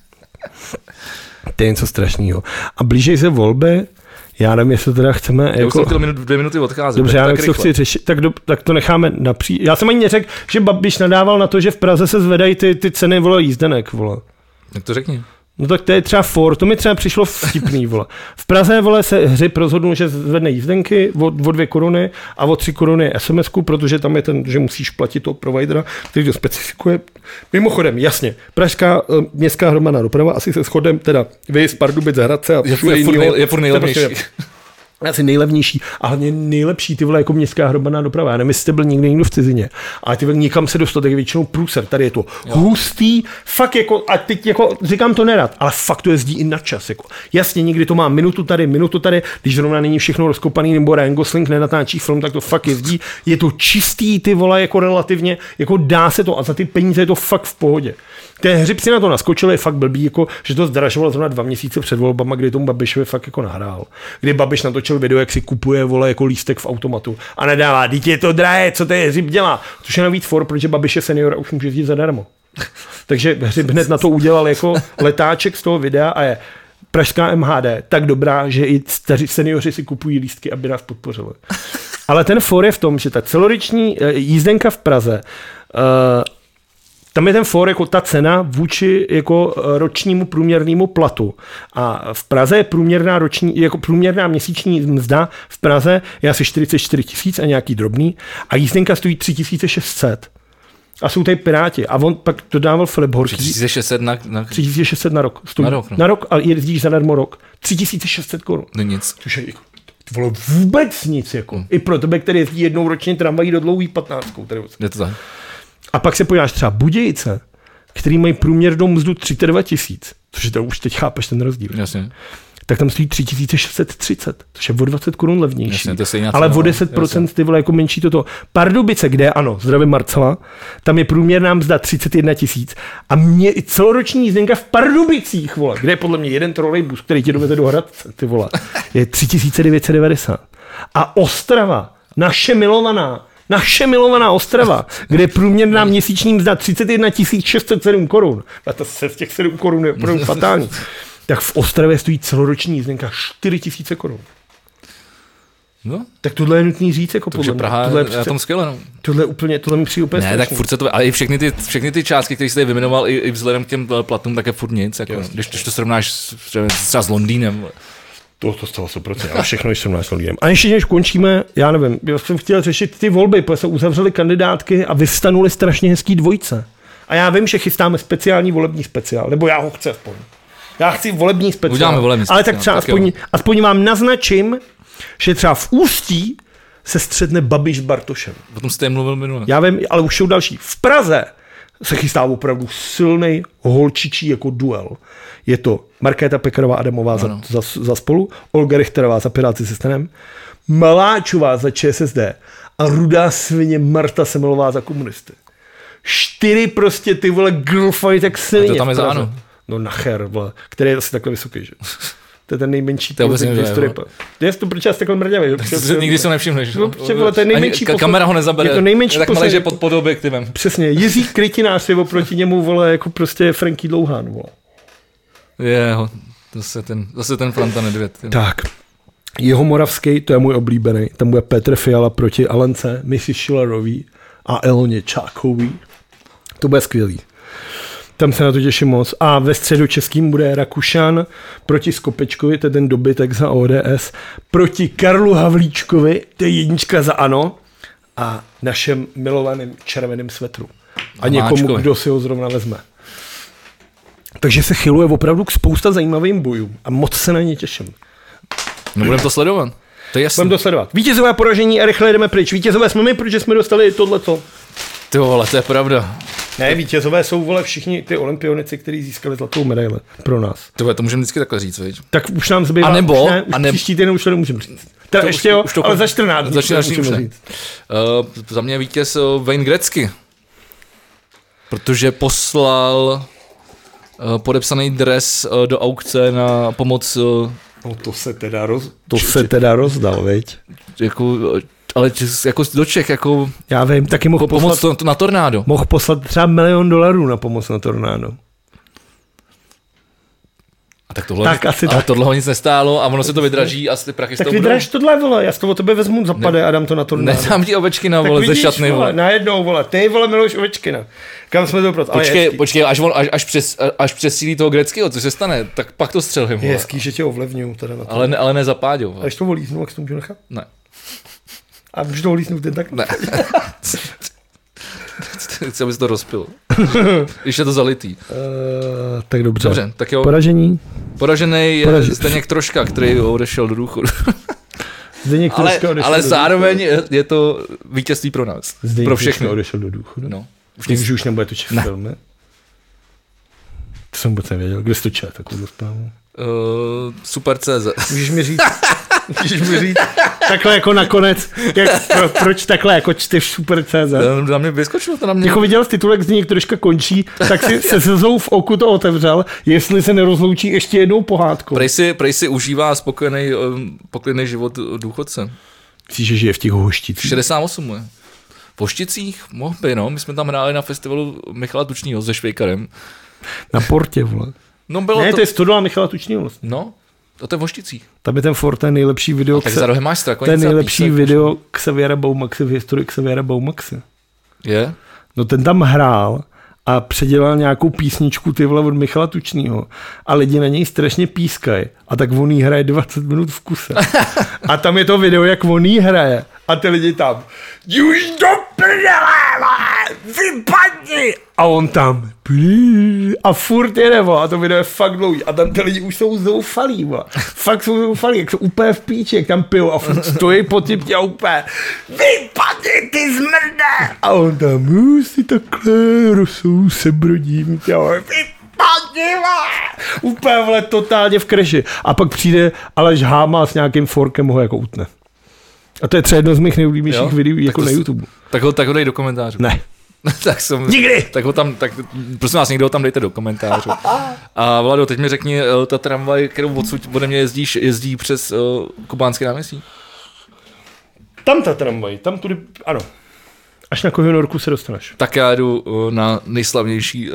To je něco strašného. A blížej se volby, já nevím, jestli teda chceme... Já už jsem chtěl 2 minuty odcházet. Dobře, já nevím, co chci řešit, tak to necháme například. Já jsem ani neřekl, že Babiš nadával na to, že v Praze se zvedají ty ceny, vole, jízdenek, vole. Tak to řekni. No tak to je třeba to mi třeba přišlo vtipný, vole. V Praze, vole, se Hřib rozhodnul, že zvedne jízdenky o 2 koruny a o 3 koruny SMS-ku, protože tam je ten, že musíš platit toho providera, který to specifikuje. Mimochodem, jasně, pražská městská hromadná doprava, asi se shodem, teda vy z Pardubic, Hradce a je furt nejlevnější. Asi nejlevnější a hlavně nejlepší, ty vole, jako městská hromadná doprava. Já nevím, jestli jste byl někdo v cizině, ale ty vole, nikam se dostat, tak je většinou průser. Tady je to hustý, fakt jako, a teď jako říkám to nerad, ale fakt to jezdí i na čas. Jako. Jasně, někdy to má minutu tady, když zrovna není všechno rozkopaný, nebo Ryan Gosling nenatáčí film, tak to fakt jezdí. Je to čistý, ty vole, jako relativně, jako dá se to a za ty peníze je to fakt v pohodě. Ten Hřib si na to naskočil, je fakt blbý, jako, že to zdražovalo zrovna 2 měsíce před volbama, kdy tomu Babišovi fakt jako nahrál. Kdy Babiš natočil video, jak si kupuje, vole, jako lístek v automatu a nedává, dítě je to drahé, co ten Hřib dělá. Což je navíc protože Babiš je senior a už může jezdit zadarmo. Takže Hřib hned na to udělal jako letáček z toho videa a je pražská MHD tak dobrá, že i seniori si kupují lístky, aby nás podpořili. Ale ten for je v tom, že ta celoroční jízdenka v Praze tam je ten for jako ta cena vůči jako ročnímu průměrnému platu. A v Praze je průměrná měsíční mzda v Praze je asi 44 000 a nějaký drobný. A jízdenka stojí 3600. A jsou tady Piráti. A on pak dodával Filip Horký. 3600 na 3600 na rok. Stojí. Na rok, no. Na rok a jezdíš zadarmo rok. 3600 korun. No nic. Což je vole, vůbec nic. Jako. I pro tebe, který jezdí jednou ročně tramvají do dlouhý 15. Je to tak. A pak se podíváš třeba Budějice, který mají průměrnou mzdu 32 000, což to už teď chápeš ten rozdíl. Jasně. Tak tam stojí 3630, což je o 20 korun levnější. Jasně, ale o 10% ty vole jako menší toto. Pardubice, kde ano, zdravím Marcela, tam je průměrná mzda 31 000 a mě celoroční jízdenka v Pardubicích, vole, kde je podle mě jeden trolejbus, který tě doveze do Hradce, ty vole, je 3990. A Ostrava, naše milovaná Ostrava, kde je průměrná měsíční mzda 31 607 korun. A to se z těch 7 korun je opravdu fatální. Tak v Ostravě stojí celoroční jízdenka 4 000 korun. No. Tak tohle je nutný říct, jako podle mě. Praha je na tom skvěle, no. Tohle mi přijde úplně strašný. Ne, tak furt se to, ale i všechny ty částky, které jsi tady vyjmenoval, i vzhledem k těm platům, tak je furt nic, jako, když to srovnáš třeba s Londýnem. To stalo 100%, ale všechno je srovnáš s Londýnem. A ještě než končíme, já nevím, já jsem chtěl řešit ty volby, protože se uzavřely kandidátky a vyvstanuly strašně hezký dvojce. A já vím, že chystáme speciální volební speciál, nebo já ho chci aspoň. Já chci volební speciál. Uděláme volební speciál. Ale tak třeba aspoň vám naznačím, že třeba v Ústí se střetne Babiš s Bartošem. O tom jste mluvil minule. Já vím, ale už jsou další. V Praze se chystá opravdu silný holčičí jako duel. Je to Markéta Pekarová Adamová za Spolu, Olga Richterová za Piráty se stanem, Maláčová za ČSSD a rudá svině Marta Semelová za Komunisty. 4 prostě ty vole girlfight jak silně. A to tam je za ANO. No nacher, vole, který je asi takhle vysoký, že? To je ten nejmenší politik v historii. Je to proč asi takhle mrďavý. Nikdy se nevšimneš. To je nejmenší kamera ho nezabere. Je to nejmenší tak malý, že pod objektivem. Přesně. Jiří Krytinář je oproti němu, vole, jako prostě Franky Dlouhán, vole. Zase ten Franta Nedvěd. Tak. Jeho Moravský, to je můj oblíbený. Tam bude Petr Fiala proti Alence, Mrs. Schillerový a Eloně Čákový. To bude skvělý. Tam se na to těším moc. A ve středočeským bude Rakušan proti Skopečkovi, to je ten dobytek za ODS, proti Karlu Havlíčkovi, to je jednička za ANO a našem milovaným červeným svetru. A někomu, kdo si ho zrovna vezme. Takže se chyluje opravdu k spousta zajímavým bojům a moc se na ně těším. No budeme to sledovat. To je jasný. Budeme to sledovat. Vítězové a poražení a rychle jdeme pryč. Vítězové jsme my, protože jsme dostali tohleto. Ty vole, to je pravda. Ne, vítězové jsou, vole, všichni ty olympionici, kteří získali zlatou medaili pro nás. To můžeme vždycky takhle říct, viď? Tak už nám zbývá. A nebo příští týden už to nemůžeme říct. Teda ještě jo, ale za 14 dní. Za mě vítěz Wayne Gretzky. Protože poslal podepsaný dres do aukce na pomoc. No to se teda rozdal, viď? Ale jako do Čech, jako... Já vím, taky mohl poslat... na tornádo. Mohl poslat třeba $1 milion na pomoc na tornádo. A tak tohle, ale tohle ho nic nestálo a ono se to vydraží a ty prachy z toho budou. Tak vydraž tohle, vole, já z toho o tebe vezmu zapade a dám to na tornádo. Nedám ti Ovečkina, vole, vidíš, ze šatny, vole. Najednou, vole, ty, vole, miluješ Ovečkina. Kam jsme to proto? Počkej, až přesílí toho Greckého, co se stane, tak pak to střelím, vole. Je hezký, že tě ovlivňuju teda na to. Ale ne za Páďou. A když to volíznu, jak to můžu nechat? Ne. A můžu to volíznout ten tak? Ne. Chci, aby se to rozpilo. Když je to zalitý. Tak dobře. Dobře, tak jo. Poražení. Poražený je Zdeněk Troška, který odešel do důchodu. Ale zároveň je to vítězství pro nás. Zdeněk pro všechny. Odešel do důchodu. No. Už nebude točit filmy. To jsem vůbec nevěděl. Kde jsi to čet, takovou zprávu? Super.cz. Můžeš mi říct takhle jako nakonec, proč takhle jako čteš Super.cz? Na mě vyskočilo to na mě. Jako viděl z titulek Zdeněk Troška končí, tak si se slzou v oku to otevřel, jestli se nerozloučí ještě jednou pohádkou. Prej si užívá spokojený život důchodce. Myslíš, že žije v těch Hošticích? 68 je. V Hošticích? Mohl by, no. My jsme tam hráli na festivalu Michala Tučnýho se Švejkarem. Na Portě, vole. No bylo ne, to je 102 Michala Tučnýho vlastně. No, to je v Hošticích. Tam je ten Fort, ten nejlepší video. Tak za rohem máš strakonice. Ten nejlepší video Xaviera Baumaxe v historii Xaviera Baumaxe. Je? No ten tam hrál a předělal nějakou písničku, ty vole, od Michala Tučnýho a lidi na něj strašně pískají a tak on jí hraje 20 minut v kuse. A tam je to video, jak on jí hraje a ty lidi tam už do prdele, vypadni! A on tam a furt jede, a to video je fakt dlouhý a tam ty lidi už jsou zoufalí, fakt jsou zoufalí, jak jsou úplně v píči, jak tam pijou a furt stojí po typně a úplně vypadni, ty zmrde! A on tam si takhle rosou se brodím, vypadni, úplně, vole, totálně v kreši. A pak přijde Aleš Háma s nějakým forkem ho jako utne. A to je třeba jedno z mých nejoblíbenějších videí jako na YouTube. Tak ho dej do komentářů. Ne. Nikdy! Tak prosím vás, někdo ho tam dejte do komentářů. A Vlado, teď mi řekni, ta tramvaj, kterou odsud ode mě jezdí přes Kubánské náměstí? Tam ta tramvaj, tam tudy, ano. Až na Kohinoorku se dostaneš. Tak já jdu na nejslavnější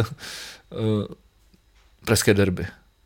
pražské derby.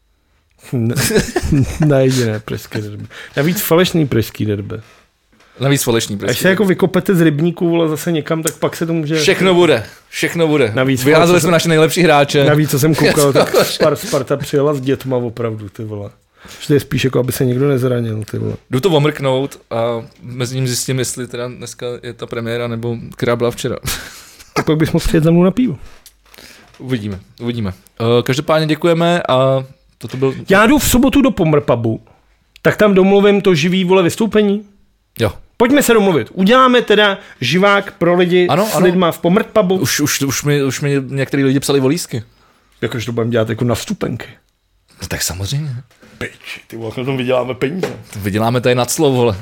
Ne, jediné pražské derby. Navíc falešný pražský derby. Navíc falešný pražský. Až se jako vykopete z rybníků, vole, zase někam, tak pak se to může... Všechno bude. Navíc, vyházeli jsme naše nejlepší hráče. Navíc, co jsem koukal, tak Sparta přijela s dětma opravdu, ty vole. Že to je spíš jako, aby se někdo nezranil, ty vole. Jdu to omrknout a mezi ním zjistím, jestli teda dneska je ta premiéra, nebo která byla včera. Tak pak bys mohl přijet za mnou na pivo. Uvidíme. Každopádně děkujeme a toto byl... Já jdu v sobotu do Pomrpubu, tak tam domluvím to živý, vole, vystoupení. Jo. Pojďme se domluvit. Uděláme teda živák pro lidi s lidma v Pomrpubu. Už mi některý lidi psali volízky. Jakože to budeme dělat jako na vstupenky. No tak samozřejmě. Piči, ty vole, na tom vyděláme peníze. Vyděláme tady nad slovo, vole.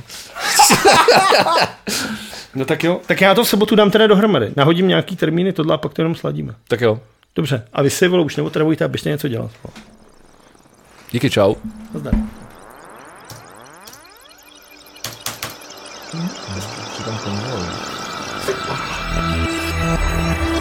No tak jo, tak já to v sobotu dám teda dohromady. Nahodím nějaký termíny, tohle a pak to jenom sladíme. Tak jo. Dobře, a vy si, vole, už neotravujte, abyste něco dělat. Díky, čau. Nazdar. Co tam